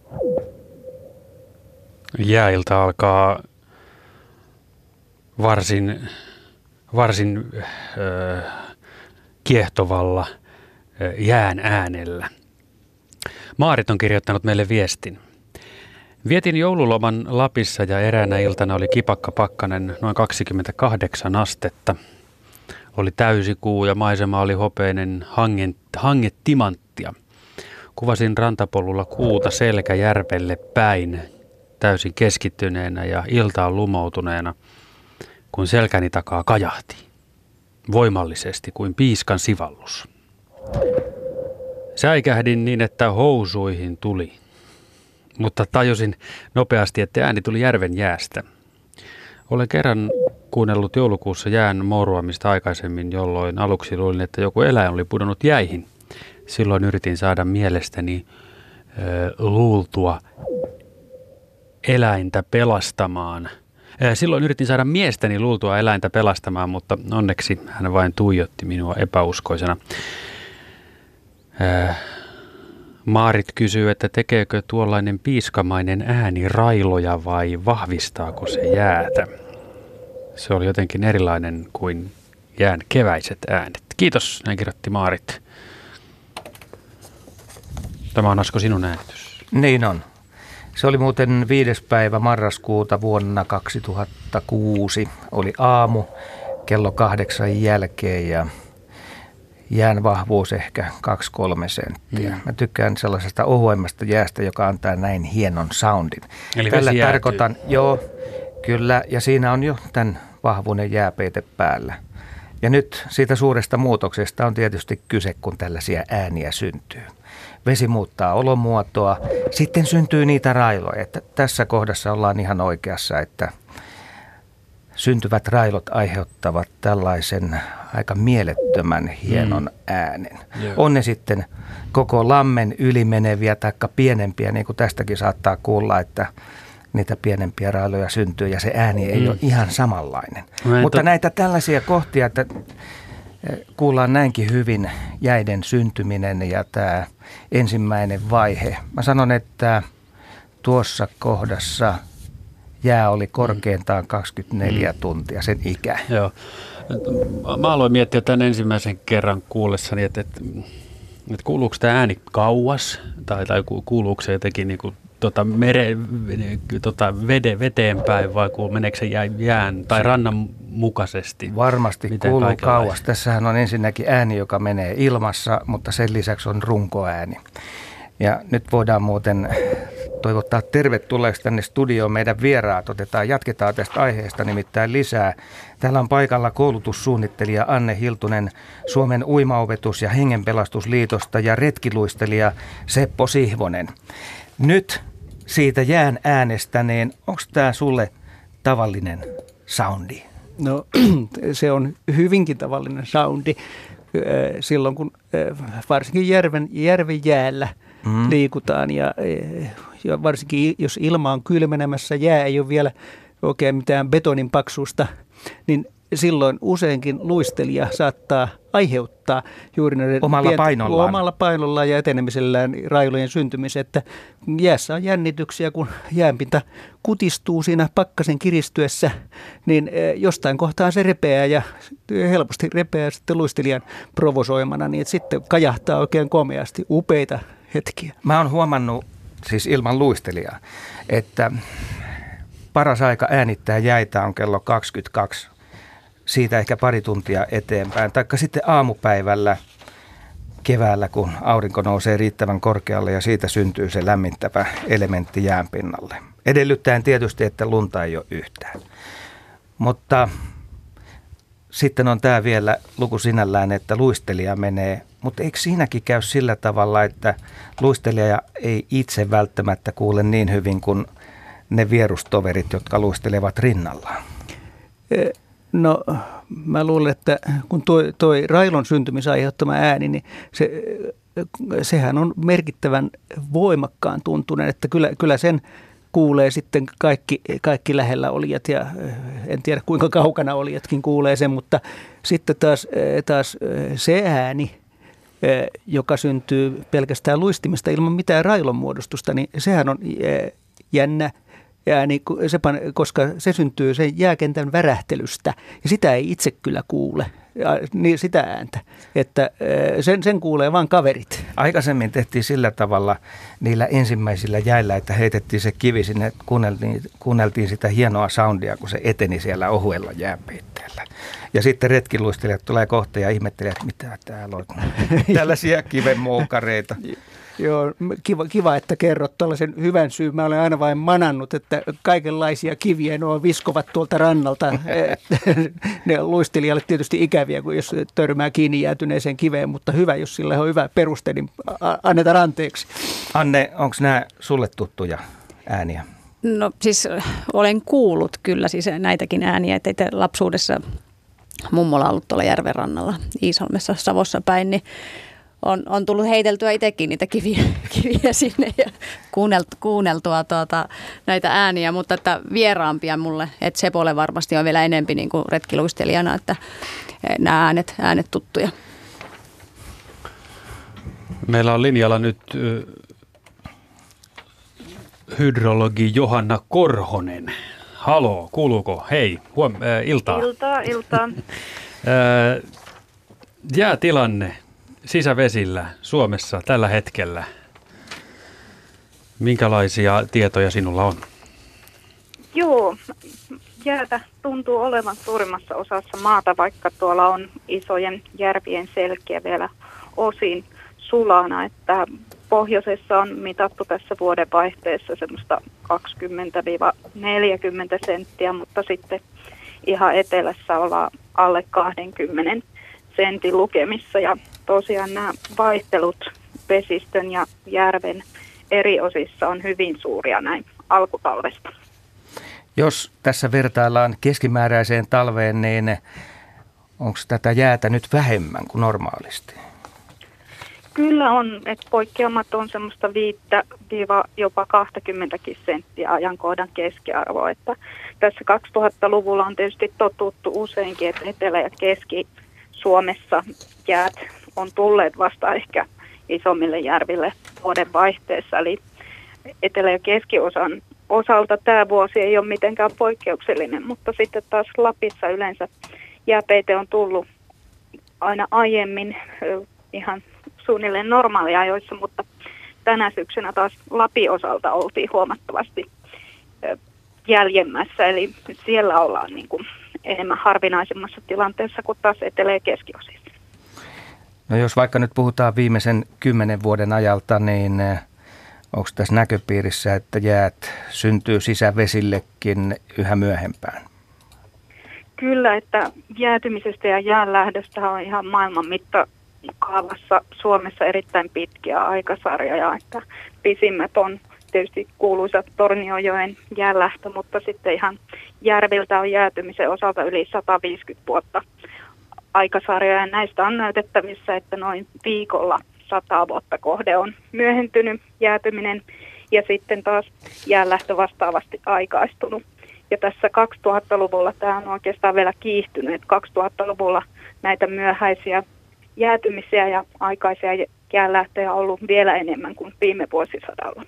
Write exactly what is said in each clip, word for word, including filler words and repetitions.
Jääilta alkaa varsin, varsin äh, kiehtovalla äh, jään äänellä. Maarit on kirjoittanut meille viestin. Vietin joululoman Lapissa ja eräänä iltana oli kipakka pakkanen, noin kaksikymmentäkahdeksan astetta. Oli täysikuu ja maisema oli hopeinen hangen, hange timanttia. Kuvasin rantapolulla kuuta Selkäjärvelle päin, täysin keskittyneenä ja iltaan lumoutuneena, kun selkäni takaa kajahti. Voimallisesti kuin piiskan sivallus. Säikähdin niin, että housuihin tuli. Mutta tajusin nopeasti, että ääni tuli järven jäästä. Olen kerran kuunnellut joulukuussa jään mouruamista aikaisemmin, jolloin aluksi luulin, että joku eläin oli pudonnut jäihin. Silloin yritin saada mielestäni ö, luultua eläintä pelastamaan. Silloin yritin saada miestäni luultua eläintä pelastamaan, mutta onneksi hän vain tuijotti minua epäuskoisena. Ö, Maarit kysyy, että tekeekö tuollainen piiskamainen ääni railoja vai vahvistaako se jäätä. Se oli jotenkin erilainen kuin jään keväiset äänet. Kiitos, näin kirjoitti Maarit. Tämä on, Asko, sinun äänitys. Niin on. Se oli muuten viides päivä marraskuuta vuonna kaksituhattakuusi. Oli aamu kello kahdeksan jälkeen ja jään vahvuus ehkä kaksi kolme senttiä. Mm. Mä tykkään sellaisesta ohuemmasta jäästä, joka antaa näin hienon soundin. Eli Tällä vesi tarkoitan, joo, kyllä, ja siinä on jo tämän vahvuinen jääpeite päällä. Ja nyt siitä suuresta muutoksesta on tietysti kyse, kun tällaisia ääniä syntyy. Vesi muuttaa olomuotoa, sitten syntyy niitä railoja. Että tässä kohdassa ollaan ihan oikeassa, että syntyvät railot aiheuttavat tällaisen aika mielettömän hienon mm. äänen. Yeah. On ne sitten koko lammen ylimeneviä tai pienempiä, niin kuin tästäkin saattaa kuulla, että niitä pienempiä railoja syntyy ja se ääni ei mm. ole ihan samanlainen. Mutta to... näitä tällaisia kohtia, että kuullaan näinkin hyvin jäiden syntyminen ja tämä ensimmäinen vaihe. Mä sanon, että tuossa kohdassa jää oli korkeintaan kaksikymmentäneljä mm. tuntia, sen ikä. Joo. Mä aloin miettiä tämän ensimmäisen kerran kuullessani, että, että, että kuuluuko tämä ääni kauas tai, tai kuuluuko se jotenkin niin kuin, tota, mere, tota, vede, veteen päin vai meneekö se jään tai rannan mukaisesti? Varmasti miten kuuluu kauas. Tässähän on ensinnäkin ääni, joka menee ilmassa, mutta sen lisäksi on runkoääni. Ja nyt voidaan muuten toivottaa tervetulleeksi tänne studioon meidän vieraat. Otetaan, jatketaan tästä aiheesta nimittäin lisää. Täällä on paikalla koulutussuunnittelija Anne Hiltunen Suomen uimaopetus- ja hengenpelastusliitosta ja retkiluistelija Seppo Sihvonen. Nyt siitä jään äänestäneen, onko tämä sulle tavallinen soundi? No se on hyvinkin tavallinen soundi silloin, kun varsinkin järven, järven jäällä mm. liikutaan ja, ja varsinkin jos ilma on kylmenemässä, jää ei ole vielä oikein mitään betonin paksusta, niin silloin useinkin luistelija saattaa aiheuttaa juuri näiden omalla pient- painollaan. omalla painollaan ja etenemisellään railojen syntymisen, että jäässä on jännityksiä, kun jäänpinta kutistuu siinä pakkasen kiristyessä, niin jostain kohtaa se repeää ja helposti repeää sitten luistelijan provosoimana, niin että sitten kajahtaa oikein komeasti, upeita hetkiä. Mä oon huomannut siis ilman luistelijaa, että paras aika äänittää jäitä on kello kaksikymmentäkaksi. Siitä ehkä pari tuntia eteenpäin. Taikka sitten aamupäivällä keväällä, kun aurinko nousee riittävän korkealle ja siitä syntyy se lämmittävä elementti jäänpinnalle. Edellyttäen tietysti, että lunta ei ole yhtään. Mutta sitten on tämä vielä luku sinällään, että luistelija menee. Mutta eikö siinäkin käy sillä tavalla, että luistelija ei itse välttämättä kuule niin hyvin kuin ne vierustoverit, jotka luistelevat rinnallaan? E- No mä luulen, että kun toi, toi railon syntymisen aiheuttama ääni, niin se, sehän on merkittävän voimakkaan tuntunen, että kyllä, kyllä sen kuulee sitten kaikki, kaikki lähellä olijat ja en tiedä kuinka kaukana olijatkin kuulee sen, mutta sitten taas, taas se ääni joka syntyy pelkästään luistimista ilman mitään railonmuodostusta, niin sehän on jännä ääni, koska se syntyy sen jääkentän värähtelystä ja sitä ei itse kyllä kuule. Niin sitä ääntä, että sen, sen kuulee vaan kaverit. Aikaisemmin tehtiin sillä tavalla niillä ensimmäisillä jäillä, että heitettiin se kivi sinne, kuunneltiin, kuunneltiin sitä hienoa soundia, kun se eteni siellä ohuella jääpeitteellä. Ja sitten retkiluistelijat tulee kohta ja ihmettelee, että mitä täällä on. Tällaisia kivenmoukareita. Joo, kiva, kiva, että kerrot tällaisen hyvän syyn. Mä olen aina vain manannut, että kaikenlaisia kiviä nuo viskovat tuolta rannalta. Ne luistelijalle tietysti ikäviä, kun jos törmää kiinni jäätyneeseen kiveen, mutta hyvä, jos sillä on hyvä peruste, niin annetaan anteeksi. Anne, onko nämä sulle tuttuja ääniä? No siis olen kuullut kyllä siis näitäkin ääniä, että itse lapsuudessa mummola on ollut tuolla järven rannalla Iisalmessa Savossa päin, niin On, on tullut heiteltyä itsekin niitä kiviä, kiviä sinne ja kuunneltua, kuunneltua tuota, näitä ääniä, mutta että vieraampia mulle, että Sepolle varmasti on vielä enempi niin kuin retkiluistelijana, että nämä äänet, äänet tuttuja. Meillä on linjalla nyt hydrologi Johanna Korhonen. Haloo, kuuluuko? Hei, huom- äh, iltaa. Iltaa, iltaa. äh, jäätilanne sisävesillä Suomessa tällä hetkellä. Minkälaisia tietoja sinulla on? Joo, jäätä tuntuu olevan suurimmassa osassa maata, vaikka tuolla on isojen järvien selkiä vielä osin sulana, että pohjoisessa on mitattu tässä vuodenvaihteessa semmoista kaksikymmentä neljäkymmentä senttiä, mutta sitten ihan etelässä ollaan alle kaksikymmentä sentin lukemissa ja tosiaan nämä vaihtelut vesistön ja järven eri osissa on hyvin suuria näin alkutalvesta. Jos tässä vertaillaan keskimääräiseen talveen, niin onko tätä jäätä nyt vähemmän kuin normaalisti? Kyllä on, että poikkeamat on semmoista viittä jopa kaksikymmentä senttiä ajankohdan keskiarvoa. Että tässä kaksituhattaluvulla on tietysti totuttu useinkin, että Etelä- ja Keski-Suomessa jäät on tulleet vasta ehkä isommille järville vuoden vaihteessa. Eli Etelä- ja Keskiosan osalta tämä vuosi ei ole mitenkään poikkeuksellinen, mutta sitten taas Lapissa yleensä jääpeite on tullut aina aiemmin ihan suunnilleen normaaliajoissa, mutta tänä syksynä taas Lapin osalta oltiin huomattavasti jäljemmässä, eli siellä ollaan niin kuin enemmän harvinaisemmassa tilanteessa kuin taas Etelä- ja Keskiosissa. No jos vaikka nyt puhutaan viimeisen kymmenen vuoden ajalta, niin onko tässä näköpiirissä, että jäät syntyy sisävesillekin yhä myöhempään? Kyllä, että jäätymisestä ja jäänlähdöstä on ihan maailman mittakaavassa Suomessa erittäin pitkiä aikasarjoja, että pisimmät on tietysti kuuluisat Tornionjoen jäänlähtö, mutta sitten ihan järviltä on jäätymisen osalta yli sata viisikymmentä vuotta aikasarjoja, ja näistä on näytettävissä, että noin viikolla sata vuotta kohde on myöhentynyt jäätyminen, ja sitten taas jäänlähtö vastaavasti aikaistunut. Ja tässä kaksituhattaluvulla tämä on oikeastaan vielä kiihtynyt. kaksituhattaluvulla näitä myöhäisiä jäätymisiä ja aikaisia jäänlähtöjä on ollut vielä enemmän kuin viime vuosisadalla.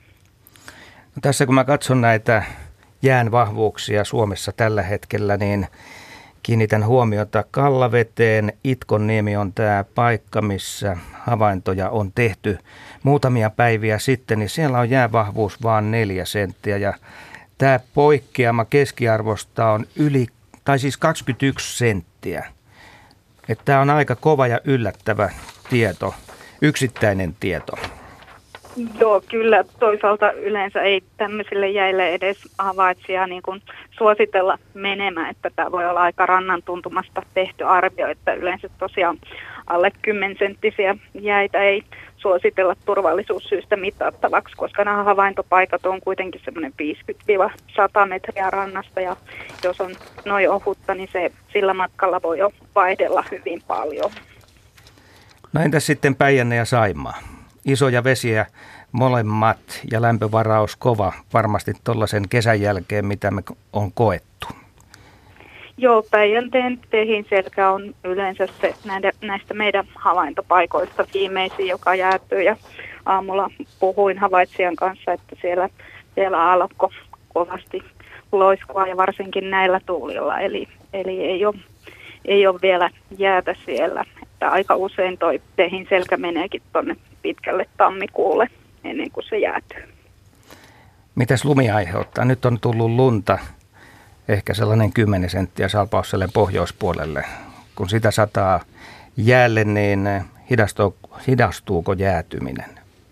No tässä kun mä katson näitä jään vahvuuksia Suomessa tällä hetkellä, niin kiinnitän huomiota Kallaveteen. Itkonniemi on tämä paikka, missä havaintoja on tehty muutamia päiviä sitten, niin siellä on jäävahvuus vain neljä senttiä ja tämä poikkeama keskiarvosta on yli, tai siis kaksikymmentäyksi senttiä. Että tämä on aika kova ja yllättävä tieto, yksittäinen tieto. Joo, kyllä. Toisaalta yleensä ei tämmöisille jäille edes havaitsijaa niin kuin suositella menemään, että tämä voi olla aika rannan tuntumasta tehty arvio, että yleensä tosiaan alle kymmenen senttisiä jäitä ei suositella turvallisuussyistä mitattavaksi, koska nämä havaintopaikat on kuitenkin semmoinen viisikymmentä sata metriä rannasta ja jos on noin ohutta, niin se sillä matkalla voi jo vaihdella hyvin paljon. No entäs sitten Päijänne ja Saimaa? Isoja vesiä molemmat ja lämpövaraus kova varmasti tuollaisen kesän jälkeen, mitä me on koettu. Joo, Päijänteen Tehinselkä on yleensä se näitä, näistä meidän havaintopaikoista viimeisin, joka jäätyy. Ja aamulla puhuin havaitsijan kanssa, että siellä, siellä alkoi kovasti loiskua ja varsinkin näillä tuulilla. Eli, eli ei, ole, ei ole vielä jäätä siellä. Että aika usein toi Tehinselkä meneekin tuonne pitkälle tammikuulle ennen kuin se jäätyy. Mitäs lumi aiheuttaa? Nyt on tullut lunta. Ehkä sellainen kymmenen senttiä Salpausselän pohjoispuolelle. Kun sitä sataa jäälle, niin hidastuu, hidastuuko jäätyminen?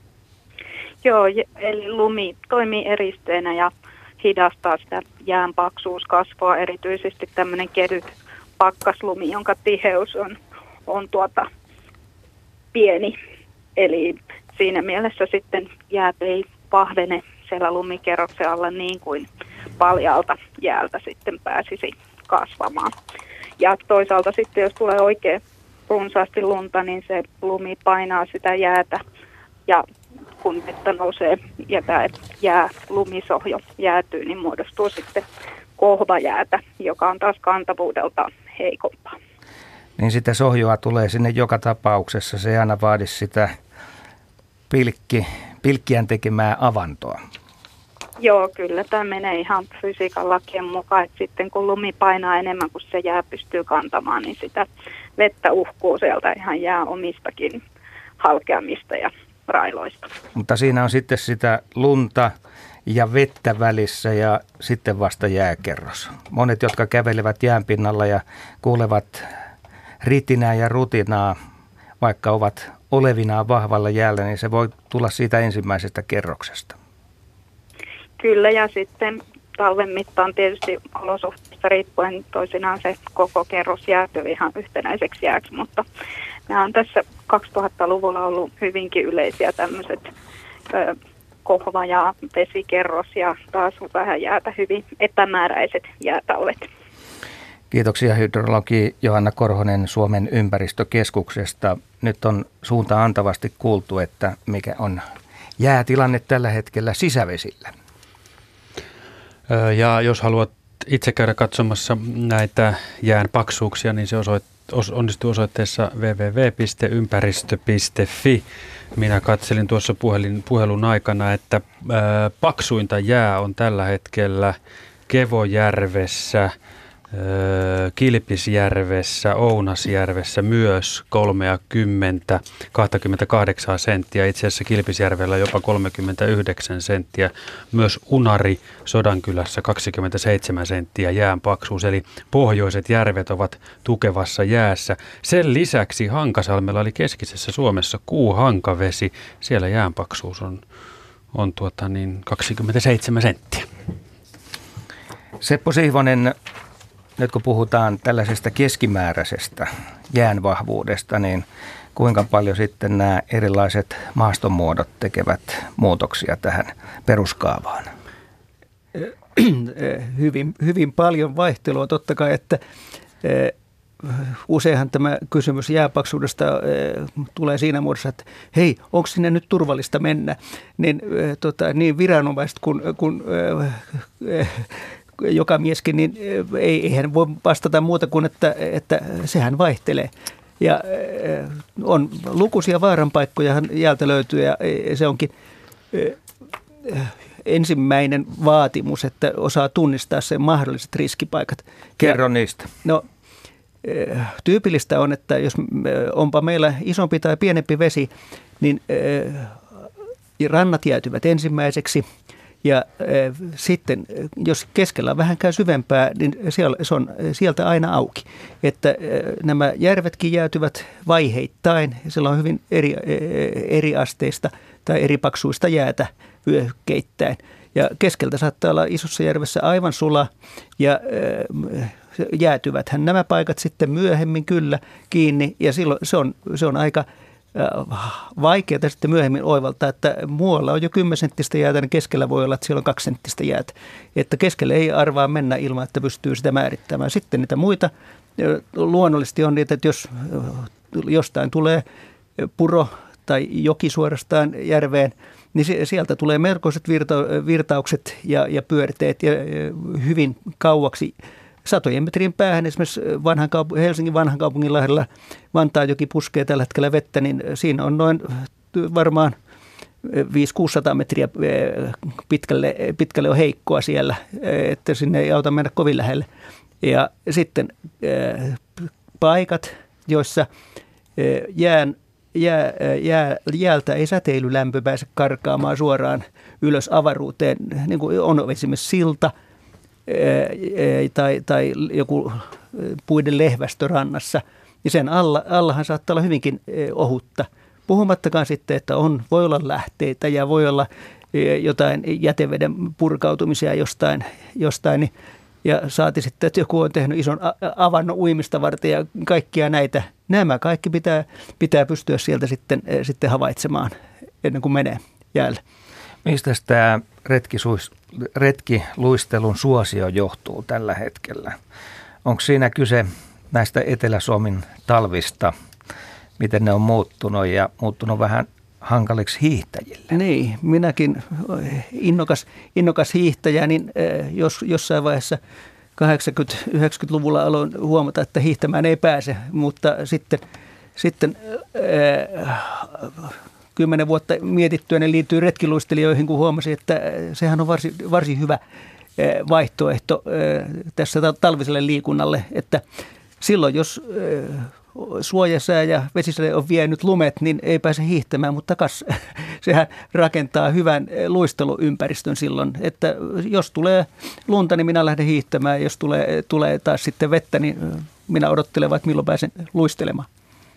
Joo, eli lumi toimii eristeenä ja hidastaa sitä jään paksuuskasvua. Erityisesti tämmöinen kevyt pakkaslumi, jonka tiheys on, on tuota pieni. Eli siinä mielessä sitten jäät ei pahvene siellä lumikerroksen alla niin kuin paljaalta jäältä sitten pääsisi kasvamaan. Ja toisaalta sitten, jos tulee oikein runsaasti lunta, niin se lumi painaa sitä jäätä. Ja kun vettä nousee ja tämä jää, lumisohjo jäätyy, niin muodostuu sitten kohvajäätä, joka on taas kantavuudeltaan heikompaa. Niin sitä sohjoa tulee sinne joka tapauksessa. Se ei aina vaadi sitä pilkki, pilkkiän tekemää avantoa. Joo, kyllä tämä menee ihan fysiikan lakien mukaan, että sitten kun lumi painaa enemmän kuin se jää pystyy kantamaan, niin sitä vettä uhkuu sieltä ihan jää omistakin halkeamista ja railoista. Mutta siinä on sitten sitä lunta ja vettä välissä ja sitten vasta jääkerros. Monet, jotka kävelevät jään pinnalla ja kuulevat ritinää ja rutinaa, vaikka ovat olevinaan vahvalla jäällä, niin se voi tulla siitä ensimmäisestä kerroksesta. Kyllä, ja sitten talven mittaan tietysti olosuhteista riippuen toisinaan se koko kerros jäätyy ihan yhtenäiseksi jääksi, mutta nämä on tässä kaksituhattaluvulla ollut hyvinkin yleisiä tämmöiset ö, kohva- ja vesikerros ja taas vähän jäätä hyvin epämääräiset jäätalvet. Kiitoksia hydrologi Johanna Korhonen Suomen ympäristökeskuksesta. Nyt on suuntaan antavasti kuultu, että mikä on jäätilanne tällä hetkellä sisävesillä. Ja jos haluat itse käydä katsomassa näitä jään paksuuksia, niin se osoit, os, onnistuu osoitteessa double-u double-u double-u piste ympäristö piste fi. Minä katselin tuossa puhelin, puhelun aikana, että ää, paksuinta jää on tällä hetkellä Kevojärvessä, Kilpisjärvessä, Ounasjärvessä myös kolmekymmentä kaksikymmentäkahdeksan senttiä, itse asiassa Kilpisjärvellä jopa kolmekymmentäyhdeksän senttiä, myös Unari Sodankylässä kaksikymmentäseitsemän senttiä jään paksuus, eli pohjoiset järvet ovat tukevassa jäässä. Sen lisäksi Hankasalmella eli keskisessä Suomessa Kuuhankavesi, siellä jään paksuus on, on tuota niin kaksikymmentäseitsemän senttiä. Seppo Sihvonen, nyt kun puhutaan tällaisesta keskimääräisestä jään vahvuudesta, niin kuinka paljon sitten nämä erilaiset maastonmuodot tekevät muutoksia tähän peruskaavaan? Hyvin, hyvin paljon vaihtelua totta kai, että useinhan tämä kysymys jääpaksuudesta tulee siinä muodossa, että hei, onko sinne nyt turvallista mennä, niin, tota, niin viranomaiset kun, kun joka mieskin, niin ei, eihän voi vastata muuta kuin, että, että sehän vaihtelee. Ja on lukuisia vaaranpaikkoja jäältä löytyy ja se onkin ensimmäinen vaatimus, että osaa tunnistaa sen mahdolliset riskipaikat. Kerro ja, niistä. No, tyypillistä on, että jos onpa meillä isompi tai pienempi vesi, niin rannat jäätyvät ensimmäiseksi. Ja äh, sitten, jos keskellä on vähänkään syvempää, niin siellä, se on sieltä aina auki. Että äh, nämä järvetkin jäätyvät vaiheittain. Siellä on hyvin eri, äh, eri asteista tai eri paksuista jäätä vyöhykkeittäin. Ja keskeltä saattaa olla isossa järvessä aivan sula ja äh, jäätyväthän nämä paikat sitten myöhemmin kyllä kiinni. Ja silloin se on, se on aika vaikeaa sitten myöhemmin oivaltaa, että muualla on jo kymmensenttistä jäätä, niin keskellä voi olla, että siellä on kaksisenttistä jäätä. Että keskelle ei arvaa mennä ilman, että pystyy sitä määrittämään. Sitten niitä muita luonnollisesti on niitä, että jos jostain tulee puro tai joki suorastaan järveen, niin sieltä tulee melkoiset virta- virtaukset ja, ja pyörteet ja hyvin kauaksi satojen metrien päähän, esimerkiksi vanhan kaup- Helsingin vanhan kaupunginlahdella Vantaajoki puskee tällä hetkellä vettä, niin siinä on noin varmaan viisi kuusisataa metriä pitkälle, pitkälle on heikkoa siellä, että sinne ei auta mennä kovin lähelle. Ja sitten paikat, joissa jään, jää, jää, jäältä ei säteilylämpö pääse karkaamaan suoraan ylös avaruuteen, niin kuin on esimerkiksi silta tai, tai joku puiden lehvästö rannassa, niin sen alla, allahan saattaa olla hyvinkin ohutta. Puhumattakaan sitten, että on, voi olla lähteitä ja voi olla jotain jäteveden purkautumisia jostain, jostain ja saati sitten, että joku on tehnyt ison avannon uimista varten ja kaikkia näitä. Nämä kaikki pitää, pitää pystyä sieltä sitten, sitten havaitsemaan ennen kuin menee jäälle. Mistä tämä retkiluistelun suosio johtuu tällä hetkellä? Onko siinä kyse näistä Etelä-Suomen talvista, miten ne on muuttunut ja muuttunut vähän hankaliksi hiihtäjille? Niin, minäkin innokas, innokas hiihtäjä, niin jos, jossain vaiheessa kahdeksankymmentä-yhdeksänkymmentäluvulla aloin huomata, että hiihtämään ei pääse, mutta sitten, sitten äh, kymmenen vuotta mietittyä ne liittyy retkiluistelijoihin, kun huomasin, että sehän on varsin, varsin hyvä vaihtoehto tässä talviselle liikunnalle, että silloin jos suojasää ja vesisade on vienyt lumet, niin ei pääse hiihtämään, mutta kas, sehän rakentaa hyvän luisteluympäristön silloin, että jos tulee lunta, niin minä lähden hiihtämään, jos tulee, tulee taas sitten vettä, niin minä odottelen vaikka milloin pääsen luistelemaan.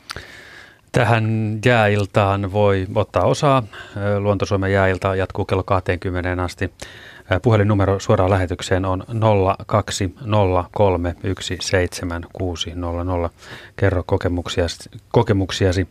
Tähän jääiltaan voi ottaa osaa. Luonto-Suomen jääilta jatkuu kello kaksikymmentä asti. Puhelinnumero suoraan lähetykseen on nolla kaksi nolla kolme yksi seitsemän kuusi nolla nolla. Kerro kokemuksiasi, kokemuksiasi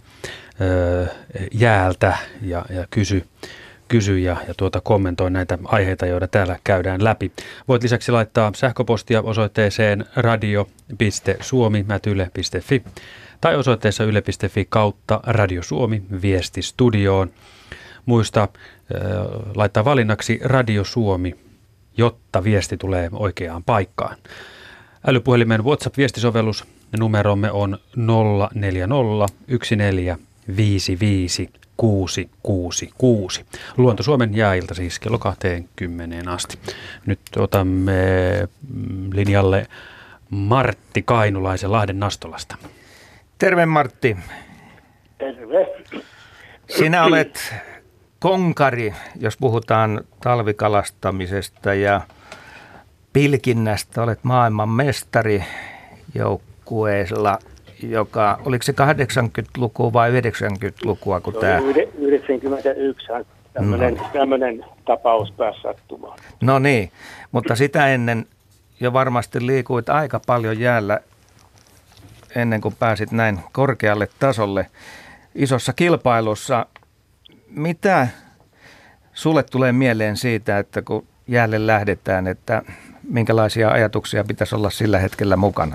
jäältä ja, ja kysy, kysy ja, ja tuota, kommentoi näitä aiheita, joita täällä käydään läpi. Voit lisäksi laittaa sähköpostia osoitteeseen radio piste suomi ät yle piste fi tai osoitteessa yle piste fi kautta Radio Suomi viesti studioon. Muista äh, laittaa valinnaksi Radio Suomi, jotta viesti tulee oikeaan paikkaan. Älypuhelimen WhatsApp-viestisovellus numeromme on nolla neljä nolla yksi neljä viisi viisi kuusi kuusi kuusi. Luonto Suomen jääilta siis kello kaksikymmentä asti. Nyt otamme linjalle Martti Kainulaisen Lahden Nastolasta. Terve Martti. Terve. Sinä olet konkari, jos puhutaan talvikalastamisesta ja pilkinnästä. Olet maailman mestari joukkueella, joka, oliko se kahdeksankymmentälukua vai yhdeksänkymmentälukua? Kun tämä... yhdeksänkymmentäyksi tämmöinen, no. tämmöinen tapaus pääsi sattumaan. No niin, mutta sitä ennen jo varmasti liikuit aika paljon jäällä ennen kuin pääsit näin korkealle tasolle isossa kilpailussa. Mitä sulle tulee mieleen siitä, että kun jäälle lähdetään, että minkälaisia ajatuksia pitäisi olla sillä hetkellä mukana?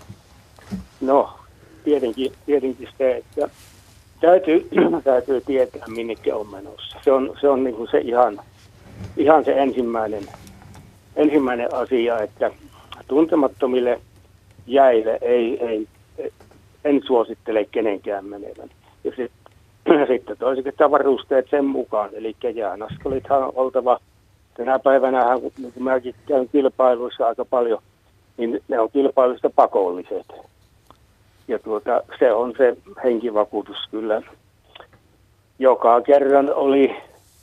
No, tietenkin, tietenkin se, että täytyy, täytyy tietää, minnekin on menossa. Se on, se, on niin kuin se ihan, ihan se ensimmäinen, ensimmäinen asia, että tuntemattomille jäille ei, ei, en suosittele kenenkään menevän. Ja sitten, sitten toiseksi varusteet sen mukaan, eli jäänaskolithan on oltava tänä päivänä, kun mäkin käyn kilpailuissa aika paljon, niin ne on kilpailuista pakolliset. Ja tuota, se on se henkivakuutus kyllä. Joka kerran oli,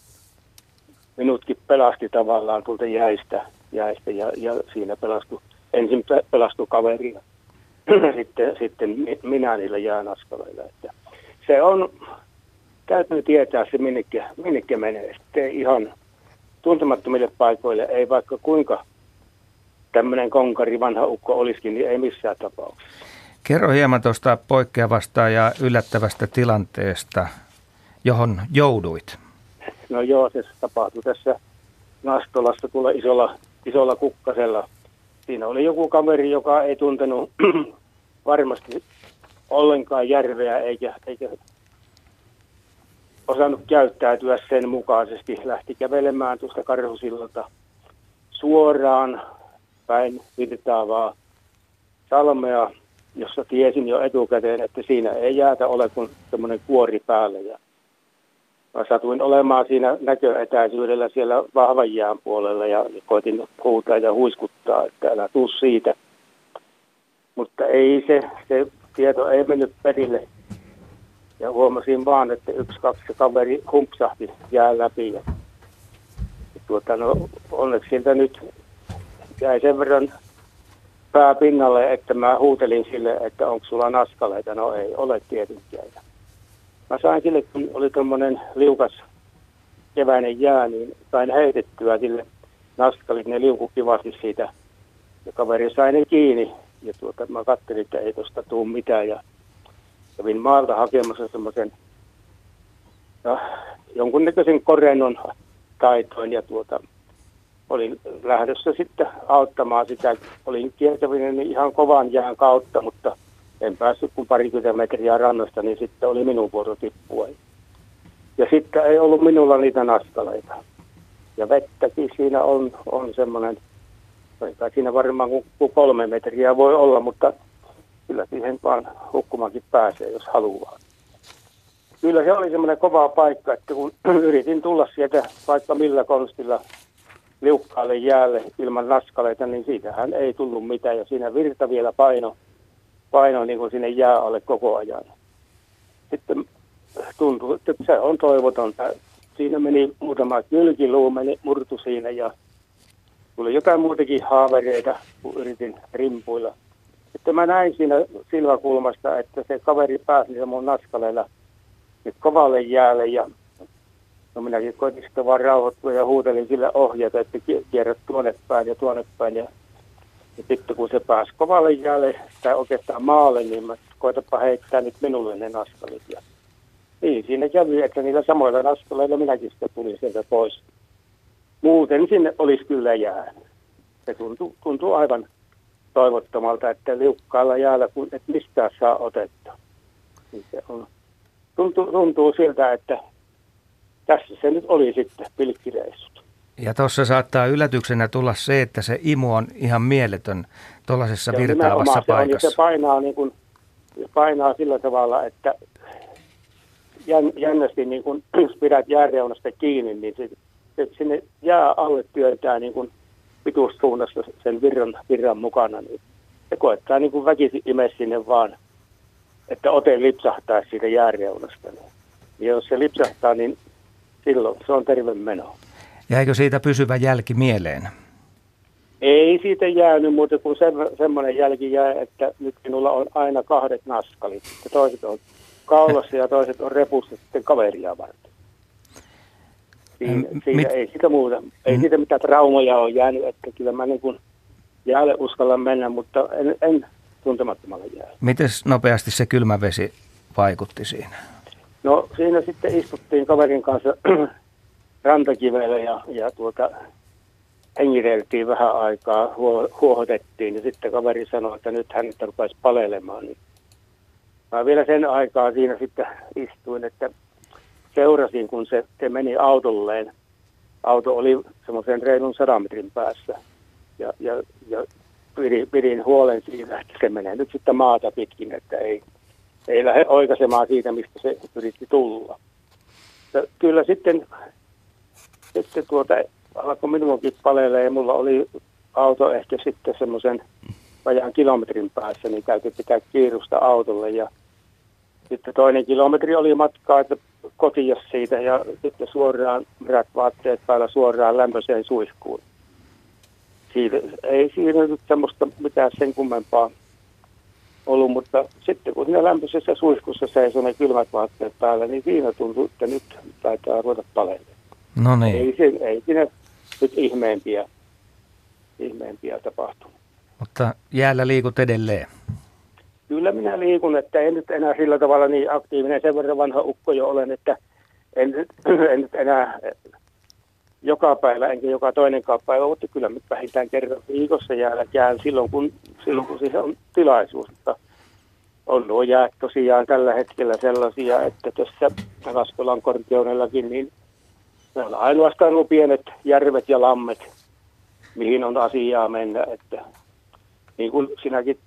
minutkin pelasti tavallaan tuolta jäistä, jäistä ja, ja siinä pelastui, ensin pelastui kaveri ja sitten, sitten minä niillä jäänaskaleilla. Että se on, täytyy tietää se minnekä, minnekä menee. Sitten ihan tuntemattomille paikoille, ei vaikka kuinka tämmöinen konkari vanha ukko olisikin, niin ei missään tapauksessa. Kerro hieman tuosta poikkeavasta ja yllättävästä tilanteesta, johon jouduit. No joo, se tapahtui tässä Nastolassa tuolla isolla, isolla kukkasella. Siinä oli joku kaveri, joka ei tuntenut varmasti ollenkaan järveä eikä, eikä osannut käyttäytyä sen mukaisesti. Lähti kävelemään tuosta Karhusillalta suoraan päin Virtaavaa salmea, jossa tiesin jo etukäteen, että siinä ei jäätä ole kuin semmoinen kuori päälle. Ja mä satuin olemaan siinä näköetäisyydellä siellä vahvan jään puolella ja koitin huutaa ja huiskuttaa, että älä tuu siitä. Mutta ei se, se tieto ei mennyt perille. Ja huomasin vaan, että yksi, kaksi kaveri humpsahti jää läpi. Ja, ja tuota, no, onneksi siltä nyt jäi sen verran pää pinnalle, että mä huutelin sille, että onko sulla naskaleita. No ei ole tietenkään. Mä sain sille, kun oli tommonen liukas keväinen jää, niin sain heitettyä sille naskalit, ne liuku kivasti siitä. Ja kaveri sai ne kiinni. Ja tuota, mä katselin, että ei tosta tuu mitään. Ja kävin maalta hakemassa semmoisen no, jonkunnäköisen korennon taitoin. Ja tuota, olin lähdössä sitten auttamaan sitä. Olin kiertävinen ihan kovan jään kautta, mutta en päässyt kuin parikymmentä metriä rannasta, niin sitten oli minun vuoro tippua. Ja sitten ei ollut minulla niitä naskaleita. Ja vettäkin siinä on, on semmoinen, siinä varmaan kuin kolme metriä voi olla, mutta kyllä siihen vaan hukkumaankin pääsee, jos haluaa. Kyllä se oli semmoinen kova paikka, että kun yritin tulla sieltä vaikka millä konstilla liukkaalle jäälle ilman naskaleita, niin siitähän ei tullut mitään. Ja siinä virta vielä paino, paino niin kuin sinne jää alle koko ajan. Sitten tuntui, että se on toivotonta. Siinä meni muutama kylkiluu, meni murtu siinä ja tuli jotain muutakin haavereita, kun yritin rimpuilla. Sitten mä näin siinä silmäkulmasta, että se kaveri pääsi se mun naskaleilla kovalle jäälle ja no minäkin koitin sitten vaan rauhoittua ja huutelin sillä ohjeita, että kierrät tuonne päin ja tuonne päin. Ja, ja sitten kun se pääsi kovalle jäälle tai oikeastaan maalle, niin mä koitapa heittää nyt minulle ne naskalit. Ja niin siinä kävi, että niillä samoilla naskaleilla minäkin sitten tulin sieltä pois. Muuten sinne olisi kyllä jäänyt. Se tuntuu, tuntuu aivan toivottomalta, että liukkaalla jäällä, kun et mistään saa otetta. Niin se on, tuntuu, tuntuu siltä, että tässä se nyt oli sitten pilkkireissut. Ja tuossa saattaa yllätyksenä tulla se, että se imu on ihan mieletön tuollaisessa virtaavassa paikassa. Se, on, se painaa, niin kuin, painaa sillä tavalla, että jän, jännästi, niin kun, jos pidät jääreunasta kiinni, niin se, se sinne jää alle työntää niin kuin pituussuunnassa sen virran, virran mukana. Niin se koettaa niin kuin väkisin ime sinne vaan, että ote lipsahtaa siitä jääreunasta. Niin. Ja jos se lipsahtaa, niin silloin se on terve meno. Jäikö siitä pysyvä jälki mieleen? Ei siitä jäänyt muuta kuin se, semmoinen jälki jäi, että nyt minulla on aina kahdet naskalit. Ja toiset on kaulassa ja toiset on repussa sitten kaveria varten. Siinä, siinä Mit? ei sitä muuta. Ei mm. siitä mitään traumoja ole jäänyt, että kyllä mä niin kuin jäälle uskallan mennä, mutta en, en tuntemattomalle jäälle. Miten nopeasti se kylmä vesi vaikutti siinä? No siinä sitten istuttiin kaverin kanssa rantakivellä ja, ja tuota, hengireiltiin vähän aikaa, huohotettiin ja sitten kaveri sanoi, että nyt hän rupesi palelemaan. Niin mä vielä sen aikaa siinä sitten istuin, että seurasin, kun se, se meni autolleen. Auto oli semmoisen reilun sadan metrin päässä ja, ja, ja pidin, pidin huolen siitä, että se menee nyt sitten maata pitkin, että ei, ei lähde oikaisemaan siitä, mistä se yritti tulla. Ja kyllä sitten, sitten tuota, alkoi minunkin paleille ja mulla oli auto ehkä sitten semmoisen vajaan kilometrin päässä, niin täytyy pitää kiirusta autolle ja sitten toinen kilometri oli matkaa, että kotiin siitä ja sitten suoraan vaatteet päällä suoraan lämpöiseen suihkuun. Siitä, ei siinä nyt semmoista mitään sen kummempaa ollut, mutta sitten kun siinä lämpöisessä suihkussa seisoi ne kylmät vaatteet päällä, niin siinä tuntui, että nyt taitaa ruveta palelemaan. No niin. Ei, ei siinä nyt ihmeempiä, ihmeempiä tapahtunut. Mutta jäällä liikut edelleen. Kyllä minä liikun, että en nyt enää sillä tavalla niin aktiivinen. Sen verran vanha ukko jo olen, että en, en nyt enää joka päivä enkä joka toinenkaan päivä, mutta kyllä nyt vähintään kerran viikossa jäällä käyn silloin kun, silloin, kun siihen on tilaisuus. Mutta on nuo jäät tosiaan tällä hetkellä sellaisia, että tässä Raskolan korkeudellakin, niin ne on ainoastaan nuo pienet järvet ja lammet, mihin on asiaa mennä. Että niin kuin sinäkin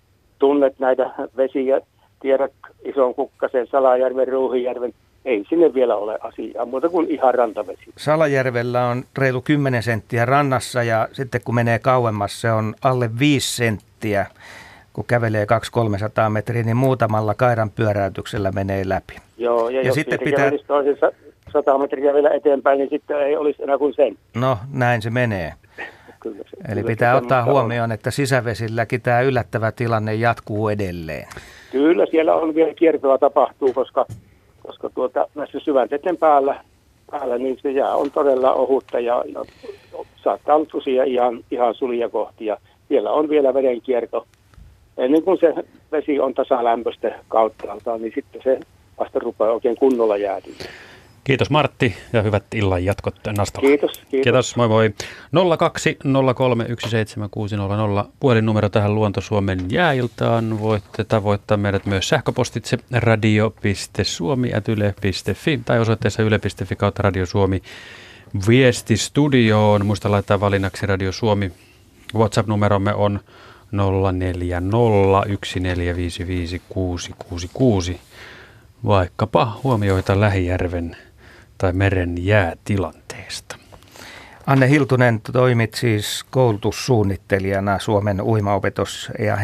tunnet näitä vesiä, tiedät Ison Kukkasen, Salajärven, Ruuhijärven, ei sinne vielä ole asiaa, muuta kuin ihan rantavesi. Salajärvellä on reilu kymmenen senttiä rannassa ja sitten kun menee kauemmas se on alle viisi senttiä. Kun kävelee kaksisataa kolmesataa metriä, niin muutamalla kairan pyöräytyksellä menee läpi. Joo, ja, ja jos sitten pitää toisessa sata metriä vielä eteenpäin, niin sitten ei olisi enää kuin sen. No, näin se menee. Kyllä se, Eli kyllä pitää ottaa huomioon, on. että sisävesilläkin tämä yllättävä tilanne jatkuu edelleen. Kyllä, siellä on vielä kiertoa tapahtuu, koska, koska tuota, näissä syvänteiden päällä, päällä niin se jää on todella ohutta ja, ja saattaa olla tosiaan ihan, ihan sulia kohti. Ja siellä on vielä vedenkierto. Ennen kuin se vesi on tasalämpöistä kauttaaltaan, niin sitten se vasta rupeaa oikein kunnolla jäätymään. Kiitos Martti ja hyvät illan jatkot Nastalla. Kiitos, kiitos. Kiitos, moi moi. nolla kaksi nolla kolme yksi seitsemän kuusi nolla nolla puhelinnumero tähän Luonto-Suomen jääiltaan. Voitte tavoittaa meidät myös sähköpostitse radio piste suomi ät yle piste fi tai osoitteessa yle piste fi kautta Radio Suomi viestistudioon. Muista laittaa valinnaksi Radio Suomi. WhatsApp-numeromme on nolla neljä nolla yksi neljä viisi viisi kuusi kuusi kuusi. Vaikkapa huomioita Lähijärven tai meren jäätilanteesta. Anne Hiltunen, toimit siis koulutussuunnittelijana Suomen uimaopetus- ja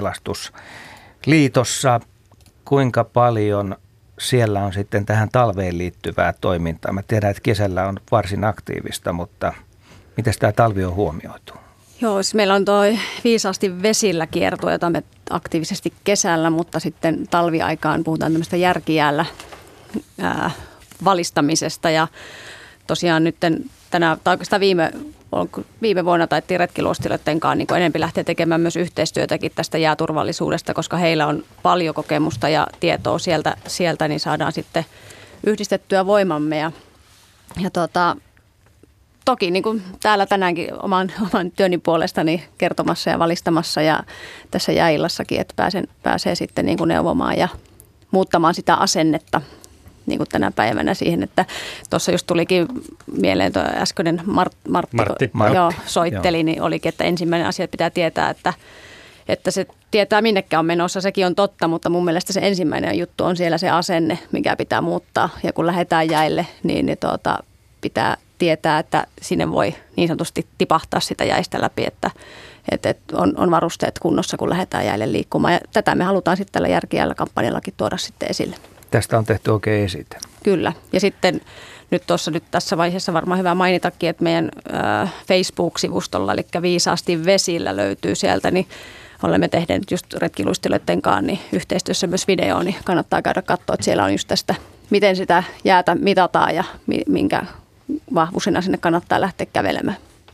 hengenpelastusliitossa. Kuinka paljon siellä on sitten tähän talveen liittyvää toimintaa? Mä tiedän, että kesällä on varsin aktiivista, mutta miten tämä talvi on huomioitu? Joo, siis meillä on tuo Viisaasti vesillä kiertue, jota me aktiivisesti kesällä, mutta sitten talviaikaan puhutaan tämmöistä järkijäällä ää, valistamisesta. Ja tosiaan nyt tänä, tai oikeastaan viime, viime vuonna taittiin retkiluostilijoiden kanssa niin enemmän lähteä tekemään myös yhteistyötäkin tästä jääturvallisuudesta, koska heillä on paljon kokemusta ja tietoa sieltä, sieltä niin saadaan sitten yhdistettyä voimamme. Ja, ja tuota, toki niin kuin täällä tänäänkin oman, oman työni puolestani kertomassa ja valistamassa ja tässä jääillassakin, että pääsen, pääsee sitten niin kuin neuvomaan ja muuttamaan sitä asennetta niin kuin tänä päivänä siihen, että tuossa just tulikin mieleen tuo äskeinen Mart, Martti, Martti. Martti. Joo, Martti. soitteli, joo. Niin olikin, että ensimmäinen asia pitää tietää, että, että se tietää minnekään on menossa, sekin on totta, mutta mun mielestä se ensimmäinen juttu on siellä se asenne, mikä pitää muuttaa ja kun lähdetään jäille, niin, niin tuota, pitää tietää, että sinne voi niin sanotusti tipahtaa sitä jäistä läpi, että, että on, on varusteet kunnossa, kun lähdetään jäille liikkumaan. Ja tätä me halutaan sitten tällä järkijäällä kampanjallakin tuoda sitten esille. Tästä on tehty oikein esite. Kyllä. Ja sitten nyt tuossa nyt tässä vaiheessa varmaan hyvä mainitakin, että meidän äh, Facebook-sivustolla, eli Viisaasti vesillä löytyy sieltä, niin olemme tehneet just retkiluistelijoiden kanssa niin yhteistyössä myös video, niin kannattaa käydä katsoa, että siellä on just tästä, miten sitä jäätä mitataan ja minkä vahvuisena sinne kannattaa lähteä kävelemään.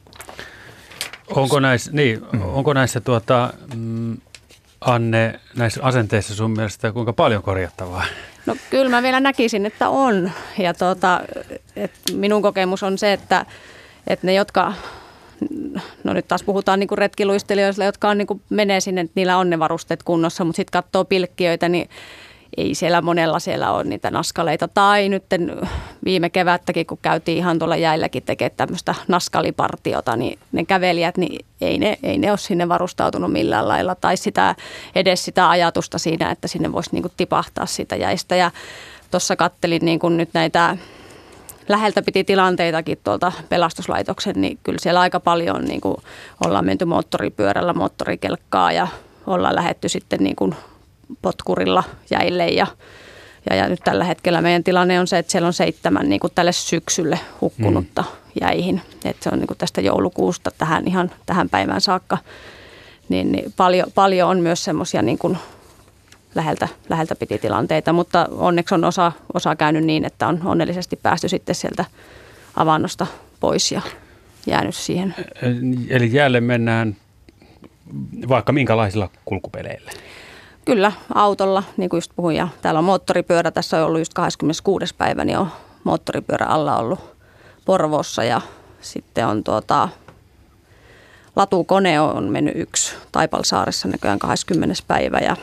Onko näissä, niin, onko näissä tuota, mm, Anne, näissä asenteissa sun mielestä kuinka paljon korjattavaa? No kyllä mä vielä näkisin, että on. Ja tuota, et minun kokemus on se, että, että ne, jotka, no nyt taas puhutaan niinku retkiluistelijoista, jotka on, niinku, menee sinne, että niillä on ne varusteet kunnossa, mutta sitten katsoo pilkkiöitä, niin ei siellä monella siellä ole niitä naskaleita. Tai nyt viime kevättäkin, kun käytiin ihan tuolla jäilläkin tekemään tämmöistä naskalipartiota, niin ne kävelijät, niin ei ne, ei ne ole sinne varustautunut millään lailla. Tai sitä, edes sitä ajatusta siinä, että sinne voisi niinku tipahtaa sitä jäistä. Ja tuossa kattelin niinku nyt näitä läheltä piti tilanteitakin tuolta pelastuslaitoksen, niin kyllä siellä aika paljon niinku ollaan menty moottoripyörällä, moottorikelkkaa ja ollaan lähdetty sitten niinku potkurilla jäille ja, ja, ja nyt tällä hetkellä meidän tilanne on se, että siellä on seitsemän niin kuin tälle syksylle hukkunutta mm. jäihin. Että se on niin kuin tästä joulukuusta tähän ihan tähän päivään saakka. Niin, niin paljon, paljon on myös semmoisia niin kuin läheltä, läheltä piti tilanteita, mutta onneksi on osa, osa käynyt niin, että on onnellisesti päästy sitten sieltä avannosta pois ja jäänyt siihen. Eli jäälle mennään vaikka minkälaisilla kulkupeleillä? Kyllä, autolla, niin kuin just puhuin, ja täällä on moottoripyörä, tässä on ollut just kahdeskymmeneskuudes päivä, niin on moottoripyörä alla ollut Porvoossa, ja sitten on tuota, latukone on mennyt yksi Taipalsaaressa näköjään kahdeskymmenes päivä, ja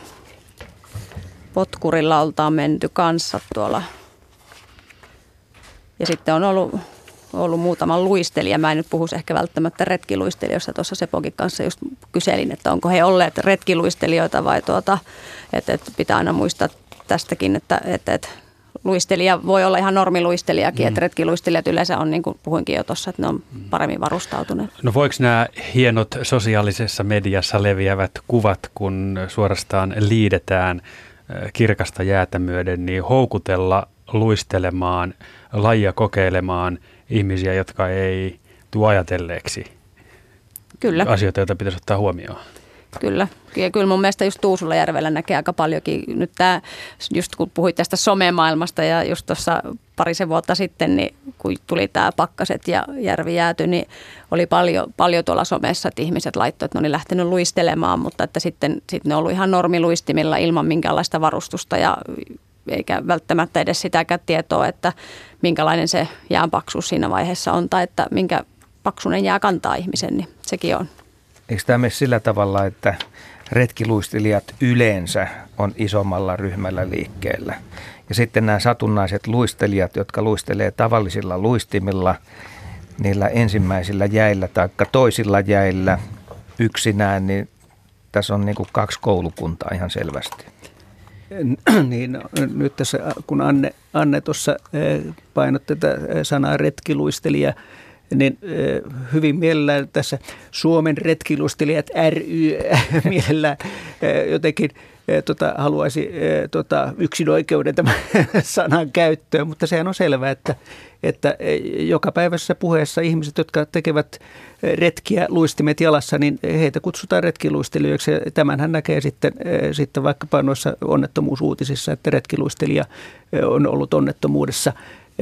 potkurilla oltaan menty kanssa tuolla, ja sitten on ollut ollut muutama luistelija. Mä en nyt puhu ehkä välttämättä retkiluistelijoista. Tuossa Sepokin kanssa just kyselin, että onko he olleet retkiluistelijoita vai tuota, että, että pitää aina muistaa tästäkin, että, että, että luistelija voi olla ihan normiluistelijakin, mm. että retkiluistelijat yleensä on, niin kuin puhuinkin jo tuossa, että ne on paremmin varustautuneet. No voiko nämä hienot sosiaalisessa mediassa leviävät kuvat, kun suorastaan liidetään kirkasta jäätä myöden, niin houkutella luistelemaan, lajia kokeilemaan ihmisiä, jotka ei tule ajatelleeksi Kyllä. asioita, joita pitäisi ottaa huomioon? Kyllä. Ja kyllä mun mielestä just Tuusulajärvellä näkee aika paljonkin. Nyt tämä, just kun puhuit tästä somemaailmasta ja just tuossa parisen vuotta sitten, niin kun tuli tämä pakkaset ja järvi jäätyi, niin oli paljon, paljon tuolla somessa, että ihmiset laittoivat, että ne oli lähtenyt luistelemaan, mutta että sitten, sitten ne on ollut ihan normiluistimilla ilman minkäänlaista varustusta ja eikä välttämättä edes sitäkään tietoa, että minkälainen se jään paksuus siinä vaiheessa on tai että minkä paksuinen jää kantaa ihmisen, niin sekin on. Eikö tämä mene sillä tavalla, että retkiluistelijat yleensä on isommalla ryhmällä liikkeellä? Ja sitten nämä satunnaiset luistelijat, jotka luistelee tavallisilla luistimilla, niillä ensimmäisillä jäillä tai toisilla jäillä yksinään, niin tässä on niin kuin kaksi koulukuntaa ihan selvästi. Niin, nyt tässä kun Anne, Anne tuossa painotti tätä sanaa retkiluistelija, niin hyvin mielellään tässä Suomen retkiluistelijat ry mielellään jotenkin tota, haluaisi tota, yksin-oikeuden tämän sanan käyttöön, mutta sehän on selvää, että, että joka päivässä puheessa ihmiset, jotka tekevät retkiä luistimet jalassa, niin heitä kutsutaan retkiluistelijoiksi. Tämänhän näkee sitten, sitten vaikkapa noissa onnettomuusuutisissa, että retkiluistelija on ollut onnettomuudessa.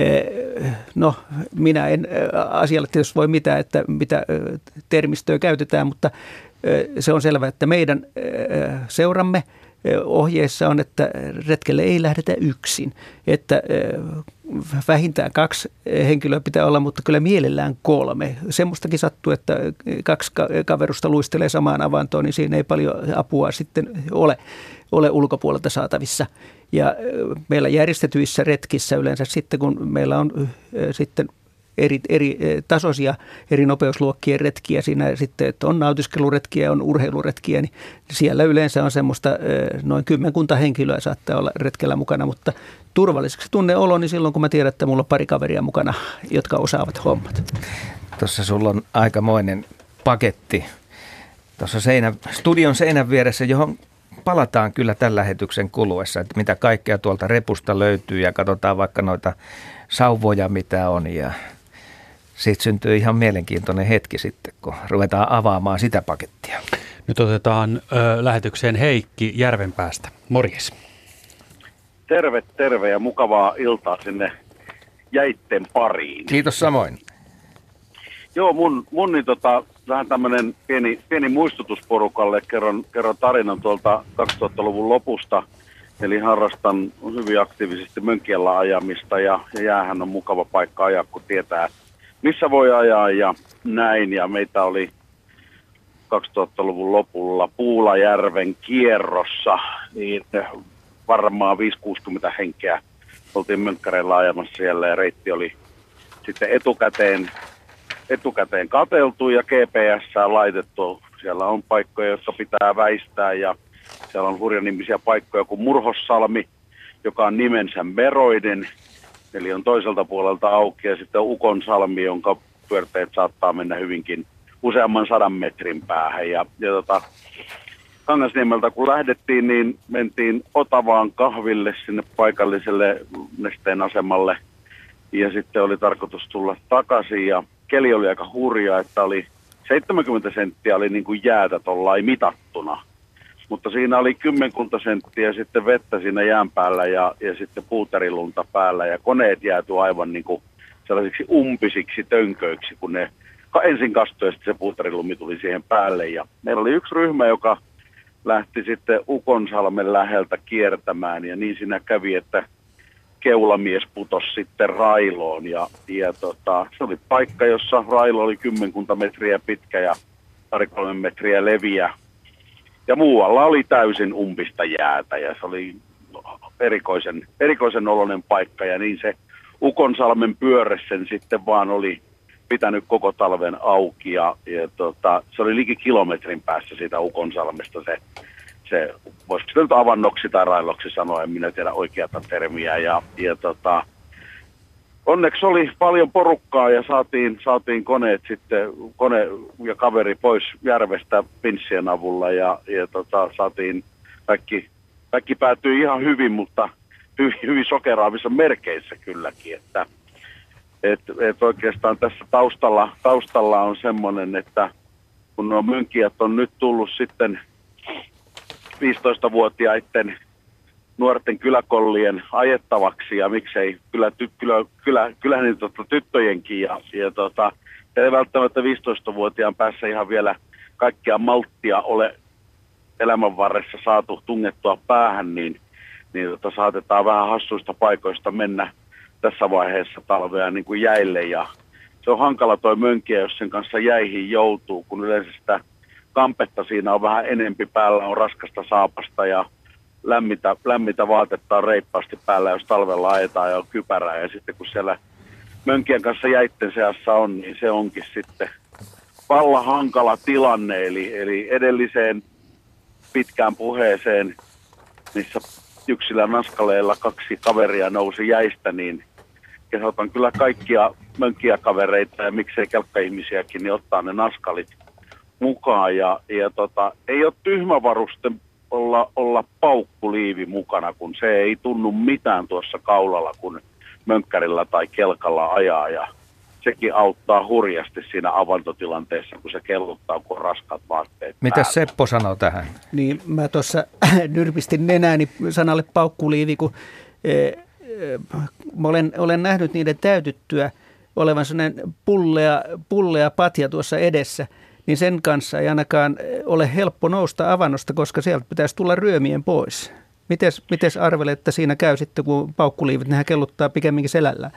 No, minä en asialle tietysti voi mitään, että mitä termistöä käytetään, mutta se on selvää, että meidän seuramme ohjeessa on, että retkelle ei lähdetä yksin, että vähintään kaksi henkilöä pitää olla, mutta kyllä mielellään kolme. Semmoistakin sattuu, että kaksi kaverusta luistelee samaan avantoon, niin siinä ei paljon apua sitten ole, ole ulkopuolelta saatavissa. Ja meillä järjestetyissä retkissä yleensä sitten, kun meillä on sitten eri, eri tasoisia, eri nopeusluokkien retkiä siinä sitten, että on nautiskeluretkiä ja on urheiluretkiä, niin siellä yleensä on semmoista noin kymmenkunta henkilöä saattaa olla retkellä mukana, mutta turvalliseksi tunne oloni silloin, kun mä tiedän, että mulla on pari kaveria mukana, jotka osaavat hommat. Tuossa sulla on aikamoinen paketti tuossa seinä, studion seinän vieressä, johon palataan kyllä tämän lähetyksen kuluessa, että mitä kaikkea tuolta repusta löytyy ja katsotaan vaikka noita sauvoja, mitä on ja siitä syntyy ihan mielenkiintoinen hetki sitten, kun ruvetaan avaamaan sitä pakettia. Nyt otetaan ö, lähetykseen Heikki Järvenpäästä. Morjes. Terve, terve ja mukavaa iltaa sinne jäitten pariin. Kiitos samoin. Joo, mun, mun niin tota, vähän tämmöinen pieni, pieni muistutusporukalle. Kerron, kerron tarinan tuolta kaksituhattaluvun lopusta. Eli harrastan hyvin aktiivisesti mönkkiellä ajamista ja, ja jäähän on mukava paikka ajaa, kun tietää, missä voi ajaa ja näin. Ja meitä oli kaksituhattaluvun lopulla Puulajärven kierrossa, niin varmaan viisi kuusikymmentä henkeä oltiin mönkkäreillä ajamassa siellä ja reitti oli sitten etukäteen, etukäteen katseltu ja G P S laitettu. Siellä on paikkoja, jotka pitää väistää ja siellä on hurjanimisiä paikkoja kuin Murhossalmi, joka on nimensä Meroiden, eli on toiselta puolelta auki, ja sitten Ukonsalmi, jonka pyörteet saattaa mennä hyvinkin useamman sadan metrin päähän. Ja, ja tota, Kangasniemeltä kun lähdettiin, niin mentiin Otavaan kahville sinne paikalliselle nesteen asemalle, ja sitten oli tarkoitus tulla takaisin, ja keli oli aika hurja, että oli seitsemänkymmentä senttiä oli niin kuin jäätä tollain mitattuna. Mutta siinä oli kymmenkunta senttiä sitten vettä siinä jään päällä ja, ja sitten puuterilunta päällä ja koneet jäätyi aivan niin kuin sellaisiksi umpisiksi tönköiksi, kun ne ensin kastui ja sitten se puuterilumi tuli siihen päälle. Ja meillä oli yksi ryhmä, joka lähti sitten Ukonsalmen läheltä kiertämään ja niin siinä kävi, että keulamies putosi sitten railoon ja, ja tota, se oli paikka, jossa railo oli kymmenkunta metriä pitkä ja pari kolme metriä leviä. Ja muualla oli täysin umpista jäätä ja se oli erikoisen, erikoisen oloinen paikka ja niin se Ukonsalmen pyörre sen sitten vaan oli pitänyt koko talven auki ja, ja tota, se oli liki kilometrin päässä siitä Ukonsalmesta se, se voisiko se nyt avannoksi tai railoksi sanoa, en minä tiedä oikeata termiä ja, ja tota, onneksi oli paljon porukkaa ja saatiin, saatiin koneet sitten, kone ja kaveri pois järvestä pinssien avulla ja, ja tota, saatiin kaikki, kaikki päätyi ihan hyvin, mutta hyvin, hyvin sokeraavissa merkeissä kylläkin, että et, et oikeastaan tässä taustalla, taustalla on semmoinen, että kun nuo mönkijät on nyt tullut sitten viisitoistavuotiaiden nuorten kyläkollien ajettavaksi ja miksei kyllä, ty, kyllä, kyllä, kyllä niin, tota, tyttöjenkin ja, ja tota, ei välttämättä viisitoistavuotiaan päässä ihan vielä kaikkia malttia ole elämän varressa saatu tungettua päähän, niin, niin tota, saatetaan vähän hassuista paikoista mennä tässä vaiheessa talvea niin kuin jäille ja se on hankala toi mönkiä, jos sen kanssa jäihin joutuu, kun yleensä sitä kampetta siinä on vähän enempi päällä, on raskasta saapasta ja lämmitä, lämmitä vaatetta on reippaasti päällä, jos talvella ajetaan ja on kypärää. Ja sitten kun siellä mönkien kanssa jäitten seassa on, niin se onkin sitten valla hankala tilanne. Eli, eli edelliseen pitkään puheeseen, missä yksillä naskaleilla kaksi kaveria nousi jäistä, niin kehotan kyllä kaikkia mönkkiä kavereita ja miksei kelkkaihmisiäkin, niin ottaa ne naskalit mukaan. Ja, ja tota, ei ole tyhmä varuste olla, olla paukkuliivi mukana, kun se ei tunnu mitään tuossa kaulalla, kun mönkkärillä tai kelkalla ajaa. Ja sekin auttaa hurjasti siinä avantotilanteessa, kun se kelluttaa, kun on raskaat vaatteet. Mitä Seppo sanoo tähän? Niin mä tuossa nyrpistin nenääni sanalle paukkuliivi, kun eh, mä olen, olen nähnyt niiden täytyttyä olevan sellainen pullea, pullea patja tuossa edessä, niin sen kanssa ei ainakaan ole helppo nousta avannosta, koska sieltä pitäisi tulla ryömien pois. Mites, mites arvelet, että siinä käy sitten, kun paukkuliivit, nehän kelluttaa pikemminkin selällään?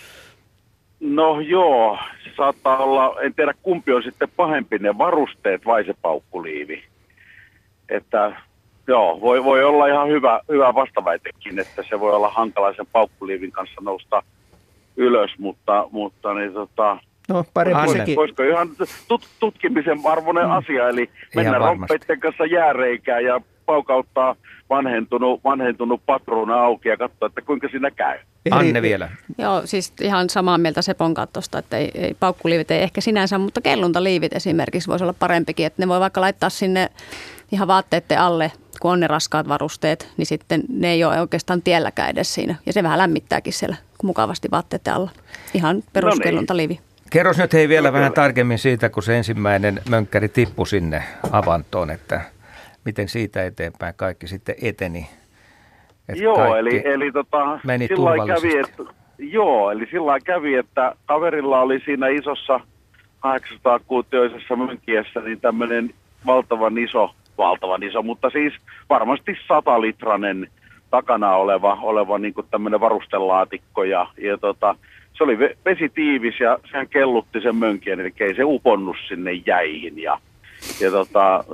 No joo, se saattaa olla, en tiedä kumpi on sitten pahempi, ne varusteet vai se paukkuliivi. Että joo, voi, voi olla ihan hyvä, hyvä vastaväitekin, että se voi olla hankala sen paukkuliivin kanssa nousta ylös, mutta, mutta niin tota... No parempi sekin. Voisiko ihan tut, tutkimisen arvoinen mm. asia, eli mennä romppeiden kanssa jääreikään ja paukauttaa vanhentunut, vanhentunut patruuna auki ja katsoa, että kuinka siinä käy. Anne vielä. Joo, siis ihan samaa mieltä Sepon kattosta, että ei, ei, paukkuliivit ei ehkä sinänsä, mutta kelluntaliivit esimerkiksi voisi olla parempikin, että ne voi vaikka laittaa sinne ihan vaatteiden alle, kun on ne raskaat varusteet, niin sitten ne ei ole oikeastaan tielläkään edes siinä. Ja se vähän lämmittääkin siellä mukavasti vaatteiden alla. Ihan peruskelluntaliivi. Kerros nyt hei vielä vähän tarkemmin siitä, kun se ensimmäinen mönkkäri tippui sinne avantoon, että miten siitä eteenpäin kaikki sitten eteni. Joo, eli, eli tota, sillä kävi, että, joo, eli sillä kävi, että kaverilla oli siinä isossa kahdeksansataa-kuutioisessa mönkkiessä niin tämmöinen valtavan iso, valtavan iso, mutta siis varmasti satalitranen takana oleva, oleva niin kuin tämmöinen varustelaatikko ja, ja tota, se oli vesitiivis ja sehän kellutti sen mönkien, eli ei se uponnut sinne jäihin ja, ja tota,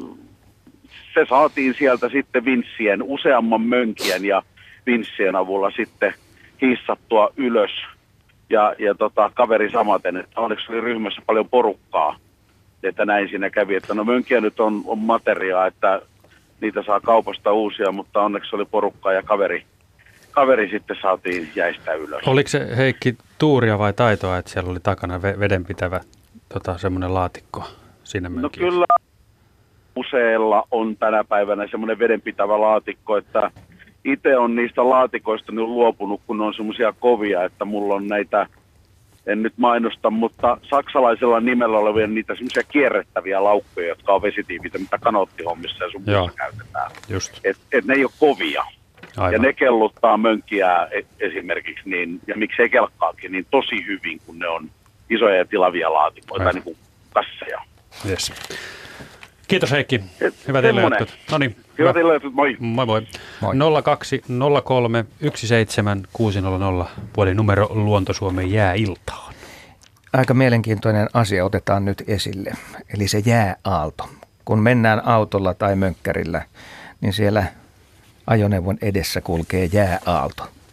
se saatiin sieltä sitten vinssien, useamman mönkien ja vinssien avulla sitten hissattua ylös ja, ja tota, kaveri samaten, että onneksi oli ryhmässä paljon porukkaa, että näin siinä kävi, että no mönkiä nyt on, on materiaa, että niitä saa kaupasta uusia, mutta onneksi oli porukkaa ja kaveri Kaveri sitten saatiin jäistä ylös. Oliko se Heikki tuuria vai taitoa, että siellä oli takana vedenpitävä tota, semmoinen laatikko siinä mönkillä? No kyllä useilla on tänä päivänä semmoinen vedenpitävä laatikko, että itse on niistä laatikoista nyt luopunut, kun ne on semmoisia kovia, että mulla on näitä, en nyt mainosta, mutta saksalaisella nimellä olevia niitä semmoisia kierrettäviä laukkuja, jotka on vesitiivitä, mitä kanoottihommissa ja sun muussa käytetään. Että et ne ei ole kovia. Aivan. Ja ne kelluttaa mönkkiä esimerkiksi, niin, ja miksei kelkkaakin, niin tosi hyvin, kun ne on isoja ja tilavia laatikoita, tai niin kuin kasseja. Yes. Kiitos Heikki. Hyvät illanjatkot. No niin. Hyvät illanjatkot, moi. Moi moi. moi. nolla kaksi nolla kolme yksi seitsemän kuusi nolla nolla puoli numero Luonto-Suomen jääiltaan. Aika mielenkiintoinen asia otetaan nyt esille, eli se jääaalto. Kun mennään autolla tai mönkkärillä, niin siellä ajoneuvon edessä kulkee jääaalto.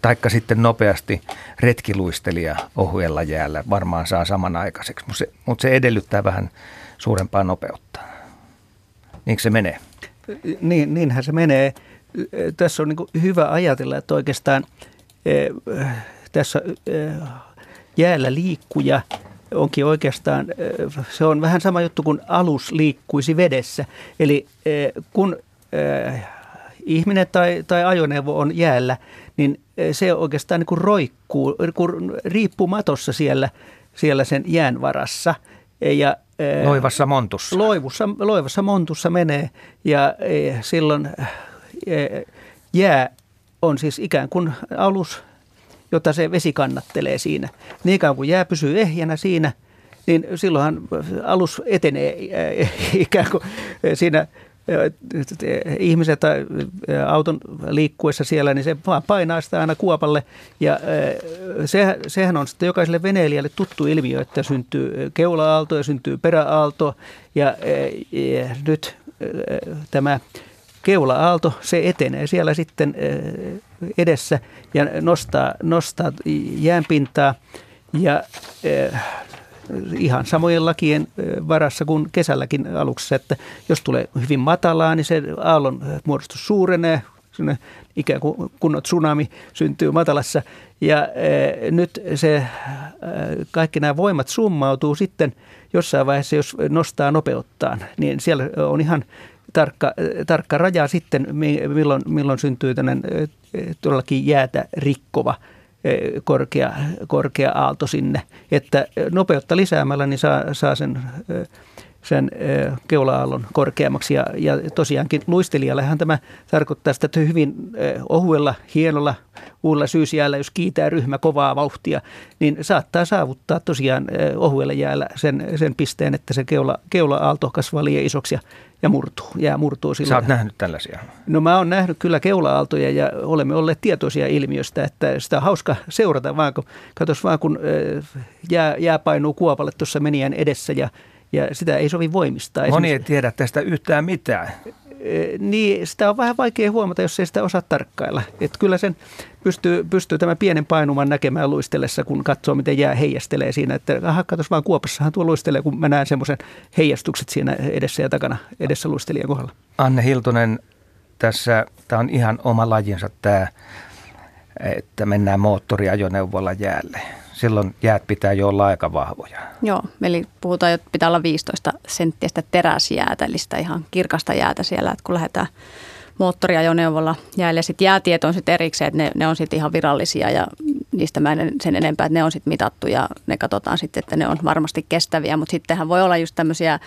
Taikka sitten nopeasti retkiluistelija ohuella jäällä varmaan saa samanaikaiseksi, mutta se, mutta se edellyttää vähän suurempaa nopeutta. Niinkö se menee? Niin, niinhän se menee. Tässä on niin kuin hyvä ajatella, että oikeastaan äh, tässä äh, jäällä liikkuja onkin oikeastaan, äh, se on vähän sama juttu kuin alus liikkuisi vedessä. Eli äh, kun äh, ihminen tai, tai ajoneuvo on jäällä, niin se oikeastaan niin kuin roikkuu, kun riippuu matossa siellä, siellä sen jään varassa. Ja, loivassa montussa. Loivussa, loivassa montussa menee ja silloin jää on siis ikään kuin alus, jota se vesi kannattelee siinä. Niin kauan kuin jää pysyy ehjänä siinä, niin silloinhan alus etenee ikään kuin siinä ihmiset tai auton liikkuessa siellä, niin se vaan painaa sitä aina kuopalle. Ja se, sehän on sitten jokaiselle veneilijälle tuttu ilmiö, että syntyy keula-aalto ja syntyy peräaalto. Ja, ja nyt tämä keula-aalto, se etenee siellä sitten edessä ja nostaa, nostaa jäänpintaa ja ihan samojen lakien varassa kuin kesälläkin aluksessa, että jos tulee hyvin matalaa, niin se aallon muodostus suurenee, ikään kuin kunnon tsunami syntyy matalassa ja e, nyt se kaikki nämä voimat summautuu sitten jossain vaiheessa, jos nostaa nopeuttaan, niin siellä on ihan tarkka, tarkka raja sitten, milloin, milloin syntyy tämmöinen todellakin jäätä rikkova korkea, korkea aalto sinne, että nopeutta lisäämällä niin saa, saa sen, sen keula-aallon korkeammaksi ja, ja tosiaankin luistelijallehan tämä tarkoittaa sitä, että hyvin ohuella, hienolla uudella syysjäällä, jos kiitää ryhmä kovaa vauhtia, niin saattaa saavuttaa tosiaan ohuella jäällä sen, sen pisteen, että se keula, keula-aalto kasvaa liian isoksi ja, ja murtuu. Ja murtuu silloin. Sä oot nähnyt tällaisia? No mä oon nähnyt kyllä keula-aaltoja ja olemme olleet tietoisia ilmiöstä, että sitä on hauska seurata vaan, kun katos vaan kun jää, jää painuu kuopalle tuossa menijän edessä ja, ja sitä ei sovi voimistaa. Moni ei tiedä tästä yhtään mitään. Niin, sitä on vähän vaikea huomata, jos ei sitä osaa tarkkailla. Että kyllä sen pystyy, pystyy tämä pienen painuman näkemään luistellessa, kun katsoo, miten jää heijastelee siinä. Että aha, katos vaan kuopassahan tuo luistelee, kun mä näen semmoisen heijastukset siinä edessä ja takana edessä luistelijan kohdalla. Anne Hiltunen, tässä tämä on ihan oma lajinsa tämä, että mennään moottoriajoneuvolla jäälle. Silloin jäät pitää jo olla aika vahvoja. Joo, eli puhutaan, että pitää olla viisitoista senttiä sitä teräsjäätä, eli sitä ihan kirkasta jäätä siellä, että kun lähdetään moottoriajoneuvolla jäälle. Sitten jäätiet on sitten erikseen, että ne, ne on sitten ihan virallisia ja niistä mä en sen enempää, että ne on sitten mitattu ja ne katsotaan sitten, että ne on varmasti kestäviä, mutta sittenhän voi olla just tämmöisiä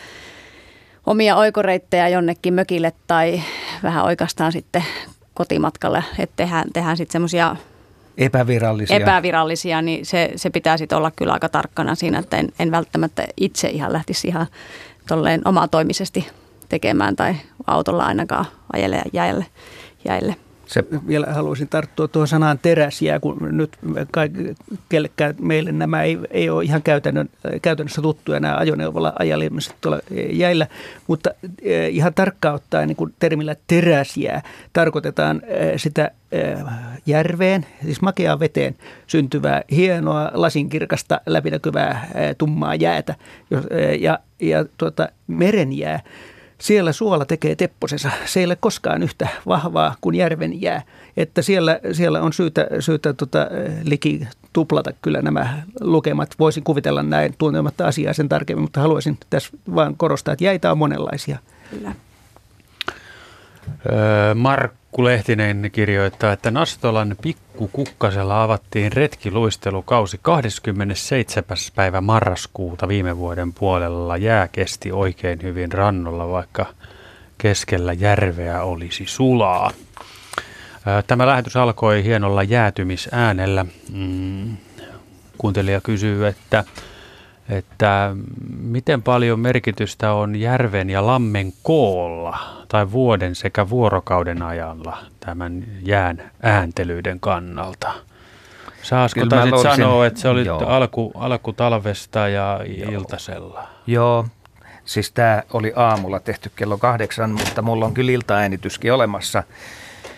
omia oikoreittejä jonnekin mökille tai vähän oikeastaan sitten kotimatkalle, että tehdään, tehdään sitten semmoisia Epävirallisia. Epävirallisia, niin se, se pitää sitten olla kyllä aika tarkkana siinä, että en, en välttämättä itse ihan lähtisi ihan tolleen omatoimisesti tekemään tai autolla ainakaan ajele jäille. jäille. Se, vielä haluaisin tarttua tuohon sanaan teräsjää, kun nyt kellekään meille nämä ei, ei ole ihan käytännön, käytännössä tuttuja nämä ajoneuvolla ajelemiset tuolla jäillä, mutta ihan tarkkaan ottaen niin kuin termillä teräsjää tarkoitetaan sitä järveen, siis makeaan veteen syntyvää hienoa lasinkirkasta läpinäkyvää tummaa jäätä ja, ja tuota, merenjää. Siellä suola tekee tepposensa. Se ei ole koskaan yhtä vahvaa kuin järven jää. Että siellä, siellä on syytä, syytä tota, liki tuplata kyllä nämä lukemat. Voisin kuvitella näin tuntematta asiaa sen tarkemmin, mutta haluaisin tässä vaan korostaa, että jäitä on monenlaisia. Kyllä. Markku Lehtinen kirjoittaa, että Nastolan Pikkukukkasella avattiin retkiluistelukausi kahdeskymmenesseitsemäs päivä marraskuuta viime vuoden puolella. Jää kesti oikein hyvin rannolla, vaikka keskellä järveä olisi sulaa. Tämä lähetys alkoi hienolla jäätymisäänellä. Kuuntelija kysyy, että että miten paljon merkitystä on järven ja lammen koolla tai vuoden sekä vuorokauden ajalla tämän jään ääntelyiden kannalta. Saasko taisit sanoa, että se oli alku, alkutalvesta ja joo. iltasella? Joo, siis tämä oli aamulla tehty kello kahdeksan, mutta mulla on kyllä iltaäänityskin olemassa.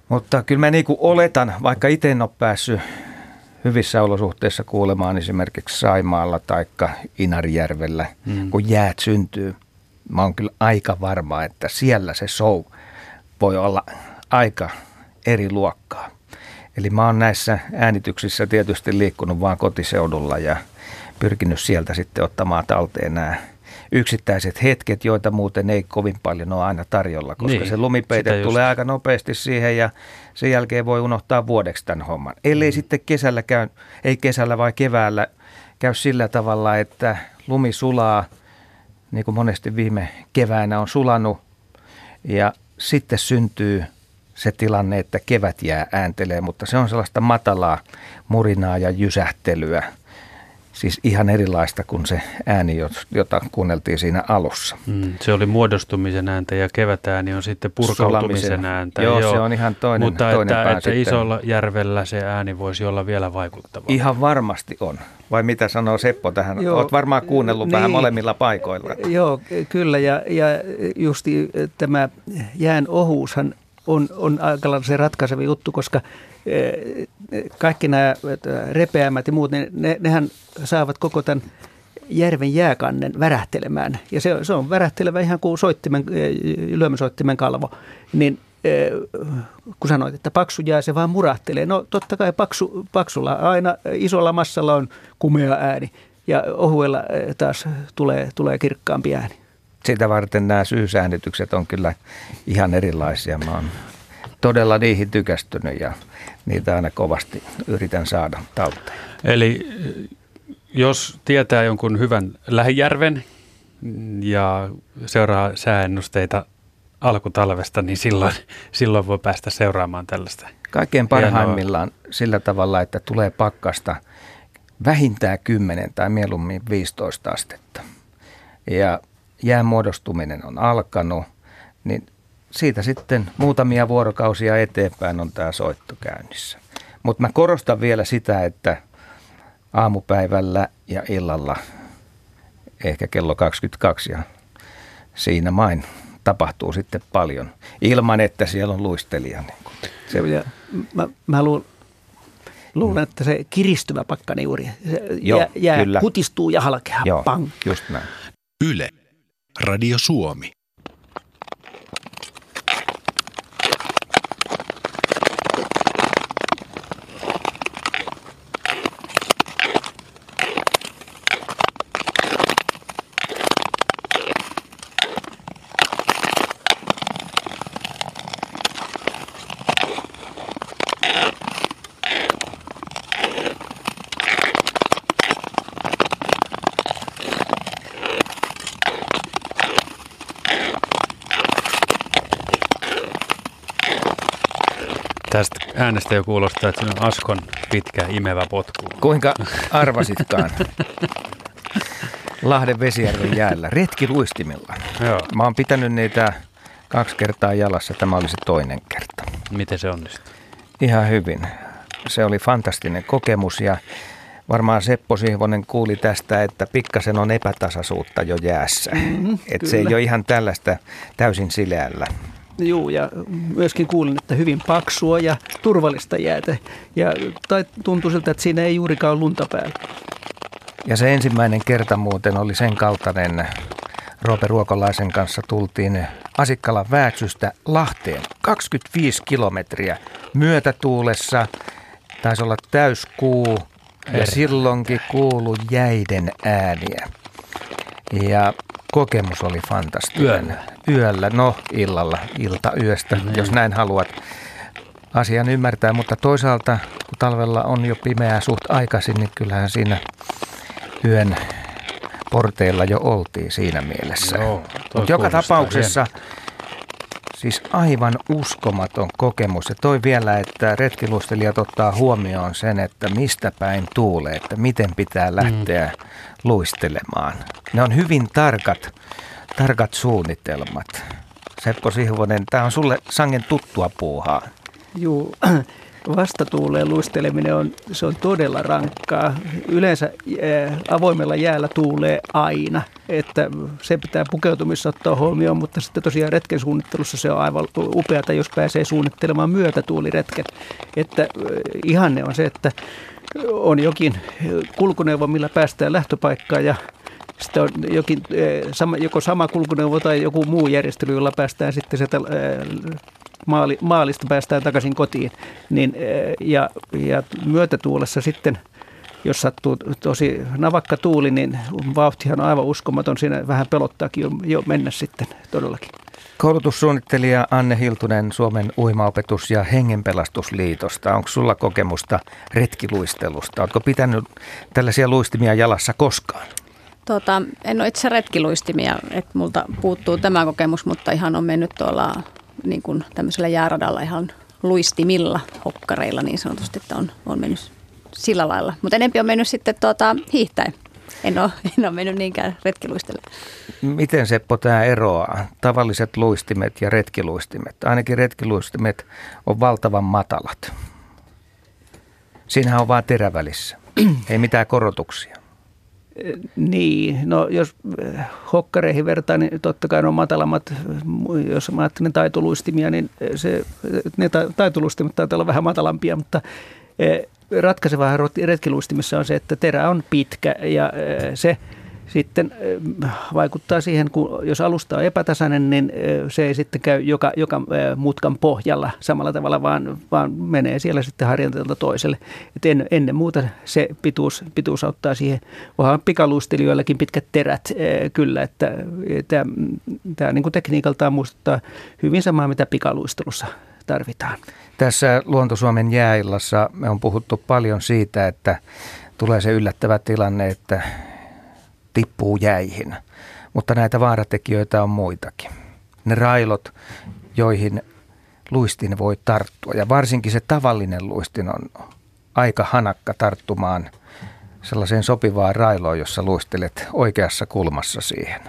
Mutta kyllä mä niin kuin oletan, vaikka itse en ole päässyt hyvissä olosuhteissa kuulemaan esimerkiksi Saimaalla tai Inarijärvellä, mm. kun jäät syntyy. Mä oon kyllä aika varma, että siellä se show voi olla aika eri luokkaa. Eli mä oon näissä äänityksissä tietysti liikkunut vaan kotiseudulla ja pyrkinyt sieltä sitten ottamaan talteen nämä yksittäiset hetket, joita muuten ei kovin paljon ole aina tarjolla, koska niin, se lumipeite tulee aika nopeasti siihen ja sen jälkeen voi unohtaa vuodeksi tämän homman. Ellei mm. sitten kesällä käy, ei kesällä vai keväällä käy sillä tavalla, että lumi sulaa, niin kuin monesti viime keväänä on sulanut ja sitten syntyy se tilanne, että kevät jää ääntelee, mutta se on sellaista matalaa murinaa ja jysähtelyä. Siis ihan erilaista kuin se ääni, jota kuunneltiin siinä alussa. Mm, se oli muodostumisen ääntä ja kevätääni on sitten purkautumisen Sulamisen. ääntä. Joo, joo, se on ihan toinen, mutta toinen että, pää että isolla järvellä se ääni voisi olla vielä vaikuttavaa. Ihan varmasti on. Vai mitä sanoo Seppo tähän? Joo, olet varmaan kuunnellut niin, vähän molemmilla paikoilla. Joo, kyllä. Ja, ja justi tämä jään ohuushan on, on aika lailla se ratkaiseva juttu, koska kaikki nämä repeämät ja muut, ne, ne, nehän saavat koko tämän järven jääkannen värähtelemään. Ja se, se on värähtelevä ihan kuin soittimen, lyömäsoittimen kalvo. Niin kun sanoit, että paksu jää, se vaan murahtelee. No totta kai paksu, paksulla, aina isolla massalla on kumea ääni ja ohuella taas tulee, tulee kirkkaampi ääni. Sitä varten nämä syysäänitykset on kyllä ihan erilaisia. Mä oon todella niihin tykästynyt ja niitä aina kovasti yritän saada talteen. Eli jos tietää jonkun hyvän lähijärven ja seuraa sääennusteita alkutalvesta, niin silloin, silloin voi päästä seuraamaan tällaista. Kaikkein parhaimmillaan sillä tavalla, että tulee pakkasta vähintään kymmenen tai mieluummin viisitoista astetta. Ja jään muodostuminen on alkanut, niin siitä sitten muutamia vuorokausia eteenpäin on tämä soitto käynnissä. Mutta mä korostan vielä sitä, että aamupäivällä ja illalla, ehkä kello kaksikymmentäkaksi ja siinä main tapahtuu sitten paljon, ilman että siellä on luistelija. Se, ja mä, mä luulen, luulen, että se kiristyvä pakkanen juuri, se Joo, jää, jää kyllä. kutistuu ja halkeaa. Joo, pang. just näin. Yle, Radio Suomi. Tästä äänestä jo kuulostaa, että se on Askon pitkä imevä potku. Kuinka arvasitkaan? Lahden Vesijärven jäällä, retkiluistimilla. Joo. Mä oon pitänyt niitä kaksi kertaa jalassa, tämä oli se toinen kerta. Miten se onnistui? Ihan hyvin. Se oli fantastinen kokemus ja varmaan Seppo Sihvonen kuuli tästä, että pikkasen on epätasaisuutta jo jäässä. Mm, että se ei ole ihan tällaista täysin sileällä. Joo, ja myöskin kuulin, että hyvin paksua ja turvallista jäätä. Ja tai tuntui siltä, että siinä ei juurikaan ole lunta päällä. Ja se ensimmäinen kerta muuten oli sen kaltainen. Roope Ruokolaisen kanssa tultiin Asikkalan Vääksystä Lahteen. kaksikymmentäviisi kilometriä myötätuulessa. Taisi olla täyskuu ja silloinkin kuului jäiden ääniä. Ja kokemus oli fantastinen. Yöllä? Yöllä, no illalla, ilta yöstä, mm. jos näin haluat asian ymmärtää. Mutta toisaalta, kun talvella on jo pimeää suht aikaisin, niin kyllähän siinä yön porteilla jo oltiin siinä mielessä. Mutta joka tapauksessa hieno. Siis aivan uskomaton kokemus. Ja toi vielä, että retkiluistelijat ottaa huomioon sen, että mistä päin tuulee, että miten pitää lähteä mm. luistelemaan. Ne on hyvin tarkat, tarkat suunnitelmat. Seppo Sihvonen, tämä on sulle sangen tuttua puuhaa. Joo, vastatuuleen luisteleminen on, se on todella rankkaa. Yleensä ää, avoimella jäällä tuulee aina, että se pitää pukeutumissa ottaa huomioon, mutta sitten tosiaan retken suunnittelussa se on aivan upeata, jos pääsee suunnittelemaan myötätuuliretken. Että ää, ihanne on se, että on jokin kulkuneuvo, millä päästään lähtöpaikkaan ja sitten on jokin, joko sama kulkuneuvo tai joku muu järjestely, jolla päästään sitten sieltä maali, maalista päästään takaisin kotiin. Niin, ja, ja myötätuulessa sitten, jos sattuu tosi navakka tuuli, niin vauhtihan on aivan uskomaton. Siinä vähän pelottaakin jo, jo mennä sitten todellakin. Koulutussuunnittelija Anne Hiltunen Suomen uimaopetus- ja hengenpelastusliitosta. Onko sulla kokemusta retkiluistelusta? Oletko pitänyt tällaisia luistimia jalassa koskaan? Tota, en ole itse retkiluistimia, että multa puuttuu tämä kokemus, mutta ihan on mennyt tuolla niin kuin tämmöisellä jääradalla ihan luistimilla, hokkareilla niin sanotusti, että on, on mennyt sillä lailla. Mutta enempi on mennyt sitten tuota, hiihtäen. En ole, en ole mennyt niinkään retkiluistelle. Miten Seppo tämä eroaa? Tavalliset luistimet ja retkiluistimet. Ainakin retkiluistimet on valtavan matalat. Siinähän on vaan terä välissä. Ei mitään korotuksia. Niin, no jos hokkareihin vertaan, niin totta kai ne on matalammat. Jos mä ajattelen taitoluistimia, niin se, ne taitoluistimet taitaa olla vähän matalampia, mutta ratkaisevaa retkiluistimissa on se, että terä on pitkä ja se sitten vaikuttaa siihen, kun jos alusta on epätasainen, niin se ei sitten käy joka, joka mutkan pohjalla samalla tavalla, vaan, vaan menee siellä sitten harjanteelta toiselle. Et en, ennen muuta se pituus, pituus auttaa siihen. Onhan pikaluistelijoillakin pitkät terät kyllä, että tämä niin kuin tekniikaltaan muistuttaa hyvin samaa, mitä pikaluistelussa tarvitaan. Tässä Luonto-Suomen jääillassa me on puhuttu paljon siitä, että tulee se yllättävä tilanne, että tippuu jäihin, mutta näitä vaaratekijöitä on muitakin. Ne railot, joihin luistin voi tarttua ja varsinkin se tavallinen luistin on aika hanakka tarttumaan sellaiseen sopivaan railoon, jossa luistelet oikeassa kulmassa siihen.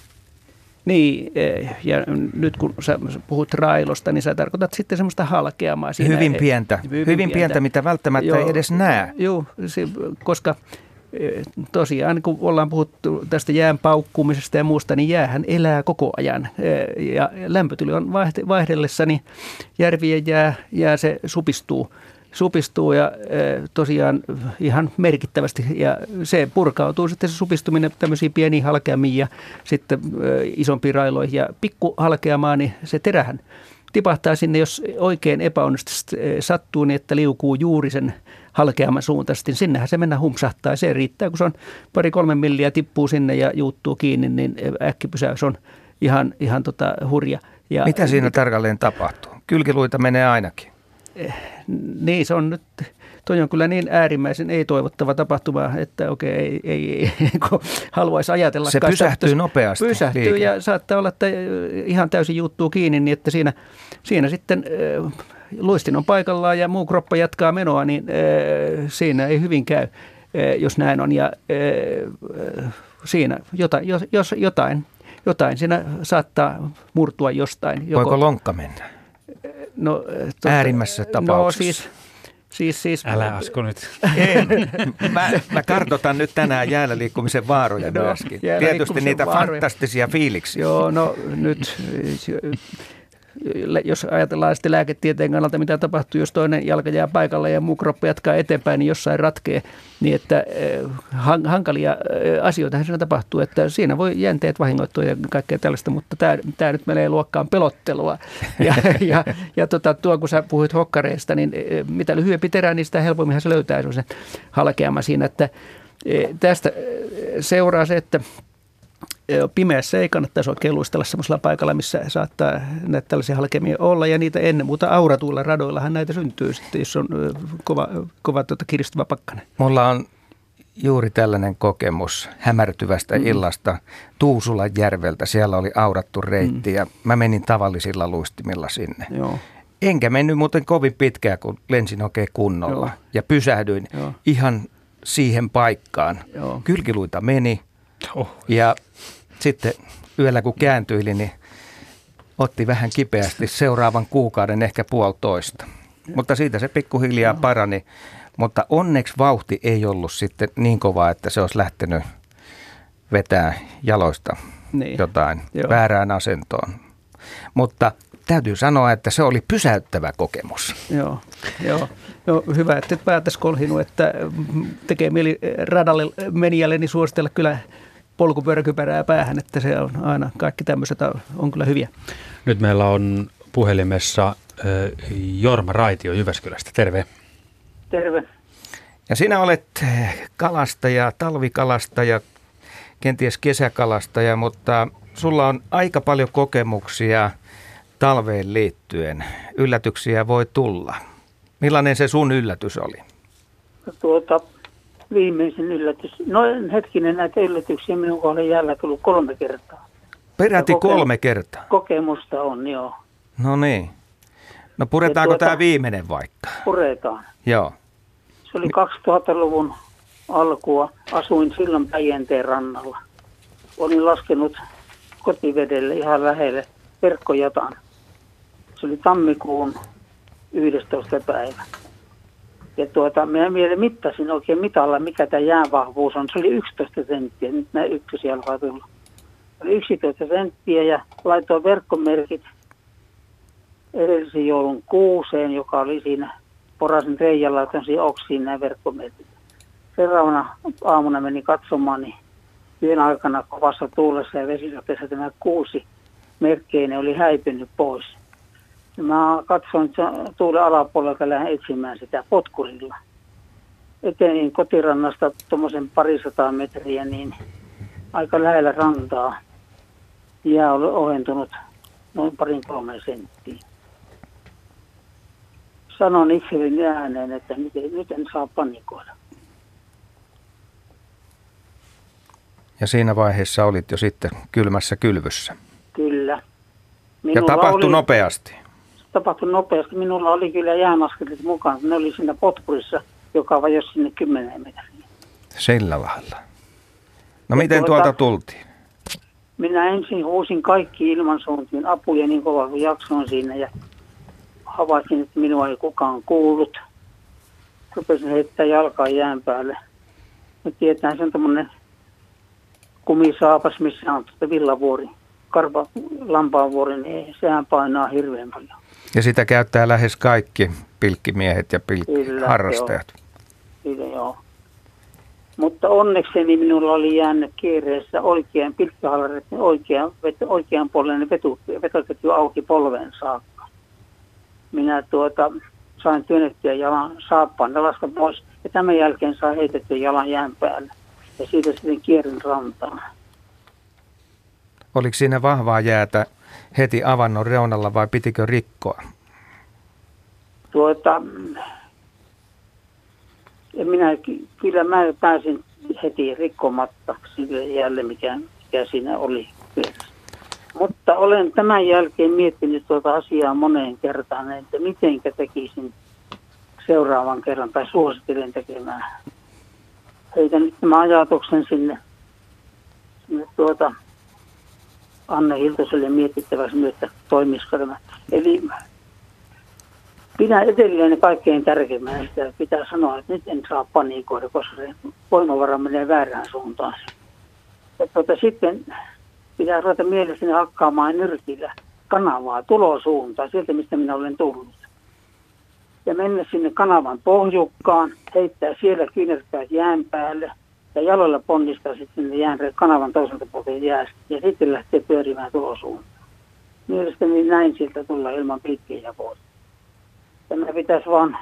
Niin, ja nyt kun sä puhut railosta, niin sä tarkoitat sitten semmoista halkeamaa. Siinä hyvin pientä, hyvin, hyvin pientä, pientä, mitä välttämättä joo, ei edes näe. Joo, se, koska tosiaan kun ollaan puhuttu tästä jään paukkumisesta ja muusta, niin jäähän elää koko ajan. Ja lämpötila on vaihdellessa, niin järvien jää, jää se supistuu. supistuu ja tosiaan ihan merkittävästi ja se purkautuu sitten se supistuminen tämmöisiin pieniin halkeamiin ja sitten isompiin railoihin ja pikku halkeamaan, niin se terähän tipahtaa sinne, jos oikein epäonnistusti sattuu niin, että liukuu juuri sen halkeaman suuntaisesti. Sinnehän se mennä humpsahtaa ja se riittää, kun se on pari kolme milliä tippuu sinne ja juuttuu kiinni, niin äkkipysäys on ihan, ihan tota hurja. Ja mitä siinä tarkalleen tapahtuu? Kylkiluita menee ainakin. Niin, se on nyt, toi on kyllä niin äärimmäisen ei-toivottava tapahtuma, että okei, ei, ei, ei haluaisi ajatella. Se pysähtyy nopeasti. Pysähtyy liike. Ja saattaa olla, että ihan täysin juuttuu kiinni, niin että siinä, siinä sitten äh, luistin on paikallaan ja muu kroppa jatkaa menoa, niin äh, siinä ei hyvin käy, äh, jos näin on. Ja äh, siinä jotain, jos, jos jotain, jotain siinä saattaa murtua jostain. Joko, voiko lonkka mennä? No, totta, äärimmäisessä tapauksessa. No siis, siis, siis, Älä Asko nyt. En. Mä, mä kartoitan nyt tänään jäällä liikkumisen vaaroja no, myöskin. Tietysti niitä vaaroja. Fantastisia fiiliksiä. Joo, no nyt, jos ajatellaan sitten lääketieteen kannalta, mitä tapahtuu, jos toinen jalka jää paikalle ja muu kroppa jatkaa eteenpäin, niin jossain ratkee. Niin että hankalia asioita siinä tapahtuu, että siinä voi jänteet vahingoittua ja kaikkea tällaista, mutta tämä, tämä nyt menee luokkaan pelottelua. Ja, ja, ja tota, tuo, kun sä puhuit hokkareista, niin mitä lyhyempi terä, niin sitä helpomminhan se löytää sellaisen halkeama siinä, että tästä seuraa se, että pimeässä ei kannattaisi oikein luistella sellaisella paikalla, missä saattaa näitä tällaisia halkeamia olla, ja niitä ennen muuta auratuilla radoillahan näitä syntyy sitten, jos on kova, kova tuota, kiristyvä pakkanen. Mulla on juuri tällainen kokemus hämärtyvästä mm. illasta Tuusulan järveltä. Siellä oli aurattu reitti, mm. ja mä menin tavallisilla luistimilla sinne. Joo. Enkä mennyt muuten kovin pitkään, kun lensin oikein kunnolla. Joo. Ja pysähdyin Joo. ihan siihen paikkaan. Joo. Kylkiluita meni. Oh. Ja sitten yöllä kun kääntyili, niin otti vähän kipeästi seuraavan kuukauden, ehkä puolitoista. mutta siitä se pikkuhiljaa no. parani. Mutta onneksi vauhti ei ollut sitten niin kova, että se olisi lähtenyt vetää jaloista niin. jotain Joo. väärään asentoon. Mutta täytyy sanoa, että se oli pysäyttävä kokemus. Joo, Joo. No, hyvä, että et päätäisi kolhinut, että tekee mieli radalle menijalle, niin suositella kyllä polkupyöräkypärää päähän, että se on aina, kaikki tämmöiset on kyllä hyviä. Nyt meillä on puhelimessa Jorma Raitio Jyväskylästä. Terve. Terve. Ja sinä olet kalastaja, talvikalastaja, kenties kesäkalastaja, mutta sulla on aika paljon kokemuksia talveen liittyen. Yllätyksiä voi tulla. Millainen se sun yllätys oli? Tuota, viimeisin yllätys. No hetkinen, näitä yllätyksiä minun olen jälleen tullut kolme kertaa. Peräti koke- kolme kertaa? Kokemusta on, joo. No niin. No puretaanko tuota, tämä viimeinen vaikka? Puretaan. Joo. Se oli kaksituhattaluvun alkua. Asuin silloin Päijänteen rannalla. Olin laskenut kotivedelle ihan lähelle verkkojatan. Se oli tammikuun yhdestoista päivä. Ja tuota, minä mieleen mittasin oikein mitalla, mikä tämä jäänvahvuus on. Se oli yksitoista senttiä, nyt nämä ykkösiä alkaa tulla. Se oli yksitoista senttiä ja laitoin verkkomerkit edellisen joulun kuuseen, joka oli siinä porasin reijalla, laitoin siihen oksiin nämä verkkomerkit. Seuraavana aamuna meni katsomaan, niin yön aikana kovassa tuulessa ja vesisateessa tämä kuusi merkkeinä oli häipynyt pois. Mä katsoin tuulen alapuolelta, lähden etsimään sitä potkurilla. Etenin kotirannasta tuommoisen parisataa metriä, niin aika lähellä rantaa. Jää oli ohentunut noin parin kolmen senttiin. Sanon itselleni ääneen, että nyt, nyt en saa panikoida. Ja siinä vaiheessa olit jo sitten kylmässä kylvyssä. Kyllä. Minulla ja tapahtui oli... nopeasti. tapahtui nopeasti. Minulla oli kyllä jäämaskelit mukaan. Ne oli siinä potkurissa, joka vajosi sinne kymmenen metriä. Sillä lailla. No ja miten tuota, tuolta tultiin? Minä ensin huusin kaikki ilmansuuntiin apuja niin kovaa kuin jaksoin siinä ja havaitsin, että minua ei kukaan kuullut. Rupesin heittää jalkaa jään päälle. Me tietää, se on tämmöinen kumisaapas, missä on tuota villavuori, karva lampaanvuori, niin sehän painaa hirveän paljon. Ja sitä käyttää lähes kaikki pilkkimiehet ja pilkkiharrastajat. Kyllä, joo. Mutta onnekseni minulla oli jäänyt kiireessä oikean pilkkihallareiden oikean, oikean puolelle vetoketju auki polveen saakka. Minä tuota, sain työnnettyä jalan saappaan jalasta pois ja tämän jälkeen sain heitettyä jalan jään päälle. Ja siitä sitten kierrin rantaan. Oliko siinä vahvaa jäätä heti avannon reunalla vai pitikö rikkoa? Tuota, minä, kyllä mä pääsin heti rikkomatta sille jäälle, mikä, mikä siinä oli. Mutta olen tämän jälkeen miettinyt tuota asiaa moneen kertaan, että mitenkä tekisin seuraavan kerran tai suosittelen tekemään. Heitän nyt tämän ajatuksen sinne, sinne tuota Anne Hiltoselle mietittäväksi, että toimisiko tämä. Eli pidän edelleen kaikkein tärkeimmän, että pitää sanoa, että nyt en saa paniikoida, koska se voimavara menee väärään suuntaan. Ja tuota, sitten pitää ruveta mielestäni hakkaamaan nyrkillä kanavaa tulosuuntaan, sieltä mistä minä olen tullut. Ja mennä sinne kanavan pohjukkaan, heittää siellä kyynärpäät jään päälle ja jaloilla ponnistaa sitten jään kanavan toiselta puolelta jäästä ja sitten lähtee pyörimään tulosuuntaan. Mielestäni näin sieltä tulla ilman pitkiä pois. Tämä pitäisi vaan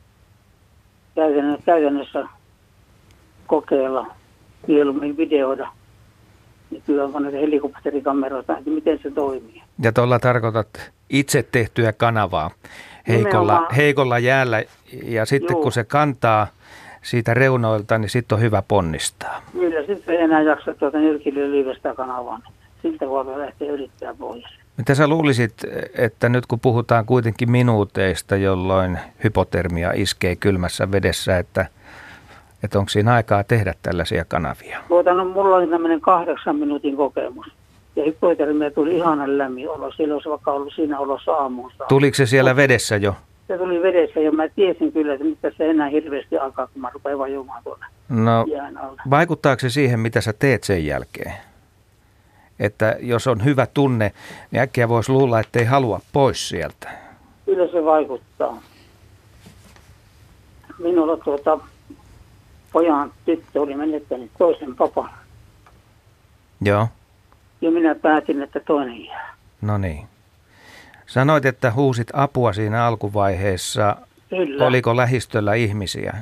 käytännössä kokeilla, mieluummin videoida. Nykyään on näitä helikopterikameroita, että miten se toimii. Ja tuolla tarkoitat itse tehtyä kanavaa heikolla, heikolla jäällä ja sitten Juu. kun se kantaa siitä reunoilta, niin sitten on hyvä ponnistaa. Kyllä, sitten ei enää jaksa tuota nyrkillä liivestä kanavaan. Siltä voi lähteä yrittää pois. Mitä sä luulisit, että nyt kun puhutaan kuitenkin minuuteista, jolloin hypotermia iskee kylmässä vedessä, että, että onko siinä aikaa tehdä tällaisia kanavia? Tuota, no, mulla oli tämmöinen kahdeksan minuutin kokemus. Ja hypotermia tuli ihanan lämmin olo. Siellä olisi vaikka ollut siinä olossa aamuun. Tuliko se siellä vedessä jo? se tuli vedessä ja mä tiesin kyllä, että mitä se enää hirveästi alkaa, kun mä rupean vajumaan tuonne No, jään alle. vaikuttaako se siihen, mitä sä teet sen jälkeen? Että jos on hyvä tunne, niin äkkiä voisi luulla, että ei halua pois sieltä. Kyllä se vaikuttaa. Minulla tuota, pojan tyttö oli menettänyt toisen papan. Joo, Ja minä päätin, että toinen jää. no niin. Sanoit, että huusit apua siinä alkuvaiheessa. Kyllä. Oliko lähistöllä ihmisiä?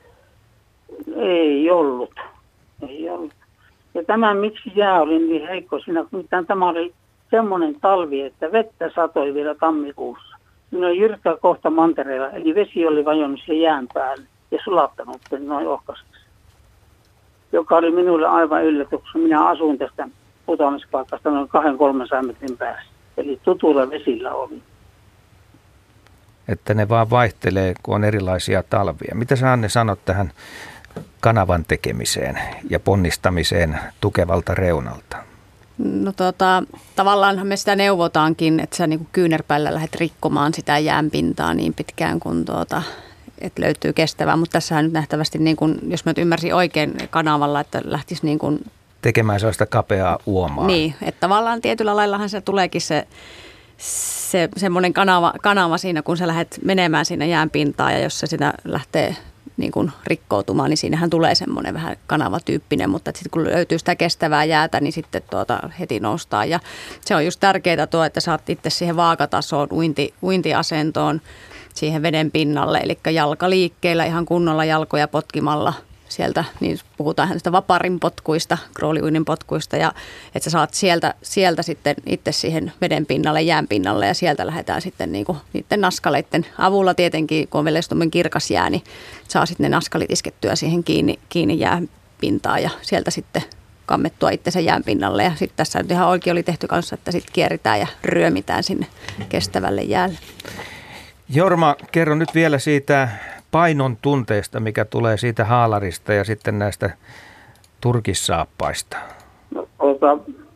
Ei ollut. Ei ollut. Ja tämä, miksi jää oli niin heikko siinä, kun tämä oli semmoinen talvi, että vettä satoi vielä tammikuussa. Siinä oli jyrkkä kohta mantereella, eli vesi oli vajonnut sen jään päälle ja sulattanut sen noin ohkaisessa. Joka oli minulle aivan yllätys. Minä asuin tästä putoamispaikasta noin kahden kolmensadan metrin päässä. Eli tutulla vesillä oli. Että ne vaan vaihtelee, kun on erilaisia talvia. Mitä sä, Anne, sanot tähän kanavan tekemiseen ja ponnistamiseen tukevalta reunalta? No tota, tavallaanhan me sitä neuvotaankin, että sä niinku kyynärpäillä lähdet rikkomaan sitä jäänpintaa niin pitkään kuin tuota, että löytyy kestävää. Mutta tässähän nyt nähtävästi, niin kun, jos mä nyt ymmärsin oikein kanavalla, että lähtisi niin kuin Tekemään sellaista kapeaa uomaa. Niin, että tavallaan tietyllä laillahan se tuleekin se, se semmoinen kanava, kanava siinä, kun sä lähdet menemään siinä jään pintaan ja jos se sitä lähtee niin kuin rikkoutumaan, niin siinähän tulee semmoinen vähän kanavatyyppinen, mutta sitten kun löytyy sitä kestävää jäätä, niin sitten tuota heti noustaan. Ja se on just tärkeää tuo, että saat itse siihen vaakatasoon, uinti, uintiasentoon, siihen veden pinnalle, eli jalkaliikkeellä ihan kunnolla jalkoja potkimalla sieltä, niin puhutaan näistä vaparin potkuista, krooliuinnin potkuista, ja että sä saat sieltä, sieltä sitten itse siihen veden pinnalle, jään pinnalle, ja sieltä lähdetään sitten niinku niiden naskaleiden avulla tietenkin, kun on vielä kirkas jää, niin saa sitten ne naskalit iskettyä siihen kiinni, kiinni jääpintaan, ja sieltä sitten kammettua itsensä jään pinnalle, ja sitten tässä nyt ihan oikein oli tehty kanssa, että sitten kierritään ja ryömitään sinne kestävälle jäälle. Jorma, kerro nyt vielä siitä painon tunteesta, mikä tulee siitä haalarista ja sitten näistä turkissaappaista. No, ota,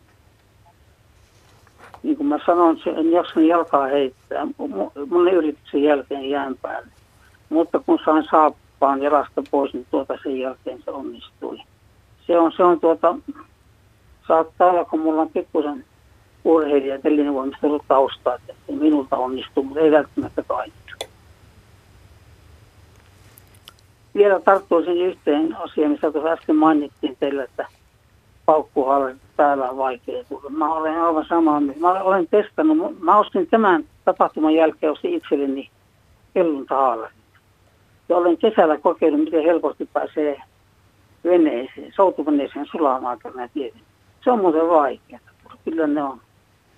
niin kuin mä sanoin, en jaksanut jalkaa heittää. Mun yrityksen jälkeen jään päälle. Mutta kun sain saappaan jalasta pois, niin tuota sen jälkeen se onnistui. Se on, se on tuota, saattaa olla, kun mulla on pikkusen urheilija, tällainen voimista ollut taustaa, että minulta onnistuu, mutta ei välttämättä kaikki. Vielä tarttuisin yhteen asiaan, missä tuossa äsken mainittiin teille, että paukkuhaalarit päällä on vaikea tulla. Mä olen aivan samaa mieltä. Mä olen testannut, mä ostin tämän tapahtuman jälkeen, ostin itselleni helluntahaalarit. Ja olen kesällä kokeillut, miten helposti pääsee veneeseen, soutuveneeseen sulaamaan tämän tietyn. Se on muuten vaikeaa, kyllä ne on.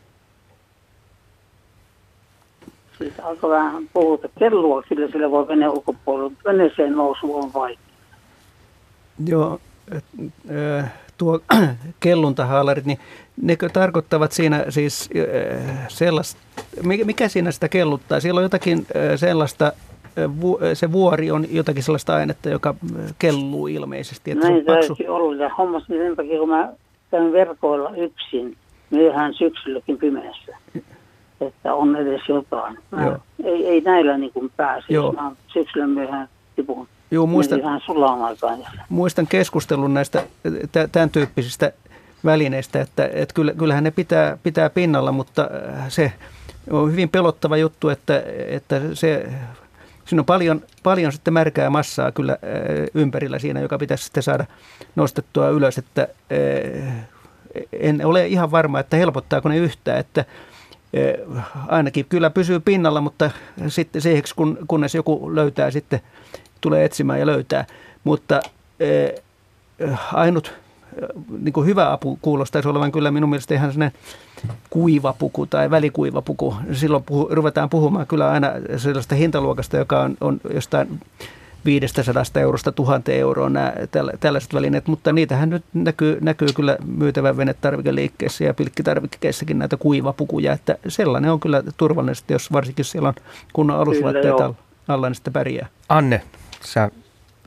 Siitä alkoi vähän puhuta. Kellua kyllä sillä voi veneen ulkopuolella, mutta veneeseen nousu on vaikea. Joo, tuo kelluntahaalarit, niin nekö tarkoittavat siinä siis sellaista, mikä siinä sitä kelluttaa? Siellä on jotakin sellaista, se vuori on jotakin sellaista ainetta, joka kelluu ilmeisesti. Että näin se on paksu. täytyy olla. Ja hommasin sen takia, kun mä käyn verkoilla yksin, myöhään syksylläkin pimeässä. Että on edes jotain. Mä, ei, ei näillä niin kuin pääse, jos mä syksyllä myöhään tipun. Joo, muistan, muistan keskustelun näistä tämän tyyppisistä välineistä, että, että kyllähän ne pitää, pitää pinnalla, mutta se on hyvin pelottava juttu, että, että se, siinä on paljon, paljon sitten märkää massaa kyllä ympärillä siinä, joka pitäisi sitten saada nostettua ylös, että en ole ihan varma, että helpottaako ne yhtään, että ainakin kyllä pysyy pinnalla, mutta sitten siihen, kun, kunnes joku löytää, sitten tulee etsimään ja löytää. Mutta äh, ainut äh, niin kuin hyvä apu kuulostaisi olevan kyllä minun mielestä ihan sellainen kuivapuku tai välikuivapuku. Silloin puhu, ruvetaan puhumaan kyllä aina sellaista hintaluokasta, joka on, on jostain viidestäsadasta eurosta tuhanteen euroon nämä tällaiset välineet, mutta niitähän nyt näkyy, näkyy kyllä myytävän venetarvikeliikkeessä ja pilkkitarvikkeissakin näitä kuivapukuja, että sellainen on kyllä turvallisesti, jos varsinkin siellä on kunnon alusvaatteet alla, niin sitten pärjää. Anne, sä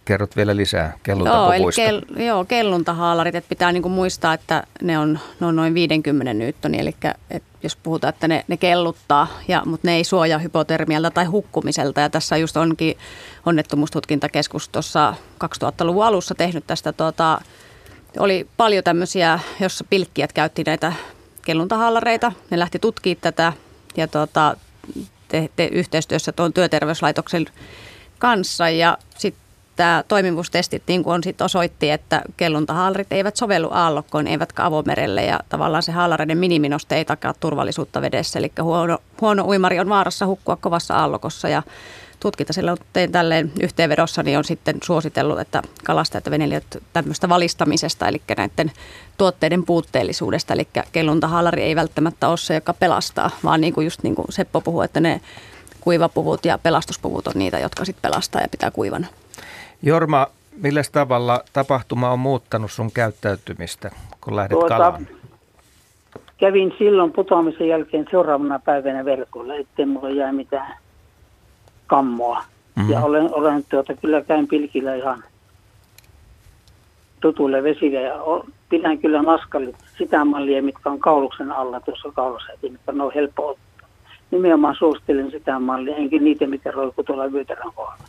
kerrot vielä lisää kelluntapuvuista. Joo, eli kel, joo, kelluntahaalarit, että pitää niinku muistaa, että ne on, ne on noin viisikymmentä newtonia, eli et jos puhutaan, että ne, ne kelluttaa, ja, mutta ne ei suojaa hypotermialta tai hukkumiselta, ja tässä just onkin onnettomuustutkintakeskus tuossa kaksituhattaluvun alussa tehnyt tästä, tuota, oli paljon tämmöisiä, jossa pilkkijät käytti näitä kelluntahaalareita, ne lähti tutkimaan tätä, ja tuota, te, te, yhteistyössä tuon työterveyslaitoksen kanssa, ja sitten tämä toimivuustestit niin kuin on sit osoitti, että kelluntahaalarit eivät sovellu aallokkoon eivätkä avomerelle, ja tavallaan se haalareiden miniminoste ei takaa turvallisuutta vedessä, eli huono, huono uimari on vaarassa hukkua kovassa aallokossa, ja tutkinta silloin tein tälleen yhteenvedossa, niin on sitten suositellut, että kalastajat ja veneilijät tämmöistä valistamisesta, eli näiden tuotteiden puutteellisuudesta, eli kelluntahaalari ei välttämättä ole se, joka pelastaa, vaan niin kuin just niin kuin Seppo puhui, että ne kuivapuvut ja pelastuspuvut on niitä, jotka sitten pelastaa ja pitää kuivana. Jorma, millä tavalla tapahtuma on muuttanut sun käyttäytymistä, kun lähdet tuota, kalaan? Kävin silloin putoamisen jälkeen seuraavana päivänä verkolla, ettei mulla jää mitään kammoa. Mm-hmm. Ja olen, olen tuota, kyllä käyn pilkillä ihan tutuille vesille ja pidän kyllä naskallit sitä mallia, mitkä on kauluksen alla tuossa kaulassa, mitkä on helppo ottaa. Nimenomaan suosittelen sitä mallia, enkä niitä, mikä roikkuu tuolla Vyötärän kohdalla.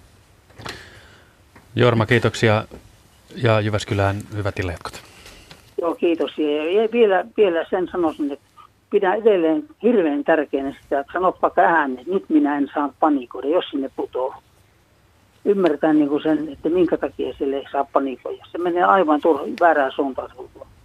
Jorma, kiitoksia ja Jyväskylään hyvät illanjatkot. Joo, kiitos. Ja vielä, vielä sen sanoisin, että pidän edelleen hirveän tärkeänä sitä, että sanoppa ääneen, että nyt minä en saa panikoida, jos sinne putoo. Ymmärtää niin kuin sen, että minkä takia sille ei saa panikoida. Se menee aivan turhaan väärään suuntaan.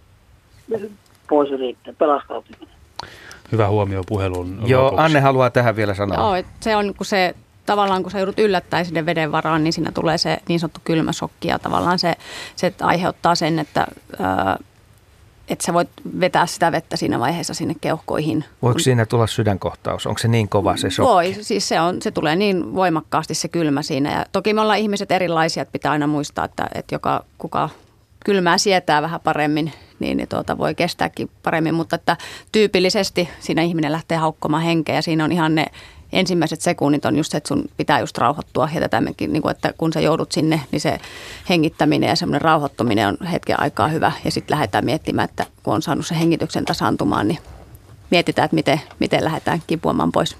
Pois riittää, pelastautuminen. Hyvä huomio puhelun Joo, lopuksi. Anne haluaa tähän vielä sanoa. Joo, se on kun se tavallaan kun sä joudut yllättäen sinne veden varaan, niin siinä tulee se niin sanottu kylmäsokki ja tavallaan se, se aiheuttaa sen, että, ää, että sä voit vetää sitä vettä siinä vaiheessa sinne keuhkoihin. Voiko siinä tulla sydänkohtaus? Onko se niin kova se sokki? Voi, siis se, on, se tulee niin voimakkaasti se kylmä siinä ja toki me ollaan ihmiset erilaisia, että pitää aina muistaa, että, että joka, kuka kylmää sietää vähän paremmin, niin, niin tuota, voi kestääkin paremmin, mutta että tyypillisesti siinä ihminen lähtee haukkomaan henkeä ja siinä on ihan ne ensimmäiset sekunnit on just se, että sun pitää just rauhoittua ja tämäkin, niin kuin, että kun sä joudut sinne, niin se hengittäminen ja semmoinen rauhoittuminen on hetken aikaa hyvä ja sitten lähdetään miettimään, että kun on saanut sen hengityksen tasaantumaan, niin mietitään, että miten, miten lähdetään kipuamaan pois.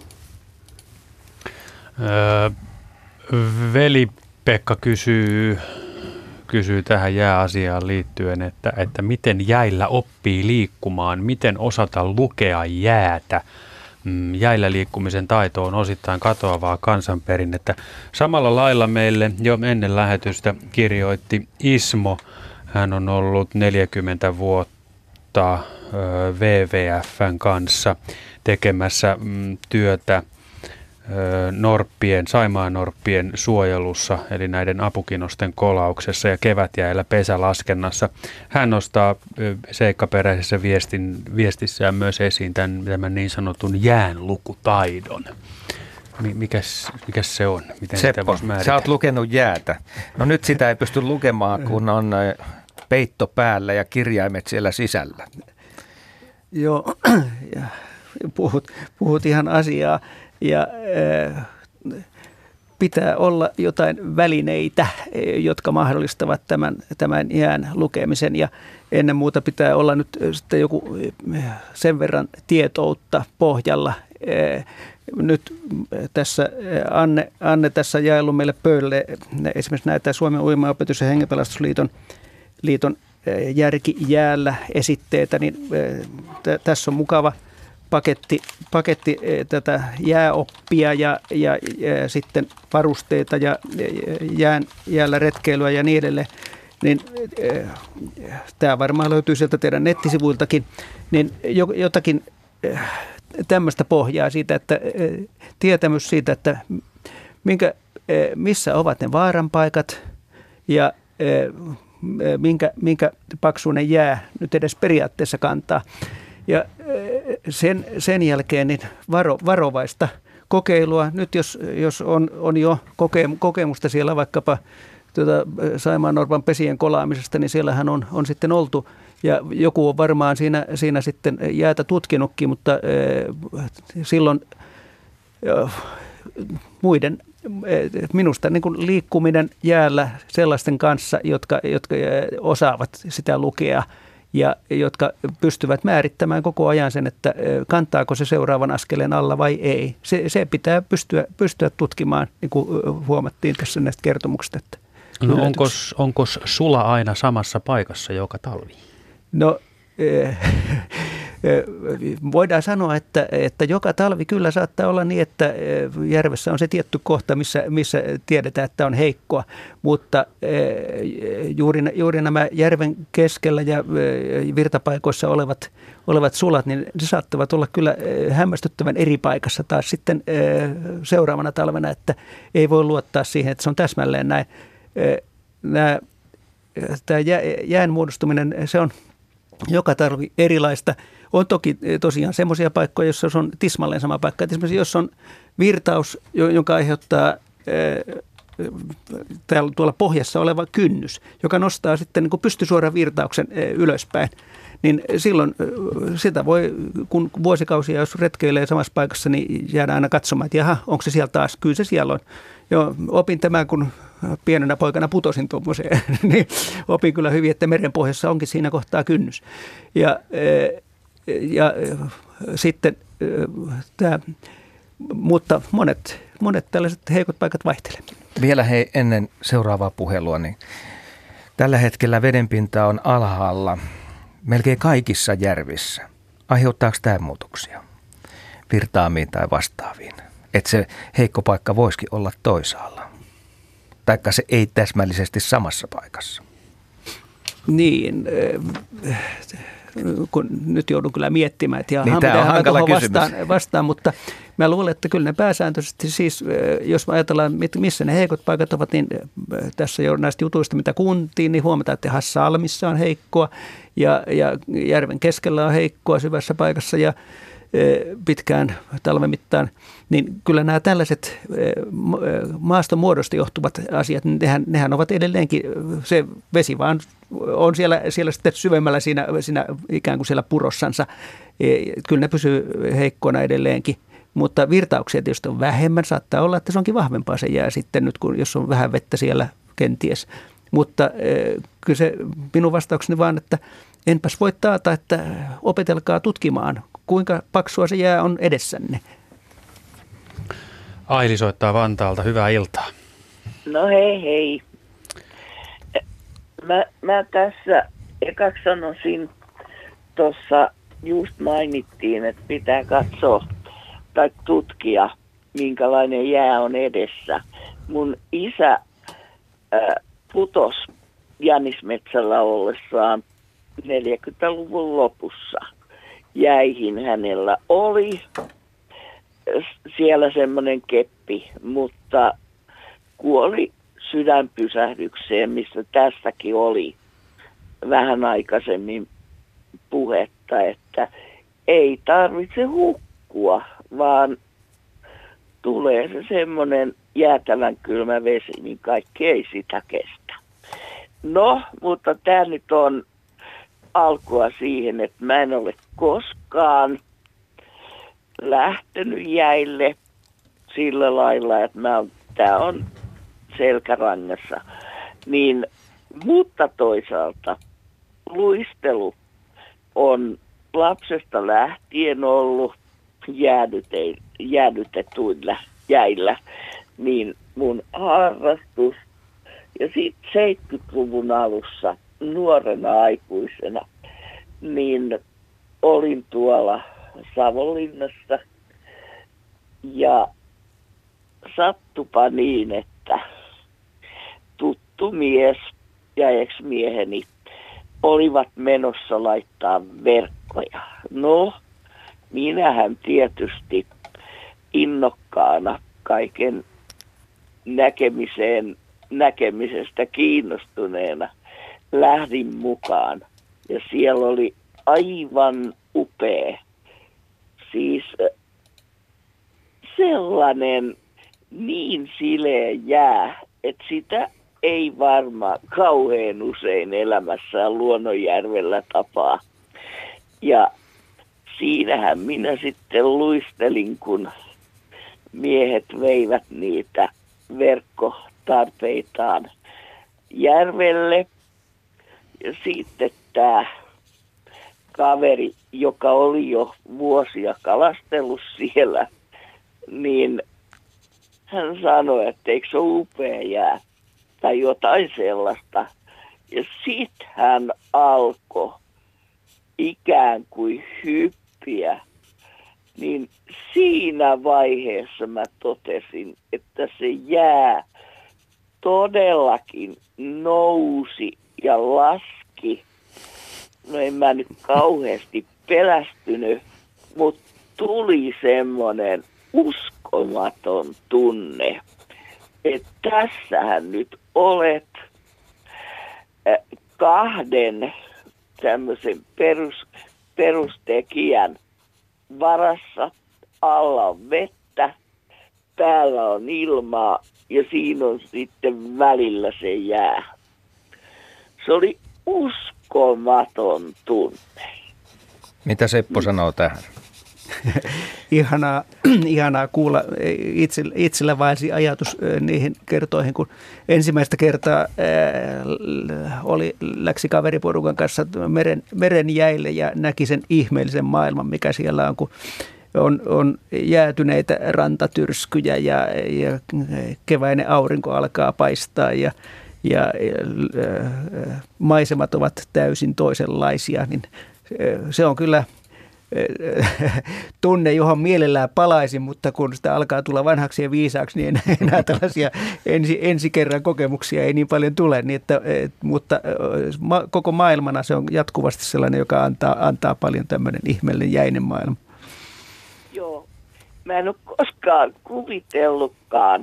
Öö, veli Pekka kysyy, kysyy tähän jääasiaan liittyen, että, että miten jäillä oppii liikkumaan, miten osata lukea jäätä. Jäillä liikkumisen taito on osittain katoavaa kansanperinnettä. Samalla lailla meille jo ennen lähetystä kirjoitti Ismo. Hän on ollut neljäkymmentä vuotta W W F:n kanssa tekemässä työtä norppien, saimaannorppien suojelussa, eli näiden apukinosten kolauksessa ja kevätjäillä pesälaskennassa. Hän nostaa seikkaperäisessä viestin, viestissään myös esiin tämän, tämän niin sanotun jäänlukutaidon. Mikäs, mikäs se on? Miten Seppo, sitä voisi määritellä? Sä oot lukenut jäätä. No nyt sitä ei pysty lukemaan, kun on peitto päällä ja kirjaimet siellä sisällä. Joo, puhut, puhut ihan asiaa. Ja äh, pitää olla jotain välineitä, jotka mahdollistavat tämän, tämän jään lukemisen. Ja ennen muuta pitää olla nyt sitten joku sen verran tietoutta pohjalla. Äh, nyt tässä Anne, Anne tässä jaellut meille pöydälle esimerkiksi näitä Suomen Uimaopetus- ja Hengenpelastusliiton liiton järki jäällä esitteitä, niin t- tässä on mukava paketti, paketti tätä jääoppia ja, ja, ja sitten varusteita ja jään, jäällä retkeilyä ja niin edelleen. Niin, tämä varmaan löytyy sieltä teidän nettisivuiltakin, niin jotakin tämmöistä pohjaa siitä, että tietämys siitä, että minkä, missä ovat ne vaaranpaikat ja minkä, minkä paksuinen jää nyt edes periaatteessa kantaa. Ja sen, sen jälkeen niin varo, varovaista kokeilua. Nyt jos, jos on, on jo kokemusta siellä vaikkapa tuota saimaannorpan pesien kolaamisesta, niin siellähän on, on sitten oltu. Ja joku on varmaan siinä, siinä sitten jäätä tutkinutkin, mutta äh, silloin äh, muiden, minusta niin kuin liikkuminen jäällä sellaisten kanssa, jotka, jotka osaavat sitä lukea ja jotka pystyvät määrittämään koko ajan sen, että kantaako se seuraavan askeleen alla vai ei. Se, se pitää pystyä, pystyä tutkimaan, niin kuin huomattiin tässä näistä kertomuksista. Että no onkos, onkos sula aina samassa paikassa joka talvi? No voidaan sanoa, että, että joka talvi kyllä saattaa olla niin, että järvessä on se tietty kohta, missä, missä tiedetään, että on heikkoa, mutta juuri, juuri nämä järven keskellä ja virtapaikoissa olevat, olevat sulat, niin ne saattavat olla kyllä hämmästyttävän eri paikassa taas sitten seuraavana talvena, että ei voi luottaa siihen, että se on täsmälleen näin. Nämä, tämä jään muodostuminen, se on joka talvi erilaista. On toki tosiaan semmoisia paikkoja, joissa on tismalleen sama paikka. Esimerkiksi jos on virtaus, jonka aiheuttaa täällä, tuolla pohjassa oleva kynnys, joka nostaa sitten niin kuin pystysuoran virtauksen ylöspäin, niin silloin sitä voi, kun vuosikausia jos retkeilee samassa paikassa, niin jäädään aina katsomaan, että jaha, onko se siellä taas? Kyllä se siellä on. Joo, opin tämän, kun pienenä poikana putosin tuommoiseen, niin opin kyllä hyvin, että merenpohjassa onkin siinä kohtaa kynnys. Ja, ja sitten tämä, mutta monet, monet tällaiset heikot paikat vaihtelevat. Vielä hei, ennen seuraavaa puhelua, niin tällä hetkellä vedenpinta on alhaalla melkein kaikissa järvissä. Aiheuttaako tämä muutoksia virtaamiin tai vastaaviin? Että se heikko paikka voisikin olla toisaalla. Taikka se ei täsmällisesti samassa paikassa. Niin, kun nyt joudun kyllä miettimään, että niin tämä on hankala kysymys. Vastaan, vastaan, mutta mä luulen, että kyllä ne pääsääntöisesti siis, jos ajatellaan, missä ne heikot paikat ovat, niin tässä jo näistä jutuista, mitä kuuntiin, niin huomataan, että Hassalmissa on heikkoa ja, ja järven keskellä on heikkoa syvässä paikassa ja pitkään talven mittaan, niin kyllä nämä tällaiset maastomuodosta johtuvat asiat, nehän, nehän ovat edelleenkin, se vesi vaan on siellä, siellä sitten syvemmällä siinä, siinä ikään kuin siellä purossansa. Kyllä ne pysyy heikkoina edelleenkin, mutta virtauksia tietysti on vähemmän. Saattaa olla, että se onkin vahvempaa se jää sitten nyt, kun, jos on vähän vettä siellä kenties. Mutta kyllä se minun vastaukseni vaan, että enpäs voi taata, että opetelkaa tutkimaan, kuinka paksua se jää on edessänne. Aili soittaa Vantaalta. Hyvää iltaa. No hei hei. Mä, mä tässä ekaksi sanoisin, tuossa just mainittiin, että pitää katsoa tai tutkia, minkälainen jää on edessä. Mun isä äh, putosi Jänismetsällä ollessaan neljäkymmentäluvun lopussa. Jäihin hänellä oli siellä semmoinen keppi, mutta kuoli sydänpysähdykseen, missä tässäkin oli vähän aikaisemmin puhetta, että ei tarvitse hukkua, vaan tulee se semmoinen jäätävän kylmä vesi, niin kaikki ei sitä kestä. No, mutta tämä nyt on alkua siihen, että mä en ole koskaan lähtenyt jäille sillä lailla, että mä on, tää on selkärangassa. Niin, mutta toisaalta luistelu on lapsesta lähtien ollut jäädyte, jäädytetuilla jäillä, niin mun harrastus ja sitten seitsemänkymmentäluvun alussa nuorena aikuisena, niin olin tuolla Savonlinnassa ja sattupa niin, että tuttu mies ja ex-mieheni olivat menossa laittaa verkkoja. No, minähän tietysti innokkaana kaiken näkemiseen, näkemisestä kiinnostuneena lähdin mukaan. Ja siellä oli aivan upea, siis sellainen niin sileä jää, että sitä ei varmaan kauhean usein elämässään Luonnonjärvellä tapaa. Ja siinähän minä sitten luistelin, kun miehet veivät niitä verkkotarpeitaan järvelle. Ja sitten tämä kaveri, joka oli jo vuosia kalastellut siellä, niin hän sanoi, että eikö se ole upea jää tai jotain sellaista. Ja sitten hän alkoi ikään kuin hyppiä. Niin siinä vaiheessa mä totesin, että se jää todellakin nousi ja laski. No en mä nyt kauheasti pelästynyt, mutta tuli semmoinen uskomaton tunne, että tässähän nyt olet kahden tämmöisen perus, perustekijän varassa. Alla on vettä, päällä on ilmaa ja siinä on sitten välillä se jää. Se oli uskomaton tunne. Mitä Seppo sanoo tähän? ihanaa, ihanaa kuulla. Itsellä, itsellä vaelsi ajatus niihin kertoihin, kun ensimmäistä kertaa ää, oli, läksi kaveriporukan kanssa meren, meren jäille ja näki sen ihmeellisen maailman, mikä siellä on, kun on, on jäätyneitä rantatyrskyjä ja, ja keväinen aurinko alkaa paistaa ja ja äh, maisemat ovat täysin toisenlaisia, niin se on kyllä äh, tunne, johon mielellään palaisin, mutta kun sitä alkaa tulla vanhaksi ja viisaaksi, niin enää tällaisia ensi, ensi kerran kokemuksia ei niin paljon tule, niin että, et, mutta äh, ma, koko maailmana se on jatkuvasti sellainen, joka antaa, antaa paljon tämmöinen ihmeellinen jäinen maailma. Joo, mä en ole koskaan kuvitellutkaan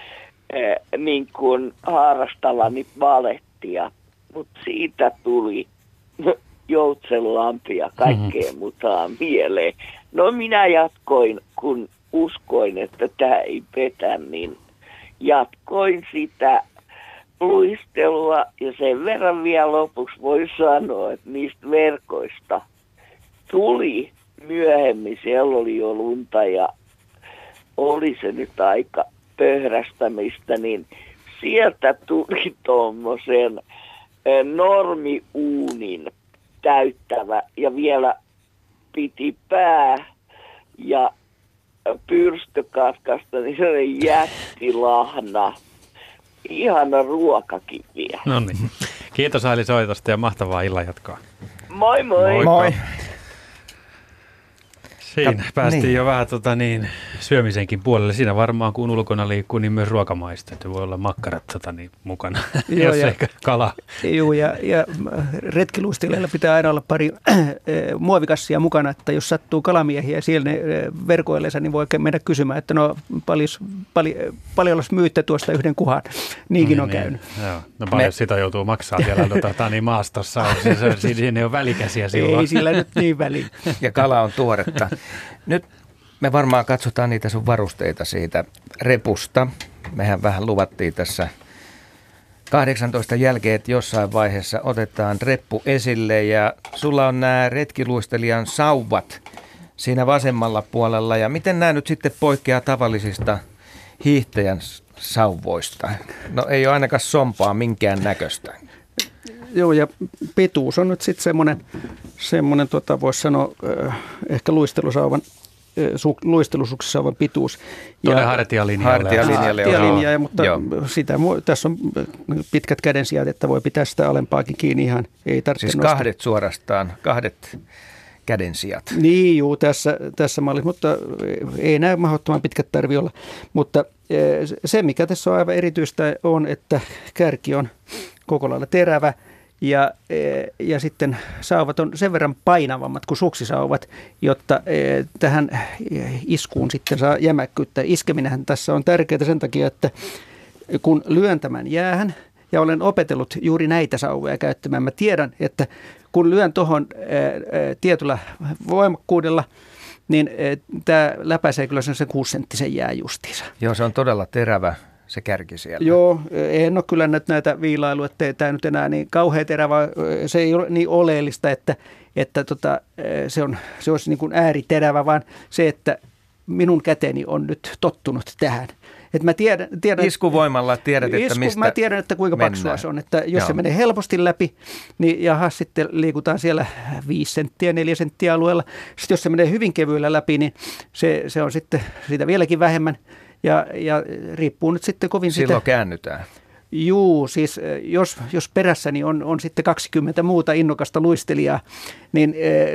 niin kuin harrastavani balettia, mutta siitä tuli Joutsenlampi ja kaikkea mm-hmm. mutaa mieleen. No minä jatkoin, kun uskoin, että tämä ei petä, niin jatkoin sitä luistelua ja sen verran vielä lopuksi voi sanoa, että niistä verkoista tuli myöhemmin, siellä oli jo lunta ja oli se nyt aika pöhrästämistä, niin sieltä tuli tuommoisen normiuunin täyttävä ja vielä piti pää ja pyrstökatkasta, niin se oli jättilahna. Ihana ruokakin vielä. No niin. Kiitos Aili soitosta ja mahtavaa illanjatkoa. Moi moi. Moikka. Moi. Siinä Ja, päästiin niin. jo vähän tota, niin, syömisenkin puolelle. Siinä varmaan kun ulkona liikkuu, niin myös ruokamaista. Voi olla makkarat tota, niin, mukana, Joo, jos ja- eikä kala. Joo, ja, ja retkiluistelijoilla pitää aina olla pari äh, muovikassia mukana, että jos sattuu kalamiehiä siellä ne, äh, verkoilleensa, niin voi mennä kysymään, että no paljon, paljon, paljon myytte tuosta yhden kuhan. Niinkin Niin, on niin. käynyt. Joo. No paljon Me- sitä joutuu maksaa siellä tota, niin maastossa. Se, se, se, siinä ei ole välikäsiä silloin. Ei sillä nyt niin väliin. Ja kala on tuoretta. Nyt me varmaan katsotaan niitä sun varusteita siitä repusta. Mehän vähän luvattiin tässä kahdeksantoista jälkeen, että jossain vaiheessa otetaan reppu esille. Ja sulla on nämä retkiluistelijan sauvat siinä vasemmalla puolella. Ja miten nämä nyt sitten poikkeaa tavallisista hiihtäjän sauvoista? No ei ole ainakaan sompaa minkään näköistä. Joo, ja pituus on nyt sitten semmoinen, semmoinen tota, voisi sanoa, äh, ehkä luistelusauvan, äh, su, luistelusuksessauvan pituus. Tuonne hartialinjalle. Hartialinjalle. Hartialinja, ja, mutta Joo. sitä, mu- tässä on pitkät kädensijat, että voi pitää sitä alempaakin kiinni ihan, ei tarvitse Siis nostaa. kahdet suorastaan, kahdet kädensijat. Niin, juu, tässä, tässä mallissa, mutta ei nämä mahdottoman pitkät tarvi olla. Mutta eh, se, mikä tässä on aivan erityistä, on, että kärki on koko lailla terävä ja, eh, ja sitten sauvat on sen verran painavammat kuin suksisauvat, jotta eh, tähän iskuun sitten saa jämäkkyyttä. Iskeminenhän tässä on tärkeää sen takia, että kun lyön tämän jäähän, ja olen opetellut juuri näitä sauvoja käyttämään, mä tiedän, että kun lyön tuohon tietyllä voimakkuudella, niin tämä läpäisee kyllä sen kuusisenttisen jää justiinsa. Joo, se on todella terävä se kärki siellä. Joo, en ole kyllä näitä, näitä viilailu, että tämä nyt enää niin kauhean terävä, se ei ole niin oleellista, että, että tota, se, on, se olisi niin kuin ääriterävä, vaan se, että minun käteni on nyt tottunut tähän. Et mä tiedän, tiedän, Iskuvoimalla tiedät, että isku, mistä mä tiedän, että kuinka mennään. paksua se on. Että jos Joo. se menee helposti läpi, niin jaha, sitten liikutaan siellä viisi senttiä, neljä senttiä alueella. Sitten jos se menee hyvin kevyellä läpi, niin se, se on sitten siitä vieläkin vähemmän. Ja, ja riippuu nyt sitten kovin Silloin sitä. käännytään. Juu, siis jos, jos perässäni on, on sitten kaksikymmentä muuta innokasta luistelijaa niin,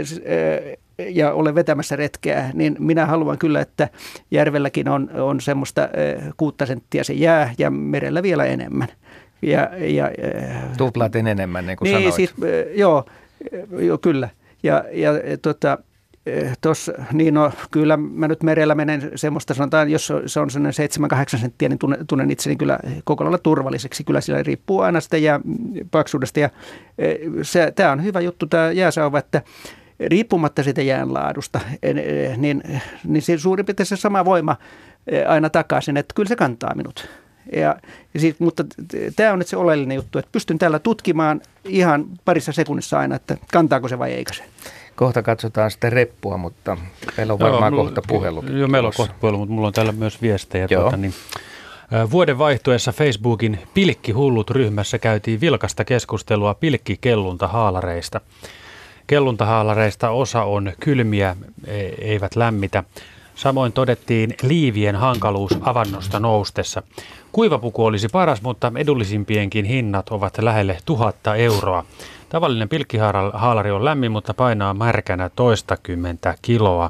ja olen vetämässä retkeä, niin minä haluan kyllä, että järvelläkin on, on semmoista kuutta senttiä se jää ja merellä vielä enemmän. Ja, ja, Tuplaten enemmän, niin kuin niin, sanoit. Siis, joo, joo, kyllä. Ja, ja tota, Tos, niin no, kyllä mä nyt merellä menen semmoista, sanotaan, jos se on sellainen seitsemän kahdeksan senttiä, niin tunnen, tunnen itseni kyllä koko lailla turvalliseksi. Kyllä sillä riippuu aina sitä jää paksuudesta. Ja tämä on hyvä juttu, tämä jääsauva, että riippumatta siitä jään laadusta, niin, niin suurin piirtein se sama voima aina takaisin, että kyllä se kantaa minut. Ja, ja siitä, mutta tämä on nyt se oleellinen juttu, että pystyn täällä tutkimaan ihan parissa sekunnissa aina, että kantaako se vai eikö se. Kohta katsotaan sitten reppua, mutta meillä on varmaan joo, kohta puhelut. Joo, meillä on kohta puhelu, mutta mulla on täällä myös viestejä. Tuota, niin, vuoden vaihtuessa Facebookin Pilkkihullut-ryhmässä käytiin vilkasta keskustelua pilkkikelluntahaalareista. Kelluntahaalareista osa on kylmiä, eivät lämmitä. Samoin todettiin liivien hankaluus avannosta noustessa. Kuivapuku olisi paras, mutta edullisimpienkin hinnat ovat lähelle tuhatta euroa. Tavallinen pilkkihaalari on lämmin, mutta painaa märkänä toistakymmentä kiloa.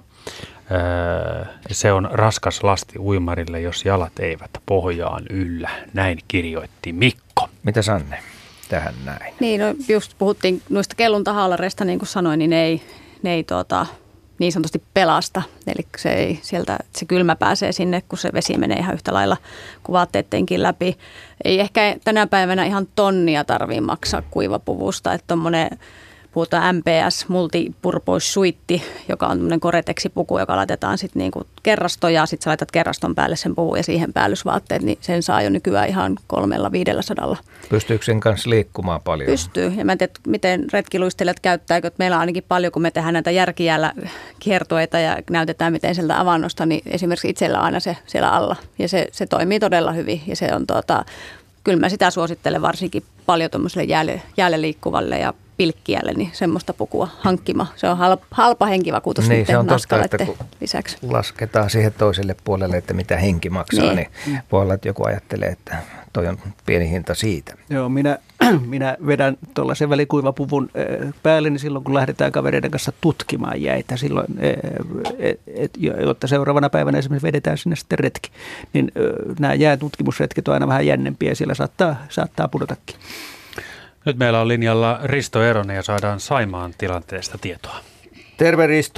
Se on raskas lasti uimarille, jos jalat eivät pohjaan yllä. Näin kirjoitti Mikko. Mitä Sanne tähän näin? Niin, no just puhuttiin noista kelluntahaalareista, niin kuin sanoin, niin ne ei, ne ei tuota, niin sanotusti pelasta. Eli se, ei, sieltä, se kylmä pääsee sinne, kun se vesi menee ihan yhtä lailla kuin vaatteidenkin läpi. Ei ehkä tänä päivänä ihan tonnia tarvitse maksaa kuivapuvusta, että tuommoinen, puhutaan M P S, Multi-Purpose Suite, joka on tämmöinen Gore-Tex-puku, joka laitetaan sitten niinku kerrastoon ja sitten sä laitat kerraston päälle sen puvun ja siihen päällysvaatteet, niin sen saa jo nykyään ihan kolmella viidellä sadalla. Pystyykö sen kanssa liikkumaan paljon? Pystyy. Ja mä en tiedä, miten retkiluistelijat käyttääkö. Meillä on ainakin paljon, kun me tehdään näitä järkijäällä kiertueita ja näytetään, miten sieltä avannosta, niin esimerkiksi itsellä aina se siellä alla. Ja se, se toimii todella hyvin. Ja se on tuota, kyllä mä sitä suosittelen varsinkin paljon tuommoiselle jäälle, jäälle liikkuvalle ja pilkkijälle, niin semmoista pukua hankkima. Se on halpa, halpa henkivakuutus niin, se on totta, että kun lisäksi lasketaan siihen toiselle puolelle, että mitä henki maksaa, niin, niin voi olla, että joku ajattelee, että toi on pieni hinta siitä. Joo, minä, minä vedän tuollaisen välikuivapuvun päälle, niin silloin kun lähdetään kavereiden kanssa tutkimaan jäitä, silloin, et, et, jotta seuraavana päivänä esimerkiksi vedetään sinne sitten retki, niin nämä jäätutkimusretket on aina vähän jännempiä ja siellä saattaa, saattaa pudotakin. Nyt meillä on linjalla Risto Eronen ja saadaan Saimaan tilanteesta tietoa. Terve Risto.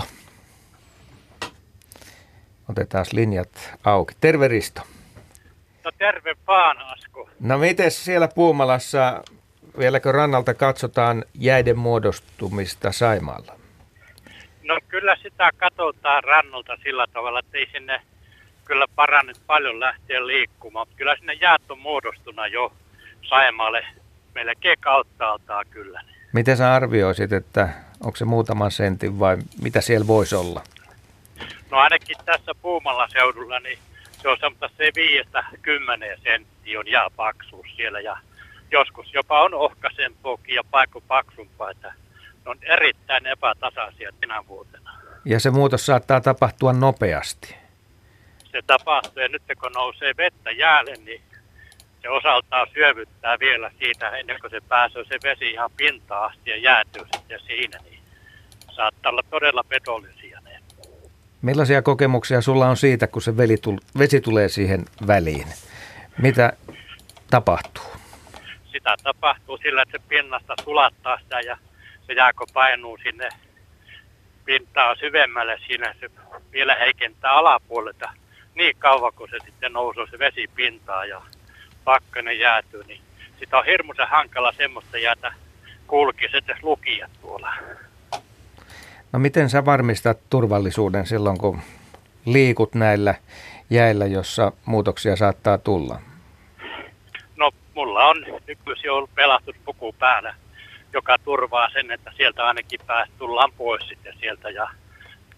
Otetaan linjat auki. Terve Risto. No terve vaan, Asko. No miten siellä Puumalassa, vieläkö rannalta katsotaan jäiden muodostumista Saimaalla? No kyllä sitä katsotaan rannalta sillä tavalla, että ei sinne kyllä paranne paljon lähteä liikkumaan. Kyllä sinne jäät on muodostuna jo Saimaalle. Melkein kauttaaltaan kyllä. Miten sä arvioisit, että onko se muutaman sentin vai mitä siellä voisi olla? No ainakin tässä Puumalla seudulla, niin se on semmoista se viidestä kymmeneen senttiä on jääpaksuus siellä. Ja joskus jopa on ohkaisempaakin ja paikko paksumpaa, että ne on erittäin epätasaisia tänä vuotena. Ja se muutos saattaa tapahtua nopeasti. Se tapahtuu ja nyt kun nousee vettä jäälle, niin se osaltaan syövyttää vielä siitä, ennen kuin se pääsee se vesi ihan pintaan asti ja jäätyy sitten siinä, niin saattaa olla todella petollisia ne. Millaisia kokemuksia sulla on siitä, kun se vesi tulee siihen väliin? Mitä tapahtuu? Sitä tapahtuu sillä, että se pinnasta sulattaa sitä ja se jääkö painuu sinne pintaa syvemmälle siinä, se vielä heikentää alapuolelta niin kauan, kun se sitten nousee se vesi pintaan ja pakkanen jäätyy, niin sitä on hirmuisen hankala semmoista jäätä kulkisi, että lukijat tuolla. No miten sä varmistat turvallisuuden silloin, kun liikut näillä jäillä, jossa muutoksia saattaa tulla? No mulla on nykyisin ollut pelastuspuku päällä, joka turvaa sen, että sieltä ainakin päästä tullaan pois sitten sieltä ja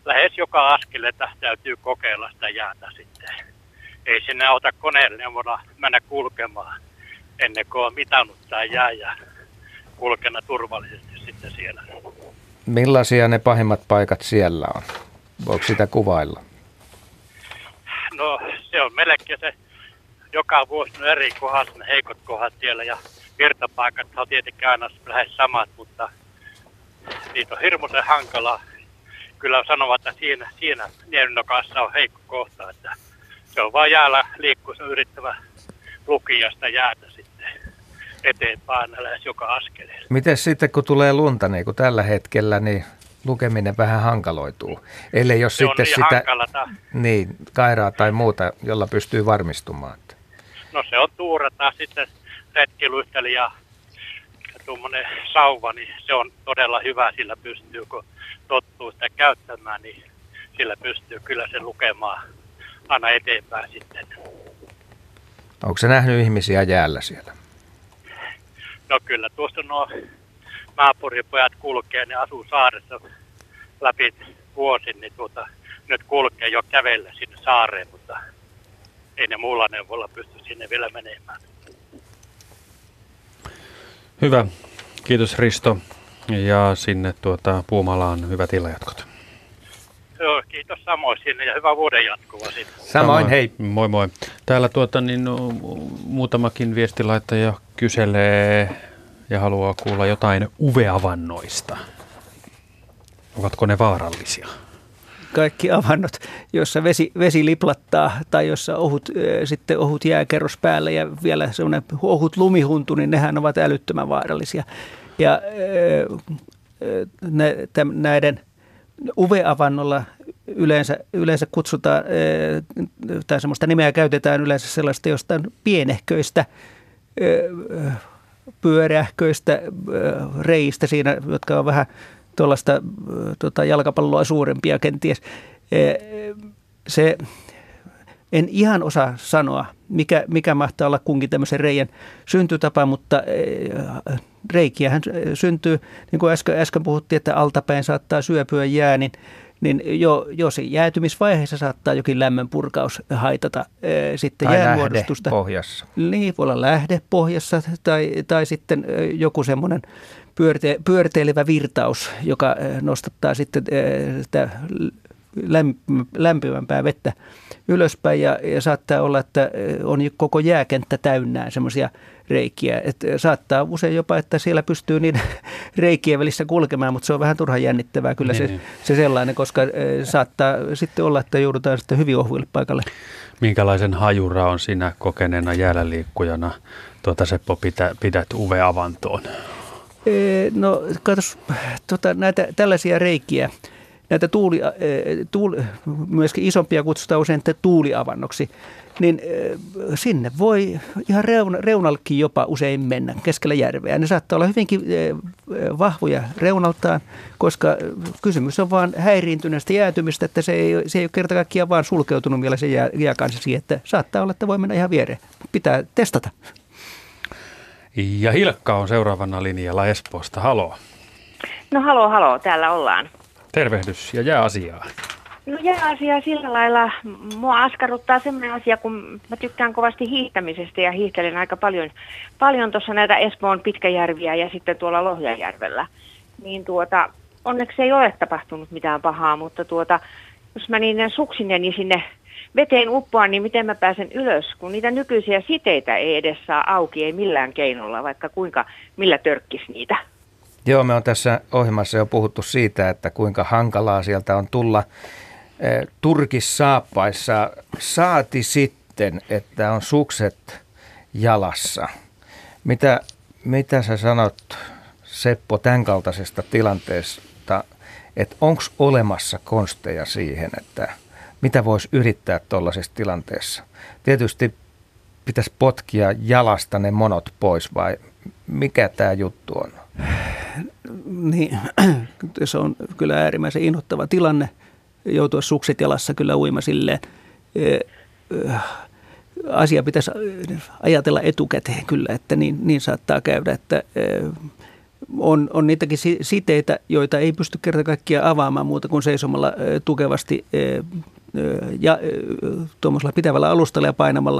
lähes joka askeleita täytyy kokeilla sitä jäätä sitten. Ei sinne auta koneelle neuvolla mennä kulkemaan ennen kuin on mitannut tämä jää ja kulkena turvallisesti sitten siellä. Millaisia ne pahimmat paikat siellä on? Voiko sitä kuvailla? No se on melkein se joka vuosi ne eri kohdassa, ne heikot kohdat siellä ja virtapaikat on tietenkin aina lähes samat, mutta niitä on hirmuisen hankalaa. Kyllä sanovat, että siinä, siinä niennokassa on heikko kohta, että se on vaan jäällä liikkuessa yrittävä lukia sitä jäätä sitten eteenpäin lähes joka askeleella. Miten sitten kun tulee lunta niin kuin tällä hetkellä, niin lukeminen vähän hankaloituu? Ellei jos se sitten niin sitä hankalata. niin, kairaa tai muuta, jolla pystyy varmistumaan. No se on tuurata sitten retkilysteli ja tuommoinen sauva, niin se on todella hyvä, sillä pystyy, kun tottuu sitä käyttämään, niin sillä pystyy kyllä sen lukemaan aina eteenpäin sitten. Onko se nähnyt ihmisiä jäällä siellä? No kyllä, tuossa nuo naapuripojat kulkee, ne asuu saaressa läpi vuosin, niin tuota, nyt kulkee jo kävellä sinne saareen, mutta ei ne muulla neuvolla pysty sinne vielä menemään. Hyvä. Kiitos Risto. Ja sinne tuota Puumalaan hyvät illanjatkot. Joo, kiitos samoin sinne ja hyvää vuoden jatkoa sinne. Samoin, hei. Moi moi. Täällä tuota, niin, no, muutamakin viestilaittaja kyselee ja haluaa kuulla jotain U V-avannoista. Ovatko ne vaarallisia? Kaikki avannot, jossa vesi, vesi liplattaa tai jossa ohut, sitten ohut jääkerros päällä ja vielä semmoinen ohut lumihuntu, niin nehän ovat älyttömän vaarallisia. Ja ne, täm, näiden U V-avannolla yleensä, yleensä kutsutaan, tai semmoista nimeä käytetään yleensä sellaista jostain pienehköistä, pyörähköistä reistä siinä, jotka on vähän tuollaista tota, jalkapalloa suurempia kenties. Se, en ihan osaa sanoa, mikä, mikä mahtaa olla kunkin tämmöisen reijän syntytapa, mutta reikiähän syntyy, niin kuin äsken, äsken puhuttiin, että altapäin saattaa syöpyä jää, niin, niin jo, jo se jäätymisvaiheessa saattaa jokin lämmönpurkaus haitata e, sitten tai jäänmuodostusta. lähde pohjassa. Niin, voi olla lähde pohjassa tai, tai sitten joku semmoinen pyörte, pyörteilevä virtaus, joka nostattaa sitten sitä lämpimämpää vettä ylöspäin ja, ja saattaa olla, että on koko jääkenttä täynnään semmoisia reikiä. Et saattaa usein jopa, että siellä pystyy niin reikien välissä kulkemaan, mutta se on vähän turhan jännittävää kyllä se, se sellainen, koska saattaa sitten olla, että joudutaan sitten hyvin ohuille paikalle. Minkälaisen hajura on sinä kokeneena jäällä liikkujana, tuota Seppo, pitä, pidät U V-avantoon? No katsos, tota, näitä tällaisia reikiä, näitä tuuli, tuuli, myöskin isompia kutsutaan usein tuuliavannoksi, niin sinne voi ihan reuna, reunallekin jopa usein mennä keskellä järveä. Ne saattaa olla hyvinkin vahvoja reunaltaan, koska kysymys on vaan häiriintyneestä jäätymistä, että se ei, se ei ole kerta kaikkiaan vaan sulkeutunut vielä se jää, jääkansi siihen, että saattaa olla, että voi mennä ihan viereen. Pitää testata. Ja Hilkka on seuraavana linjalla Espoosta. Haloo. No haloo, haloo, täällä ollaan. Tervehdys ja jääasiaa. No jääasiaa sillä lailla, mua askarruttaa semmoinen asia, kun mä tykkään kovasti hiihtämisestä ja hiihtelen aika paljon, paljon tuossa näitä Espoon Pitkäjärviä ja sitten tuolla Lohjajärvellä. Niin tuota, onneksi ei ole tapahtunut mitään pahaa, mutta tuota, jos mä niiden suksineni sinne veteen uppoan, niin miten mä pääsen ylös, kun niitä nykyisiä siteitä ei edes saa auki, ei millään keinolla, vaikka kuinka, millä törkkisi niitä. Joo, me on tässä ohjelmassa jo puhuttu siitä, että kuinka hankalaa sieltä on tulla eh, turkissaappaissa. Saati sitten, että on sukset jalassa. Mitä, mitä sä sanot, Seppo, tämän kaltaisesta tilanteesta, että onko olemassa konsteja siihen, että mitä voisi yrittää tuollaisessa tilanteessa? Tietysti pitäisi potkia jalasta ne monot pois vai mikä tämä juttu on? Niin, se on kyllä äärimmäisen inhottava tilanne joutua sukset jalassa kyllä uima silleen. Asia pitäisi ajatella etukäteen kyllä, että niin, niin saattaa käydä, että on, on niitäkin siteitä, joita ei pysty kerta kaikkiaan avaamaan muuta kuin seisomalla tukevasti ja tuommoisella pitävällä alustalla ja painamalla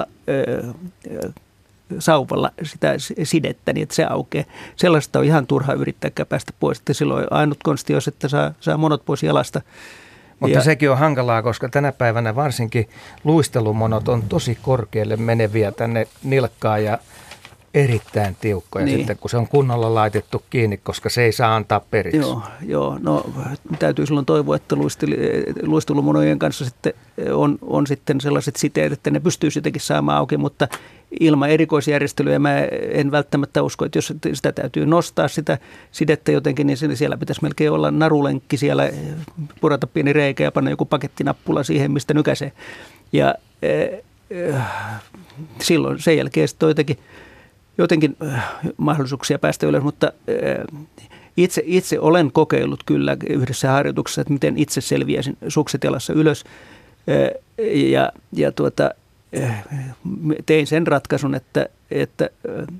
sauvalla sitä sidettä, niin että se aukeaa. Sellaista on ihan turha yrittääkään päästä pois. Että silloin ainut konsti olisi, että saa, saa monot pois jalasta. Mutta ja sekin on hankalaa, koska tänä päivänä varsinkin luistelumonot on tosi korkealle meneviä tänne nilkkaan ja erittäin tiukkoja niin. Sitten, kun se on kunnolla laitettu kiinni, koska se ei saa antaa periksi. Joo, joo. No täytyy silloin toivoa, että luistelumonojen kanssa sitten on, on sitten sellaiset siteet, että ne pystyy sitäkin saamaan auki, mutta ilman erikoisjärjestelyjä mä en välttämättä usko, että jos sitä täytyy nostaa sitä sidettä jotenkin, niin siellä pitäisi melkein olla narulenkki siellä, purata pieni reikä ja panna joku pakettinappula siihen, mistä nykäisee. Ja äh, silloin sen jälkeen sitten jotenkin jotenkin mahdollisuuksia päästä ylös, mutta itse, itse olen kokeillut kyllä yhdessä harjoituksessa, että miten itse selviäisin sukset jalassa ylös ja, ja tuota, tein sen ratkaisun, että, että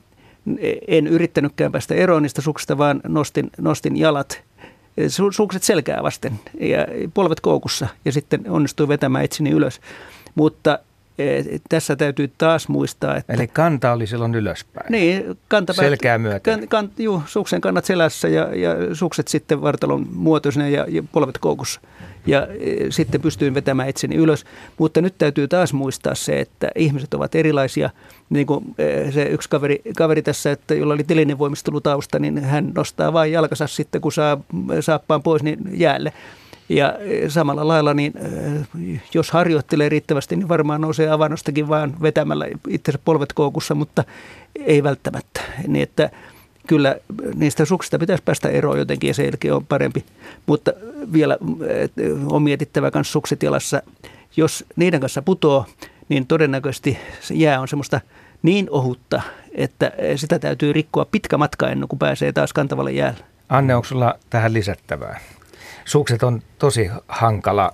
en yrittänytkään päästä eroon niistä suksista, vaan nostin, nostin jalat, sukset selkää vasten ja polvet koukussa ja sitten onnistuin vetämään itseni ylös, mutta tässä täytyy taas muistaa, että eli kanta oli silloin ylöspäin. Niin, kantapäin. Selkää myöten. Kan, kan, juu, suksen kannat selässä ja, ja sukset sitten vartalon muotoisena ja, ja polvet koukussa. Ja e, sitten pystyin vetämään itseni ylös. Mutta nyt täytyy taas muistaa se, että ihmiset ovat erilaisia. Niin kuin e, se yksi kaveri, kaveri tässä, että jolla oli telinen voimistelutausta, niin hän nostaa vain jalkansa sitten, kun saa saappaan pois, niin jäälle. Ja samalla lailla, niin jos harjoittelee riittävästi, niin varmaan nousee avannostakin vaan vetämällä itsensä polvet koukussa, mutta ei välttämättä. Niin että kyllä niistä suksista pitäisi päästä eroon jotenkin ja se jälkeen on parempi. Mutta vielä on mietittävä myös sukset jalassa. Jos niiden kanssa putoo, niin todennäköisesti se jää on semmoista niin ohutta, että sitä täytyy rikkoa pitkä matka ennen kuin pääsee taas kantavalle jäälle. Anne, onko sulla tähän lisättävää? Sukset on tosi hankala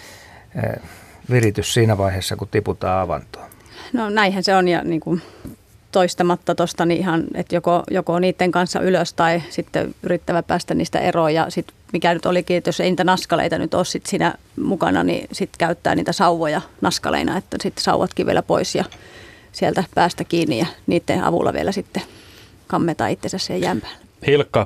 viritys siinä vaiheessa, kun tiputaan avantoon. No näinhän se on ja niin kuin toistamatta tuosta niin ihan, että joko, joko niiden kanssa ylös tai sitten yrittävä päästä niistä eroon. Ja sitten mikä nyt olikin, että jos ei niitä naskaleita nyt ole sit siinä mukana, niin sitten käyttää niitä sauvoja naskaleina, että sitten sauvatkin vielä pois ja sieltä päästä kiinni ja niiden avulla vielä sitten kammetaan itsensä siihen jään päälle. Hilkka.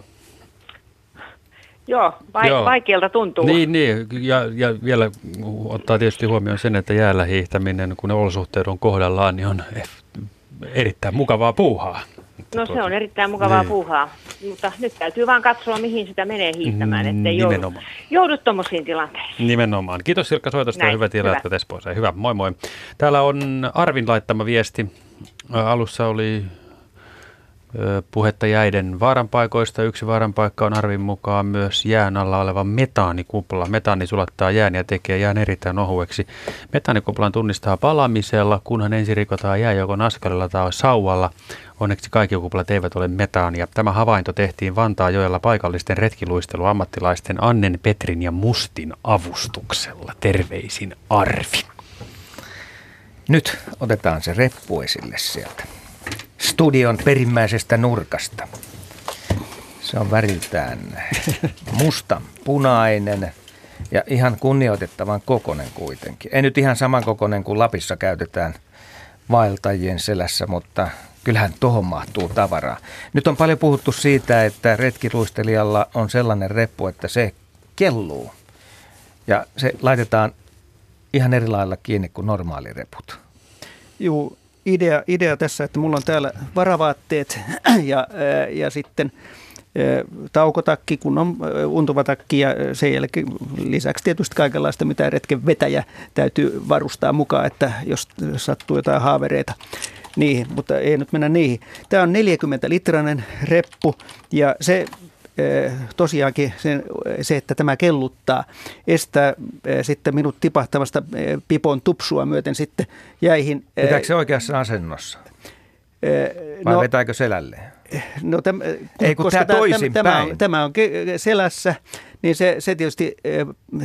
Joo, vai, Joo, vaikealta tuntuu. Niin, niin. Ja, ja vielä ottaa tietysti huomioon sen, että jäällä hiihtäminen, kun ne olosuhteet on kohdallaan, niin on erittäin mukavaa puuhaa. No se on erittäin mukavaa niin. puuhaa, mutta nyt täytyy vaan katsoa, mihin sitä menee hiihtämään, ettei joudu, joudu tuommoisiin tilanteisiin. Nimenomaan. Kiitos Silkka soitosta ja hyvät illat Espooseen. Hyvä, moi moi. Täällä on Arvin laittama viesti. Alussa oli puhetta jäiden vaaranpaikoista. Yksi vaaranpaikka on Arvin mukaan myös jään alla oleva metaanikupla. Metaani sulattaa jään ja tekee jään erittäin ohueksi. Metaanikuplan tunnistaa palamisella, kunhan ensin rikotaan jää joko naskalilla tai sauvalla. Onneksi kaikki kuplat eivät ole metaania. Tämä havainto tehtiin Vantaajoella paikallisten retkiluisteluammattilaisten Annen, Petrin ja Mustin avustuksella. Terveisin Arvi. Nyt otetaan se reppu esille sieltä studion perimmäisestä nurkasta. Se on väriltään musta, punainen ja ihan kunnioitettavan kokonen kuitenkin. Ei nyt ihan saman kokonen kuin Lapissa käytetään vaeltajien selässä, mutta kyllähän tohon mahtuu tavaraa. Nyt on paljon puhuttu siitä, että retkiluistelijalla on sellainen reppu, että se kelluu. Ja se laitetaan ihan eri lailla kiinni kuin normaalireput. Juu. Idea, idea tässä, että mulla on täällä varavaatteet ja, ja sitten taukotakki, kun on untuvatakki ja sen jälkeen lisäksi tietysti kaikenlaista, mitä retken vetäjä täytyy varustaa mukaan, että jos sattuu jotain haavereita niihin, mutta ei nyt mennä niihin. Tämä on neljäkymmentä litrainen reppu ja se tosiaankin se, se, että tämä kelluttaa, estää sitten minut tipahtamasta pipon tupsua myöten sitten jäihin. Pitääkö se oikeassa asennossa? Vai no, vetääkö selälleen? No täm, Ei kun tämä toisin tämä, päin. Tämä on, tämä on selässä, niin se, se tietysti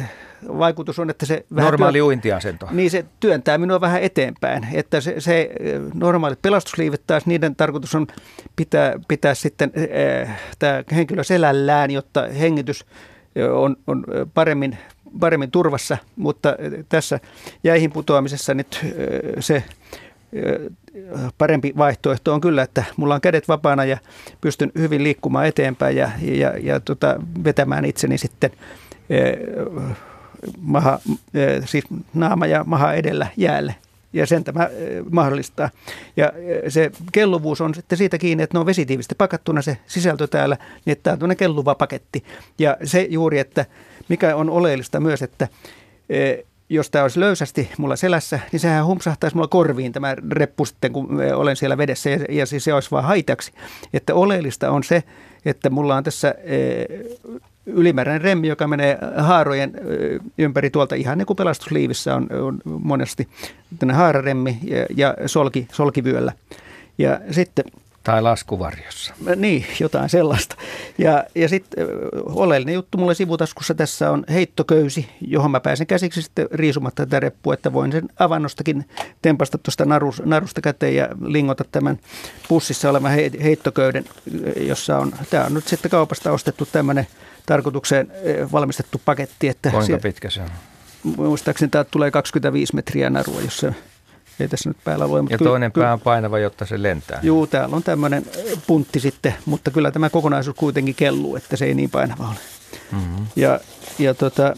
vaikutus on, että se vähän normaali työ, uintiasento. Niin se työntää minua vähän eteenpäin. Että se, se normaalit pelastusliivet taas, niiden tarkoitus on pitää, pitää sitten äh, tämä henkilö selällään, jotta hengitys on, on paremmin, paremmin turvassa. Mutta tässä jäihin putoamisessa nyt äh, se parempi vaihtoehto on kyllä, että mulla on kädet vapaana ja pystyn hyvin liikkumaan eteenpäin ja, ja, ja tota, vetämään itseni sitten eh, maha, eh, siis naama ja maha edellä jäälle. Ja sen tämä eh, mahdollistaa. Ja eh, se kelluvuus on sitten siitä kiinni, että ne on vesitiivisesti pakattuna se sisältö täällä, niin että tämä on tämmöinen kelluva paketti. Ja se juuri, että mikä on oleellista myös, että eh, jos tämä olisi löysästi mulla selässä, niin sehän humpsahtaisi mulla korviin tämä reppu sitten, kun olen siellä vedessä, ja, ja siis se olisi vaan haitaksi. Että oleellista on se, että mulla on tässä e, ylimääräinen remmi, joka menee haarojen e, ympäri tuolta, ihan niin kuin pelastusliivissä on, on monesti haararemmi ja, ja solki, solkivyöllä. Ja sitten tai laskuvarjossa. Niin, jotain sellaista. Ja, ja sitten oleellinen juttu mulle sivutaskussa tässä on heittoköysi, johon mä pääsen käsiksi sitten riisumatta tätä reppua, että voin sen avannostakin tempasta tuosta narus, narusta käteen ja lingota tämän pussissa olevan heittoköyden, jossa on, tämä on nyt sitten kaupasta ostettu tämmöinen tarkoitukseen valmistettu paketti. Että kuinka se, pitkä se on? Muistaakseni tämä tulee kaksikymmentäviisi metriä narua, jos se ei tässä nyt päällä lue. Ja toinen pää on painava, jotta se lentää. Juu, täällä on tämmöinen puntti sitten, mutta kyllä tämä kokonaisuus kuitenkin kelluu, että se ei niin painava ole. Mm-hmm. Ja, ja tota,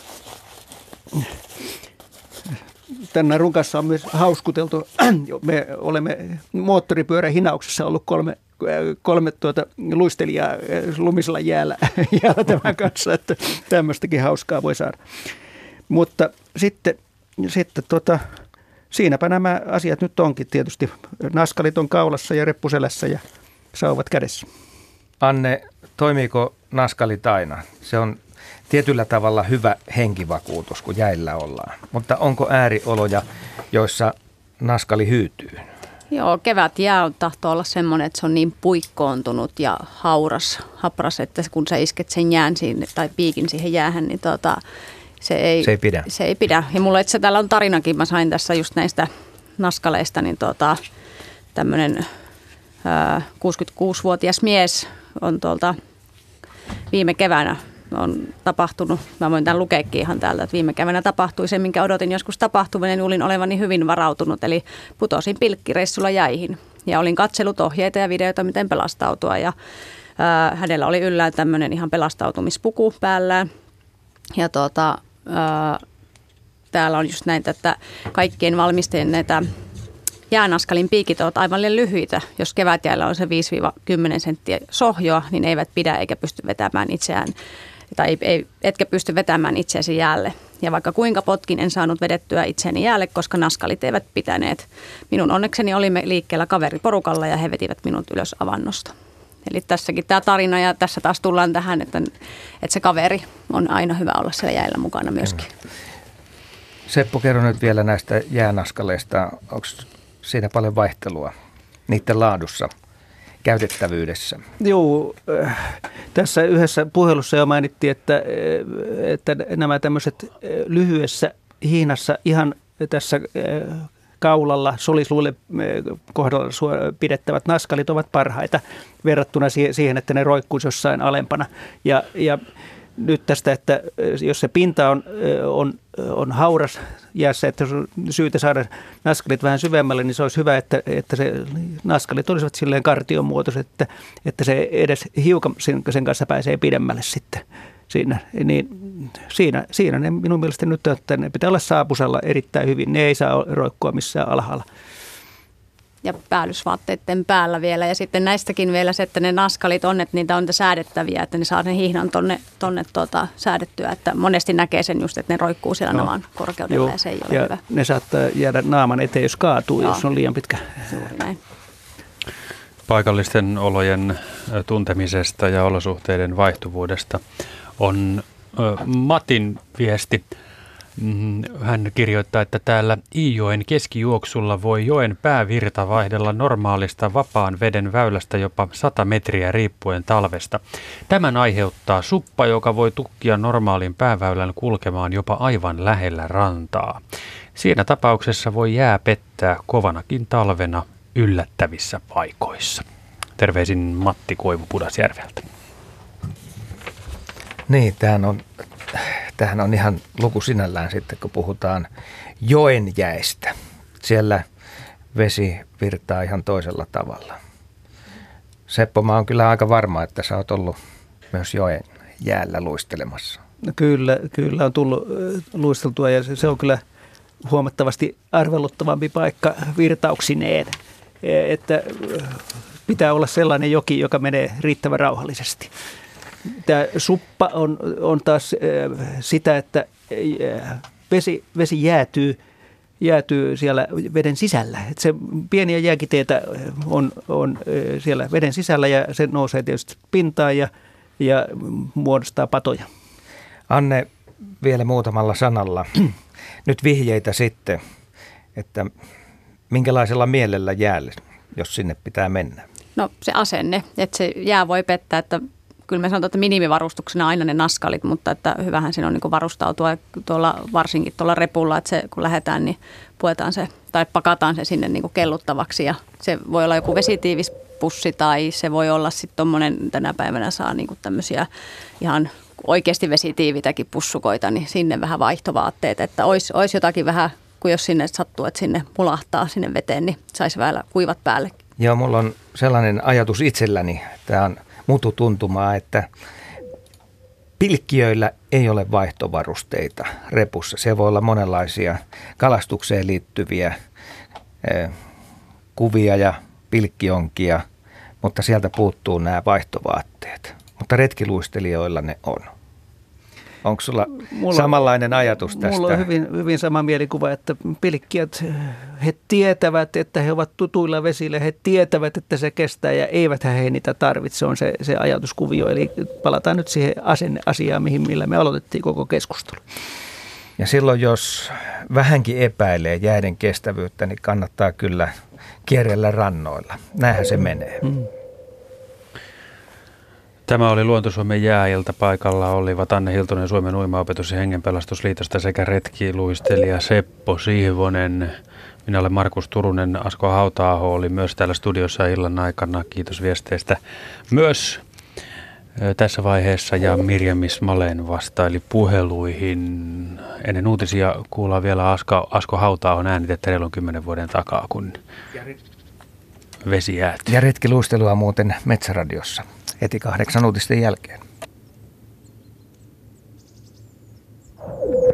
tämän narun kanssa on myös hauskuteltu. Me olemme moottoripyörän hinauksessa ollut kolme, kolme tuota luistelijaa lumisella jäällä, jäällä tämän kanssa, että tämmöistäkin hauskaa voi saada. Mutta sitten, sitten tota, siinäpä nämä asiat nyt onkin tietysti. Naskalit on kaulassa ja reppuselässä ja sauvat kädessä. Anne, toimiiko naskalit aina? Se on tietyllä tavalla hyvä henkivakuutus, kun jäillä ollaan. Mutta onko äärioloja, joissa naskali hyytyy? Joo, kevät jää tahtoo olla semmoinen, että se on niin puikkoontunut ja hauras, hapras, että kun sä isket sen jään siinä, tai piikin siihen jäähän, niin tota, se, ei, se ei pidä. Se ei pidä. Ja mulla itse täällä on tarinakin, mä sain tässä just näistä naskaleista, niin tota, tämmöinen ää, kuusikymmentäkuusivuotias mies on tuolta viime keväänä on tapahtunut, mä voin tämän lukeekin ihan täältä, että viime keväänä tapahtui se, minkä odotin joskus tapahtuvan, ja luulin olevani hyvin varautunut, eli putosin pilkkireissulla jäihin. Ja olin katsellut ohjeita ja videoita, miten pelastautua, ja ää, hänellä oli yllään tämmöinen ihan pelastautumispuku päällään. Ja tuota, ää, täällä on just näitä, että kaikkien valmistajien näitä jäänaskalin piikit ovat aivan liian lyhyitä. Jos kevätjäällä on se viisi kymmenen senttiä sohjoa, niin eivät pidä eikä pysty vetämään itseään, tai ei, etkä pysty vetämään itseäsi jäälle. Ja vaikka kuinka potkin, en saanut vedettyä itseäni jäälle, koska naskalit eivät pitäneet. Minun onnekseni olimme liikkeellä kaveriporukalla ja he vetivät minut ylös avannosta. Eli tässäkin tämä tarina, ja tässä taas tullaan tähän, että, että se kaveri on aina hyvä olla siellä jäällä mukana myöskin. Seppo, kerro nyt vielä näistä jäänaskaleista. Onko siinä paljon vaihtelua niiden laadussa, käytettävyydessä? Joo, tässä yhdessä puhelussa jo mainittiin, että, että nämä tämmöiset lyhyessä hihnassa ihan tässä kaulalla solisluille kohdalla pidettävät naskalit ovat parhaita verrattuna siihen, että ne roikkuisi jossain alempana. Ja, ja nyt tästä, että jos se pinta on, on, on hauras jäässä, että on syytä saada naskalit vähän syvemmälle, niin se olisi hyvä, että, että se naskalit olisivat silleen kartion muotoiset, että, että se edes hiukan sen, sen kanssa pääsee pidemmälle sitten. Siinä, niin siinä, siinä ne minun mielestäni nyt, että ne pitää olla saapusalla erittäin hyvin. Ne ei saa roikkua missään alhaalla. Ja päällysvaatteiden päällä vielä. Ja sitten näistäkin vielä se, että ne naskalit on, että niitä on säädettäviä, että ne saa sen hihnan tonne, tonne tuota, säädettyä. Että monesti näkee sen just, että ne roikkuu siellä no. navan korkeudella, ja se ei ole ja hyvä. Ne saattaa jäädä naaman eteen, jos kaatuu, Joo. jos on liian pitkä. Juuri näin. Paikallisten olojen tuntemisesta ja olosuhteiden vaihtuvuudesta on ö, Matin viesti. Hän kirjoittaa, että täällä Iijoen keskijuoksulla voi joen päävirta vaihdella normaalista vapaan veden väylästä jopa sata metriä riippuen talvesta. Tämän aiheuttaa suppa, joka voi tukkia normaalin pääväylän kulkemaan jopa aivan lähellä rantaa. Siinä tapauksessa voi jää pettää kovanakin talvena yllättävissä paikoissa. Terveisin Matti Koivu Pudasjärveltä. Niin, tämähän on, tämähän on ihan luku sinällään sitten, kun puhutaan joen jäistä. Siellä vesi virtaa ihan toisella tavalla. Seppo, mä oon kyllä aika varma, että sä oot ollut myös joen jäällä luistelemassa. No kyllä, kyllä on tullut luisteltua ja se, se on kyllä huomattavasti arveluttavampi paikka virtauksineen, että pitää olla sellainen joki, joka menee riittävän rauhallisesti. Tämä suppa on, on taas sitä, että vesi, vesi jäätyy, jäätyy siellä veden sisällä. Että se pieniä jääkiteitä on, on siellä veden sisällä ja se nousee tietysti pintaan ja, ja muodostaa patoja. Anne, vielä muutamalla sanalla. Nyt vihjeitä sitten, että minkälaisella mielellä jäälle, jos sinne pitää mennä? No se asenne, että se jää voi pettää, että kyllä me sanotaan, että minimivarustuksena aina ne naskalit, mutta että hyvähän siinä on niin kuin varustautua tuolla, varsinkin tuolla repulla, että se, kun lähdetään, niin puetaan se tai pakataan se sinne niin kuin kelluttavaksi ja se voi olla joku vesitiivispussi tai se voi olla sitten tuommoinen, tänä päivänä saa niin kuin tämmöisiä ihan oikeasti vesitiivitäkin pussukoita, niin sinne vähän vaihtovaatteet, että olisi, olisi jotakin vähän, kun jos sinne sattuu, että sinne mulahtaa sinne veteen, niin saisi vähän kuivat päälle. Joo, mulla on sellainen ajatus itselläni, tämä on mututuntumaa, että pilkkiöillä ei ole vaihtovarusteita repussa. Se voi olla monenlaisia kalastukseen liittyviä eh, kuvia ja pilkkionkia, mutta sieltä puuttuu nämä vaihtovaatteet. Mutta retkiluistelijoilla ne on. Onko sulla mulla, samanlainen ajatus tästä? Mulla on hyvin, hyvin sama mielikuva, että pilkkijät, he tietävät, että he ovat tutuilla vesillä, he tietävät, että se kestää ja eivät he niitä tarvitse. On se, se ajatuskuvio. Eli palataan nyt siihen asenneasiaan, mihin millä me aloitettiin koko keskustelu. Ja silloin, jos vähänkin epäilee jäiden kestävyyttä, niin kannattaa kyllä kierrellä rannoilla. Näinhän se menee. Mm. Tämä oli Luonto-Suomen jääilta. Paikalla olivat Anne Hiltunen Suomen uimaopetus- ja hengenpelastusliitosta sekä retkiluistelija Seppo Siivonen. Minä olen Markus Turunen. Asko Hauta-aho oli myös täällä studiossa illan aikana. Kiitos viesteistä myös tässä vaiheessa. Ja Mirjam Ismalen vastaili puheluihin. Ennen uutisia kuullaan vielä Asko, Asko Hauta-ahon äänitettä reilun kymmenen vuoden takaa, kun vesi jäätyy. Ja retkiluistelua muuten Metsäradiossa heti kahdeksan uutisten jälkeen.